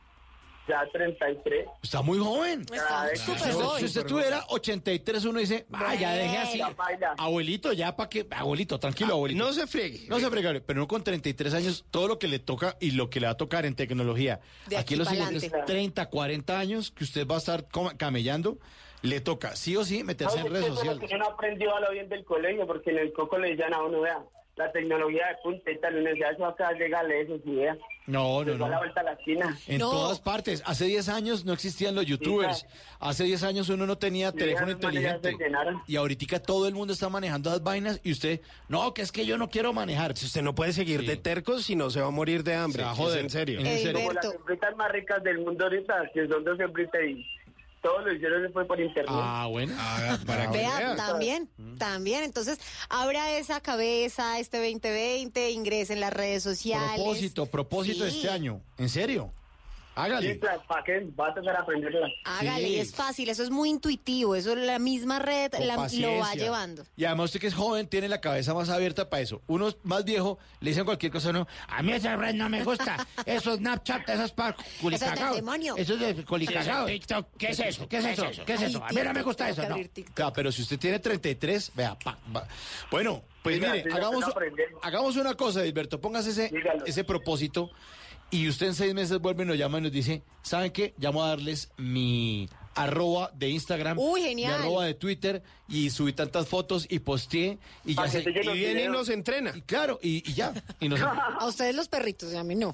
Ya 33. Está muy joven. Está súper Si joven. usted tuviera 83, uno dice, ya deje así. Abuelito, ya para que, abuelito, tranquilo, abuelito. No se friegue. No se friegue, pero no con 33 años, todo lo que le toca y lo que le va a tocar en tecnología. De aquí aquí los pa'lante. siguientes 30, 40 años que usted va a estar camellando, le toca sí o sí meterse en redes sociales. Yo no aprendió a lo bien del colegio, porque en el coco le decían a uno, vea, la tecnología de punta y tal, la universidad eso acá llega eso, sí, vea. No. A la vuelta a la esquina. En todas partes. Hace 10 años no existían los youtubers. Hace 10 años uno no tenía teléfono inteligente. Y ahorita todo el mundo está manejando esas vainas y usted, no, que es que yo no quiero manejar. Si usted no puede seguir de tercos, si no se va a morir de hambre. Se va a joder. Es en serio. Como las sembritas más ricas del mundo ahorita, que son 2 sembritas y todo lo hicieron fue por internet. Bueno. Para que Vea, vea. también. Entonces, abra esa cabeza este 2020, ingrese en las redes sociales. Propósito de Sí. este año. ¿En serio? Hágale. Sí, ¿para qué? Va a tocar aprenderla. Hágale, Sí. y es fácil, eso es muy intuitivo, eso la misma red Con lo va paciencia. llevando. Y además usted que es joven tiene la cabeza más abierta para eso. Uno más viejo le dicen cualquier cosa, no. A mí esa red no me gusta. Eso es Snapchat, eso es para culicagados. del demonio. Eso es de culicagados. Sí, eso, ¿Qué es eso? ¿Qué es eso? ¿Qué es eso? A mí no me gusta eso, no. Claro, pero si usted tiene 33, vea, Bueno, pues Mira, mire, sí, hagamos una cosa, Edilberto, póngase ese propósito y usted en 6 meses vuelve y nos llama y nos dice, ¿saben qué? Llamo a darles mi @ de Instagram, Uy, genial. mi @ de Twitter y subí tantas fotos y posteé y ya se... Y viene y nos entrena. Y claro, y ya. Y nos... A ustedes los perritos, y a mí no.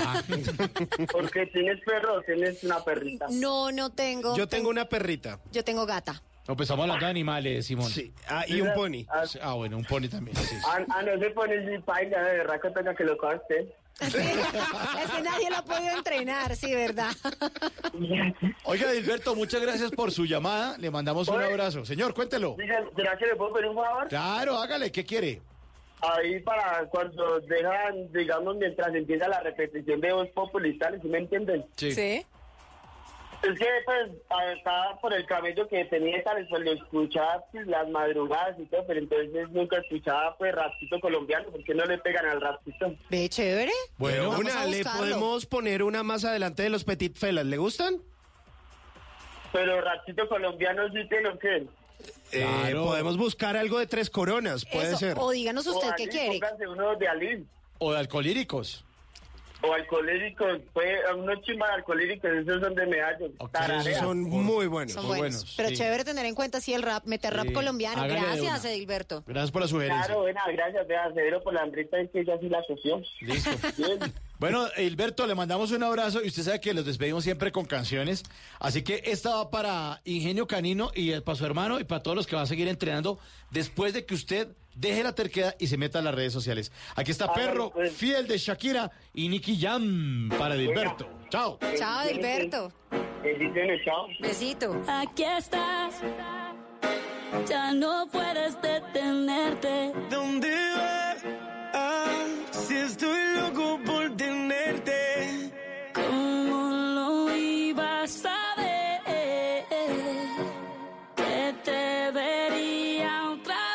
Porque tienes perro, tienes una perrita. No tengo. Yo tengo una perrita. Yo tengo gata. No, pues estamos hablando de animales, Simón. Sí. Y un pony. Bueno, un pony también. Sí. No se pone sin paila, de verdad que toca que lo coja usted. Es que nadie lo ha podido entrenar, sí, ¿verdad? Oiga, Edilberto, muchas gracias por su llamada. Le mandamos un abrazo. Señor, cuéntelo. ¿Será que le puedo pedir un favor? Claro, hágale, ¿qué quiere? Ahí para cuando dejan, digamos, mientras empieza la repetición de Voz Populi, ¿sí me entienden? Sí. Es que, pues, estaba por el camello que tenía tal, pues lo escuchaba pues, las madrugadas y todo, pero entonces nunca escuchaba, pues, rapcito colombiano, porque no le pegan al rapcito. Ve, chévere. Bueno, Vamos a le buscarlo. podemos poner una más adelante de los Petit Felas. ¿Le gustan? Pero rapcito colombiano sí tiene o qué. Podemos buscar algo de 3 coronas, puede Eso, ser. o díganos usted O qué Alí, quiere. Pónganse uno de Alí. O de alcohólíricos. O alcohólicos, pues, unos chimbas alcohólicos, esos son de medallos. Esos son muy buenos. Son buenos. Pero sí. chévere tener en cuenta así el rap, meter rap Sí. colombiano. Hágale de Gracias, una. Edilberto. Gracias por la sugerencia. Claro, buena, gracias, vea, Cedro, por la hambrita, es que ya sí la cogió. Listo. Bien. Bueno, Edilberto, le mandamos un abrazo y usted sabe que los despedimos siempre con canciones. Así que esta va para Ingenio Canino y para su hermano y para todos los que van a seguir entrenando después de que usted deje la terquedad y se meta a las redes sociales. Aquí está Perro, fiel de Shakira y Nicky Jam para Edilberto. Chao. Chao, Edilberto. Bendiciones, chao. Besito. Aquí estás, ya no puedes detenerte. ¿Dónde vas? Si estoy loco por tenerte. ¿Cómo lo ibas a ver? Que te vería otra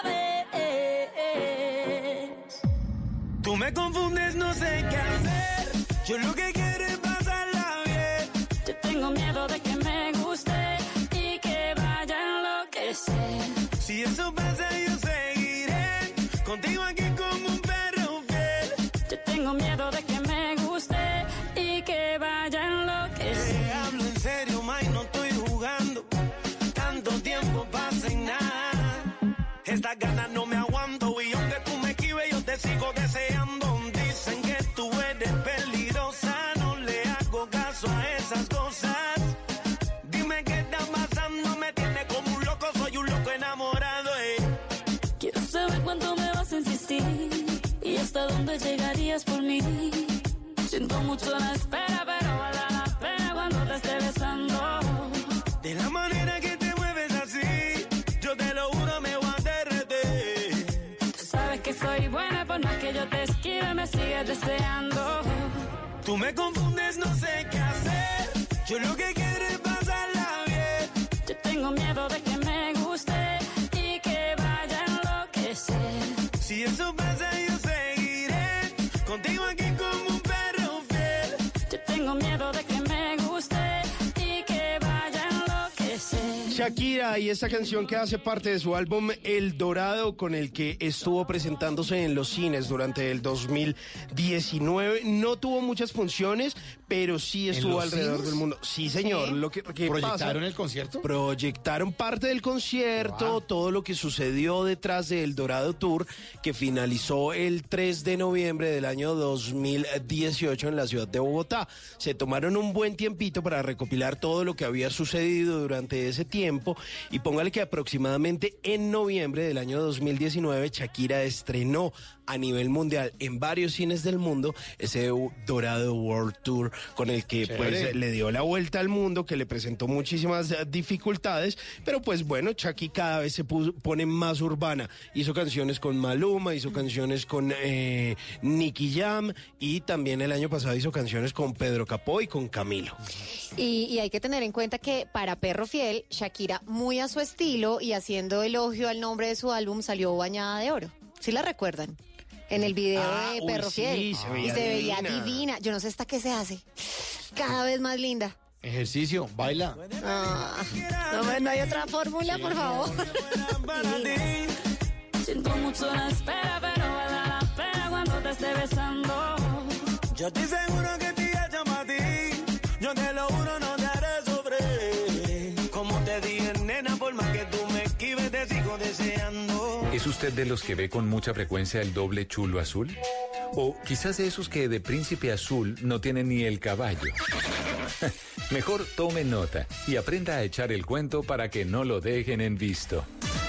vez. Tú me confundes, no sé qué hacer. Yo lo que quiero es pasarla bien. Yo tengo miedo de que me guste y que vaya a enloquecer. Si eso pasa, yo seguiré contigo aquí como un perro fiel. Yo tengo miedo de que me guste y que vaya a enloquecer. Te hablo en serio, May, no estoy jugando. Tanto tiempo pasa en nada. Estas ganas no me aguanto y aunque tú me esquives, yo te sigo deseando. ¿cuándo llegarías por mí? Siento mucho la espera, pero vale la pena cuando te esté besando. De la manera que te mueves así, yo te lo juro me voy a derretir. Tú sabes que soy buena, por más que yo te esquive, me sigues deseando. Tú me confundes, no sé qué hacer. Yo lo que quiero es pasarla bien. Yo tengo miedo de que me guste y que vaya a enloquecer. Si eso pasa, yo seguiré contigo aquí como un perro fiel. Yo tengo miedo de que me guste y que vaya a enloquecer. Shakira y esta canción que hace parte de su álbum El Dorado, con el que estuvo presentándose en los cines durante el 2019. No tuvo muchas funciones, pero sí estuvo los alrededor cines? del mundo. Sí, señor. Sí. Lo que ¿Proyectaron pasa, el concierto? proyectaron parte del concierto, Wow. todo lo que sucedió detrás del Dorado Tour, que finalizó el 3 de noviembre del año 2018 en la ciudad de Bogotá. Se tomaron un buen tiempito para recopilar todo lo que había sucedido durante ese tiempo, y póngale que aproximadamente en noviembre del año 2019 Shakira estrenó a nivel mundial en varios cines del mundo ese Dorado World Tour, con el que Chévere. pues le dio la vuelta al mundo, que le presentó muchísimas dificultades, pero pues bueno, Shakira cada vez se pone más urbana. Hizo canciones con Maluma, hizo canciones con Nicky Jam, y también el año pasado hizo canciones con Pedro Capó y con Camilo. Y hay que tener en cuenta que para Perro Fiel, Shakira, muy a su estilo y haciendo elogio al nombre de su álbum, salió bañada de oro. ¿Sí la recuerdan? En el video de uy, Perro sí, Fiel. se veía Y se veía divina. divina. Yo no sé hasta qué se hace. Cada vez más linda. Ejercicio, baila. Ah, no hay otra fórmula, por favor. Divina. Siento mucho la espera, pero vale la pena cuando te esté besando. Yo estoy seguro que te llama a ti. Yo te lo juro, no te haré sobre. Como te dije, nena, por más que tú me esquives, te sigo deseando. ¿Es usted de los que ve con mucha frecuencia el doble chulo azul? O quizás de esos que de príncipe azul no tienen ni el caballo. Mejor tome nota y aprenda a echar el cuento para que no lo dejen en visto.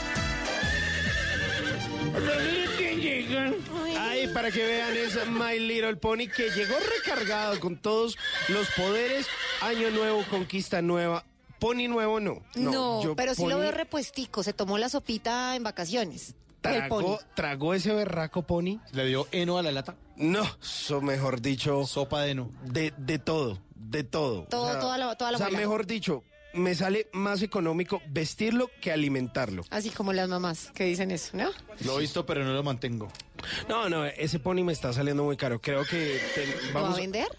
Ay, para que vean, es My Little Pony, que llegó recargado con todos los poderes. Año nuevo, conquista nueva. Pony nuevo no. No, yo pero sí lo Pony veo repuestico. Se tomó la sopita en vacaciones. El Pony. tragó ese berraco Pony. ¿Le dio heno a la lata? No, eso mejor dicho, Sopa de heno. de todo, de todo. Todo, toda la O sea, muela. mejor dicho, me sale más económico vestirlo que alimentarlo. Así como las mamás que dicen eso, ¿no? Lo he visto, pero no lo mantengo. No, ese Pony me está saliendo muy caro. Creo que ¿Lo va vamos a vender?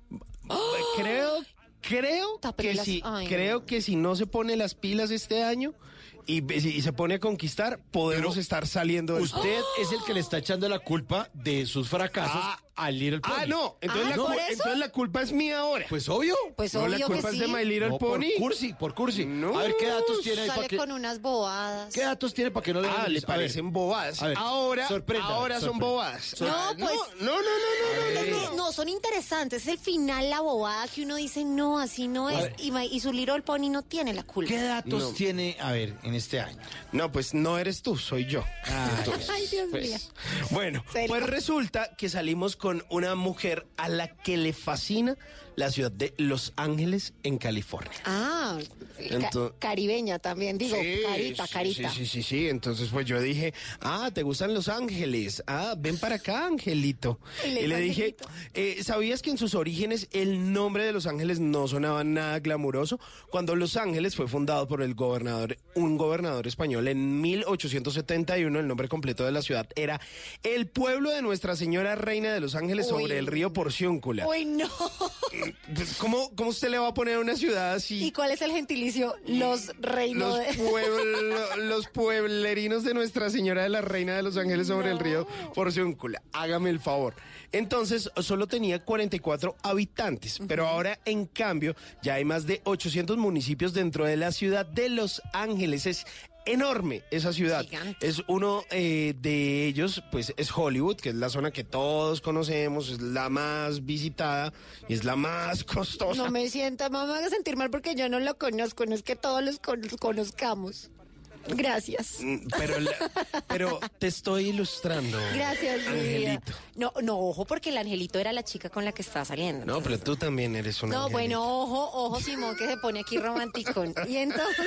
Creo Tapele que las- sí, Ay, creo no. que si no se pone las pilas este año y se pone a conquistar, podemos estar saliendo del Usted es el que le está echando la culpa de sus fracasos al Little Pony. no, entonces, ¿por eso? entonces la culpa es mía ahora. Pues obvio. Pues no, la obvio que culpa es sí. de My Little No, Pony. por cursi. No. A ver, ¿qué datos tiene ahí para Sale que... con unas bobadas. ¿Qué datos tiene para que no le Ah, den- le A ver, parecen bobadas. a ver, Ahora sorpréndame. son bobadas. No, Ah, pues- no. Es que no, son interesantes. Es el final, la bobada que uno dice, no, así no es. ver. Y su Little Pony no tiene la culpa. ¿Qué datos No. tiene, a ver, en este año? No, pues no eres tú, soy yo. Ay, Dios mío. Pues, bueno, ¿Serio? pues resulta que salimos con una mujer a la que le fascina la ciudad de Los Ángeles, en California. Ah, caribeña también. Digo, carita. Sí. Entonces, pues yo dije, ¿te gustan Los Ángeles? Ven para acá, Angelito. Y Y le dije, ¿sabías que en sus orígenes el nombre de Los Ángeles no sonaba nada glamuroso? Cuando Los Ángeles fue fundado por un gobernador español en 1871, el nombre completo de la ciudad era el pueblo de Nuestra Señora Reina de Los Ángeles Uy. sobre el río Porciúncula. Uy, no. ¿Cómo usted le va a poner a una ciudad así? ¿Y cuál es el gentilicio? Los reinos Los pueblerinos de Nuestra Señora de la Reina de Los Ángeles sobre el río Porciúncula. Hágame el favor. Entonces, solo tenía 44 habitantes, pero ahora, en cambio, ya hay más de 800 municipios dentro de la ciudad de Los Ángeles. Es enorme esa ciudad. Gigante. Es uno de ellos, pues es Hollywood, que es la zona que todos conocemos, es la más visitada y es la más costosa. No me sienta, mamá, me haga sentir mal porque yo no lo conozco. No es que todos los conozcamos. Gracias. Pero te estoy ilustrando. Gracias, Angelito. No, ojo, porque el Angelito era la chica con la que está saliendo. No, pero tú también eres un No, angelito. bueno, ojo, Simón, que se pone aquí romántico. Y entonces...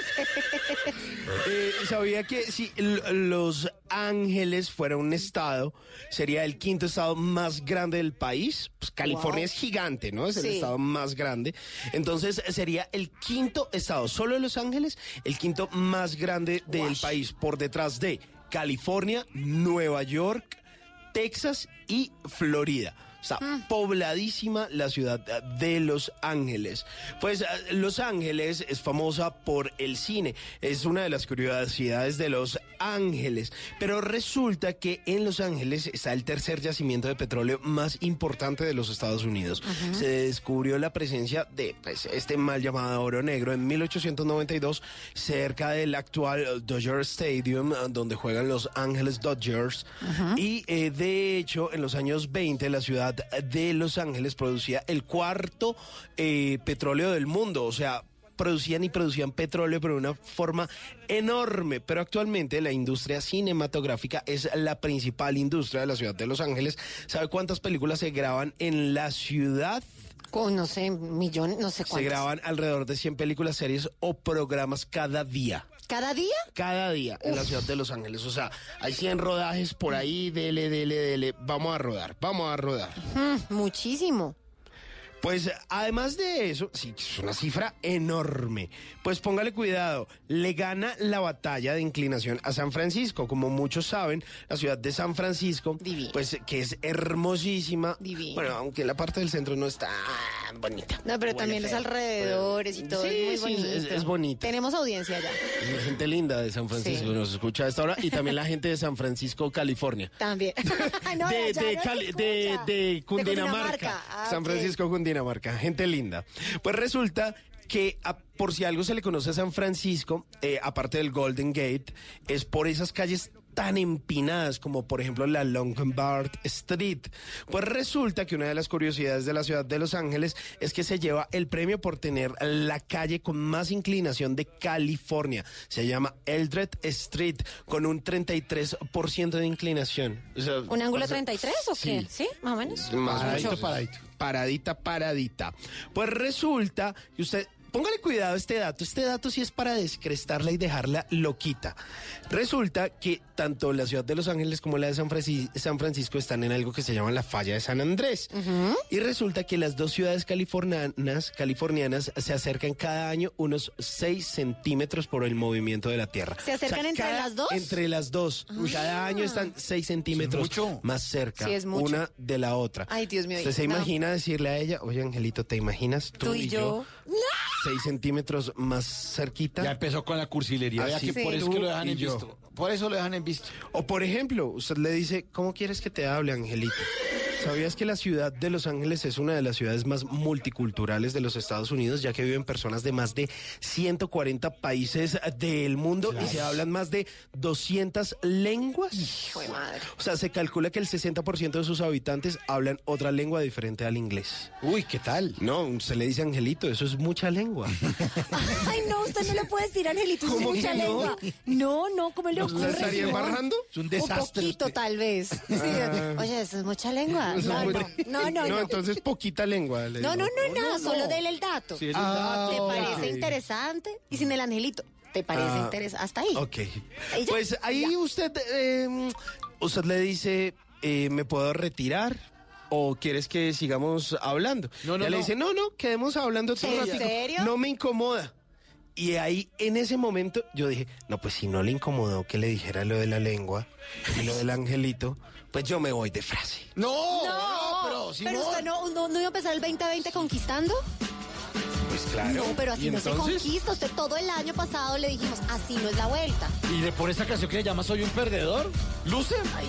¿Sabía que si Los Ángeles fuera un estado, sería el quinto estado más grande del país? Pues California es gigante, ¿no? Es el estado más grande. Entonces sería el quinto estado, solo Los Ángeles, el quinto más grande del país, por detrás de California, Nueva York, Texas y Florida. O sea, pobladísima la ciudad de Los Ángeles. Pues Los Ángeles es famosa por el cine. Es una de las curiosidades de Los Ángeles. Pero resulta que en Los Ángeles está el tercer yacimiento de petróleo más importante de los Estados Unidos. Se descubrió la presencia de este mal llamado oro negro en 1892 cerca del actual Dodger Stadium, donde juegan Los Ángeles Dodgers. Y de hecho, en los años 20, la ciudad de Los Ángeles producía el cuarto petróleo del mundo. O sea, producían petróleo, pero de una forma enorme. Pero actualmente la industria cinematográfica es la principal industria de la ciudad de Los Ángeles. ¿Sabe cuántas películas se graban en la ciudad? No sé, millón, no sé cuántas. Se graban alrededor de 100 películas, series o programas cada día. ¿Cada día? Cada día en la ciudad de Los Ángeles. O sea, hay 100 rodajes por ahí, dele. Vamos a rodar. Muchísimo. Pues además de eso, sí, es una cifra enorme. Pues póngale cuidado, le gana la batalla de inclinación a San Francisco. Como muchos saben, la ciudad de San Francisco, pues que es hermosísima. Bueno, aunque la parte del centro no está bonita. No, pero también los alrededores y todo es muy bonito. Es bonita. Tenemos audiencia allá. La gente linda de San Francisco nos escucha a esta hora y también la gente de San Francisco, California. También. No, de Cundinamarca. San Francisco, Cundinamarca, gente linda. Pues resulta que por si algo se le conoce a San Francisco, aparte del Golden Gate, es por esas calles tan empinadas como por ejemplo la Lombard Street. Pues resulta que una de las curiosidades de la ciudad de Los Ángeles es que se lleva el premio por tener la calle con más inclinación de California. Se llama Eldred Street, con un 33% de inclinación. O sea, ¿un ángulo 33 o qué? ¿Sí? Más o menos. Paradita. Pues resulta que usted... Póngale cuidado a este dato sí es para descrestarla y dejarla loquita. Resulta que tanto la ciudad de Los Ángeles como la de San Francisco están en algo que se llama la falla de San Andrés. Y resulta que las dos ciudades californianas se acercan cada año unos 6 centímetros por el movimiento de la Tierra. ¿Se acercan entre las dos? Entre las dos. Cada año están 6 centímetros más cerca una de la otra. Ay, Dios mío. ¿Usted se imagina decirle a ella, oye, Angelito, ¿te imaginas tú y yo? 6 centímetros más cerquita. Ya empezó con la cursilería. Así por eso que lo dejan en visto. Por eso lo dejan en visto. O por ejemplo, usted le dice, ¿cómo quieres que te hable, Angelito? ¿Sabías que la ciudad de Los Ángeles es una de las ciudades más multiculturales de los Estados Unidos, ya que viven personas de más de 140 países del mundo y se hablan más de 200 lenguas? Hijo de madre. O sea, se calcula que el 60% de sus habitantes hablan otra lengua diferente al inglés. Uy, ¿qué tal? No, se le dice Angelito, eso es mucha lengua. Ay, no, usted no le puede decir Angelito, es mucha lengua. No, ¿cómo le ocurre? ¿Se estaría embarrando? Es un desastre. Un poquito, tal vez. Sí. Oye, eso es mucha lengua. No, entonces poquita lengua. No, solo dele el dato. Sí, es un dato. ¿Te parece interesante? Y sin el Angelito, ¿te parece interesante? Hasta ahí. Ok. Pues ahí usted le dice, ¿me puedo retirar? ¿O quieres que sigamos hablando? No. Le dice, no, quedemos hablando todo un ratito. ¿En serio? No me incomoda. Y ahí, en ese momento, yo dije, no, pues si no le incomodó que le dijera lo de la lengua y lo del Angelito, pues yo me voy de frase. Pero usted no iba a empezar el 2020 conquistando. Pues claro. No, pero así no se conquista. Usted todo el año pasado le dijimos, así no es la vuelta. ¿Y le pone esa canción que le llama Soy un perdedor? ¿Luce? Ay,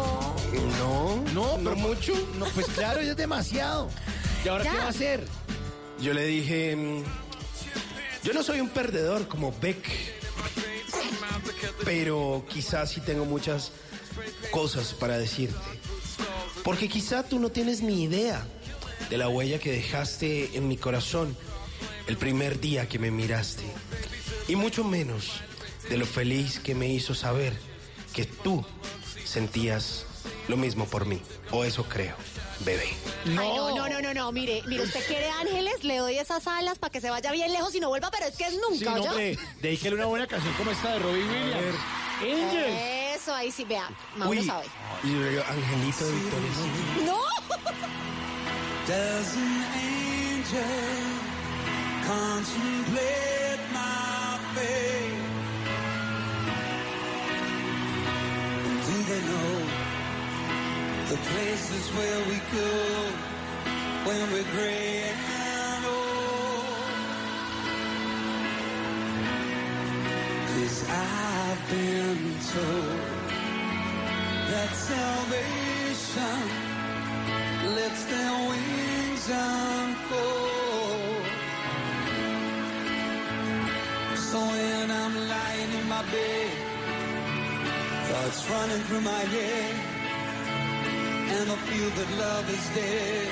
no. No, pero mucho. No, pues claro, ya es demasiado. ¿Y ahora qué va a hacer? Yo le dije, yo no soy un perdedor como Beck, pero quizás sí tengo muchas cosas para decirte. Porque quizá tú no tienes ni idea de la huella que dejaste en mi corazón el primer día que me miraste. Y mucho menos de lo feliz que me hizo saber que tú sentías lo mismo por mí. O eso creo, bebé. Ay, no, mire, usted quiere ángeles, le doy esas alas para que se vaya bien lejos y no vuelva, pero es que es nunca, Sí, no, ¿ya? hombre, dedíquele una buena canción como esta de Robbie Williams. Angels. Eso, ahí sí, vea, Mauro sabe. Y yo, Angelito de Victoria. ¡No! Does an angel contemplate my fate? Do they know the places where we go when we're gray and old? 'Cause I've been told that salvation lets their wings unfold. So when I'm lying in my bed, thoughts running through my head, and I feel that love is dead,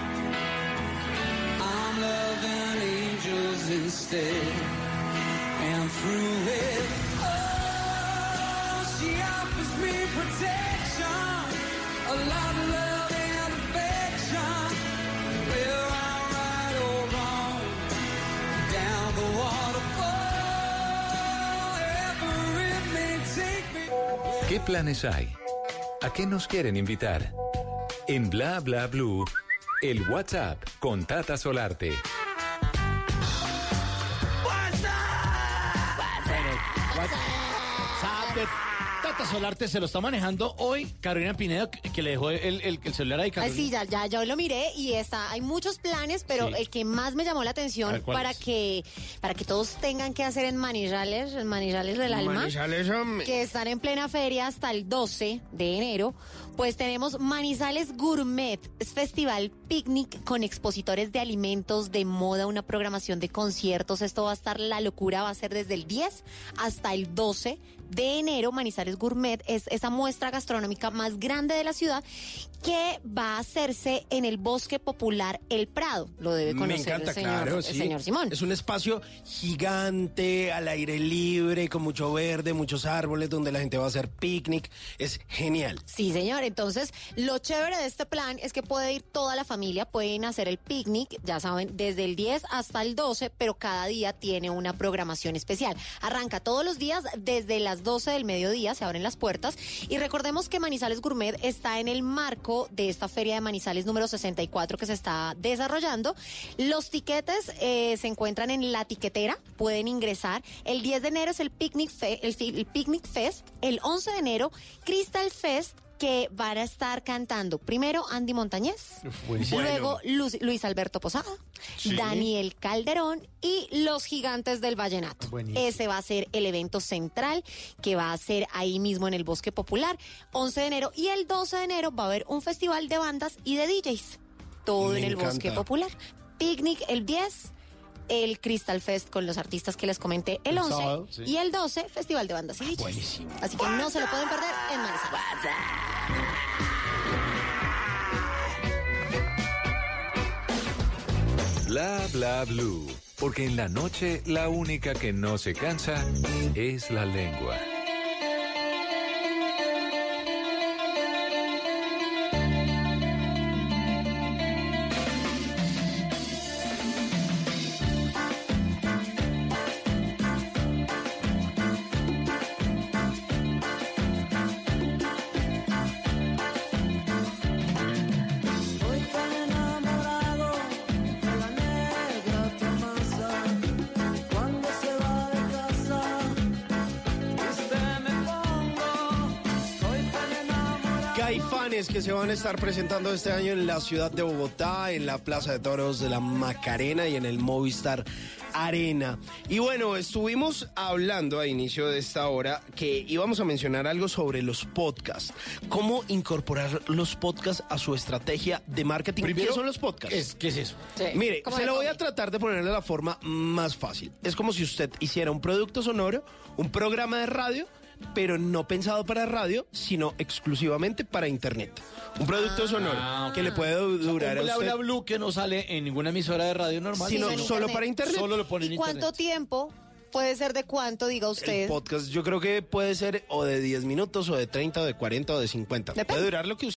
I'm loving angels instead. And through it, oh, she offers me protection, a lot of love and affection. Whether I'm right or wrong, down the waterfall, wherever it may take me. ¿Qué planes hay? ¿A qué nos quieren invitar? En Bla Bla Blue, el WhatsApp con Tata Solarte. Tata Solarte se lo está manejando hoy Carolina Pineda, que le dejó el celular ahí, Carolina. Sí, ya lo miré y hay muchos planes, pero Sí. el que más me llamó la A atención ver, ¿cuál para es? que todos tengan que hacer en Manizales del Alma, Manizales, hombre. que están en plena feria hasta el 12 de enero, pues tenemos Manizales Gourmet, es festival picnic con expositores de alimentos, de moda, una programación de conciertos. Esto va a estar la locura, va a ser desde el 10 hasta el 12 de enero. Manizales Gourmet es esa muestra gastronómica más grande de la ciudad que va a hacerse en el Bosque Popular El Prado. Lo debe Me conocer encanta, el señor, claro, el sí. señor Simón. Es un espacio gigante, al aire libre, con mucho verde, muchos árboles, donde la gente va a hacer picnic. Es genial. Sí, señor. Entonces, lo chévere de este plan es que puede ir toda la familia, pueden hacer el picnic, ya saben, desde el 10 hasta el 12, pero cada día tiene una programación especial. Arranca todos los días desde las 12 del mediodía, se abren las puertas, y recordemos que Manizales Gourmet está en el marco de esta feria de Manizales número 64 que se está desarrollando. Los tiquetes se encuentran en La Tiquetera, pueden ingresar. El 10 de enero es el Picnic Fest, el 11 de enero Crystal Fest, que van a estar cantando primero Andy Montañez, buenísimo. luego Luis Alberto Posada, Sí. Daniel Calderón y los Gigantes del Vallenato. Buenísimo. Ese va a ser el evento central que va a ser ahí mismo en el Bosque Popular, 11 de enero, y el 12 de enero va a haber un festival de bandas y de DJs, todo Me en el encanta. Bosque Popular. Picnic el 10, el Crystal Fest con los artistas que les comenté el 11, sábado, sí. y el 12 Festival de Bandas y DJs. Buenísimo. Así que no se lo pueden perder en Manizales. Bla Bla Blue, porque en la noche la única que no se cansa es la lengua. Estoy tan enamorado de la negra Tomasa. Cuando se va de casa, triste me pongo. Estoy tan enamorado. Caifanes que se van a estar presentando este año en la ciudad de Bogotá, en la Plaza de Toros de la Macarena y en el Movistar Arena. Y bueno, estuvimos hablando a inicio de esta hora que íbamos a mencionar algo sobre los podcasts. ¿Cómo incorporar los podcasts a su estrategia de marketing? Primero, ¿Qué son los podcasts? ¿Qué es eso? Mire, ¿Cómo se le lo voy a come? tratar de poner de la forma más fácil. Es como si usted hiciera un producto sonoro, un programa de radio, pero no pensado para radio, sino exclusivamente para internet. Un producto sonoro que le puede durar a Un Bla usted, Bla Blue que no sale en ninguna emisora de radio normal. sino en solo internet. para internet. Solo lo pone en ¿Y cuánto internet. tiempo ¿Puede ser de cuánto, diga usted? El podcast yo creo que puede ser o de 10 minutos o de 30 o de 40 o de 50. Depende. Puede durar lo que usted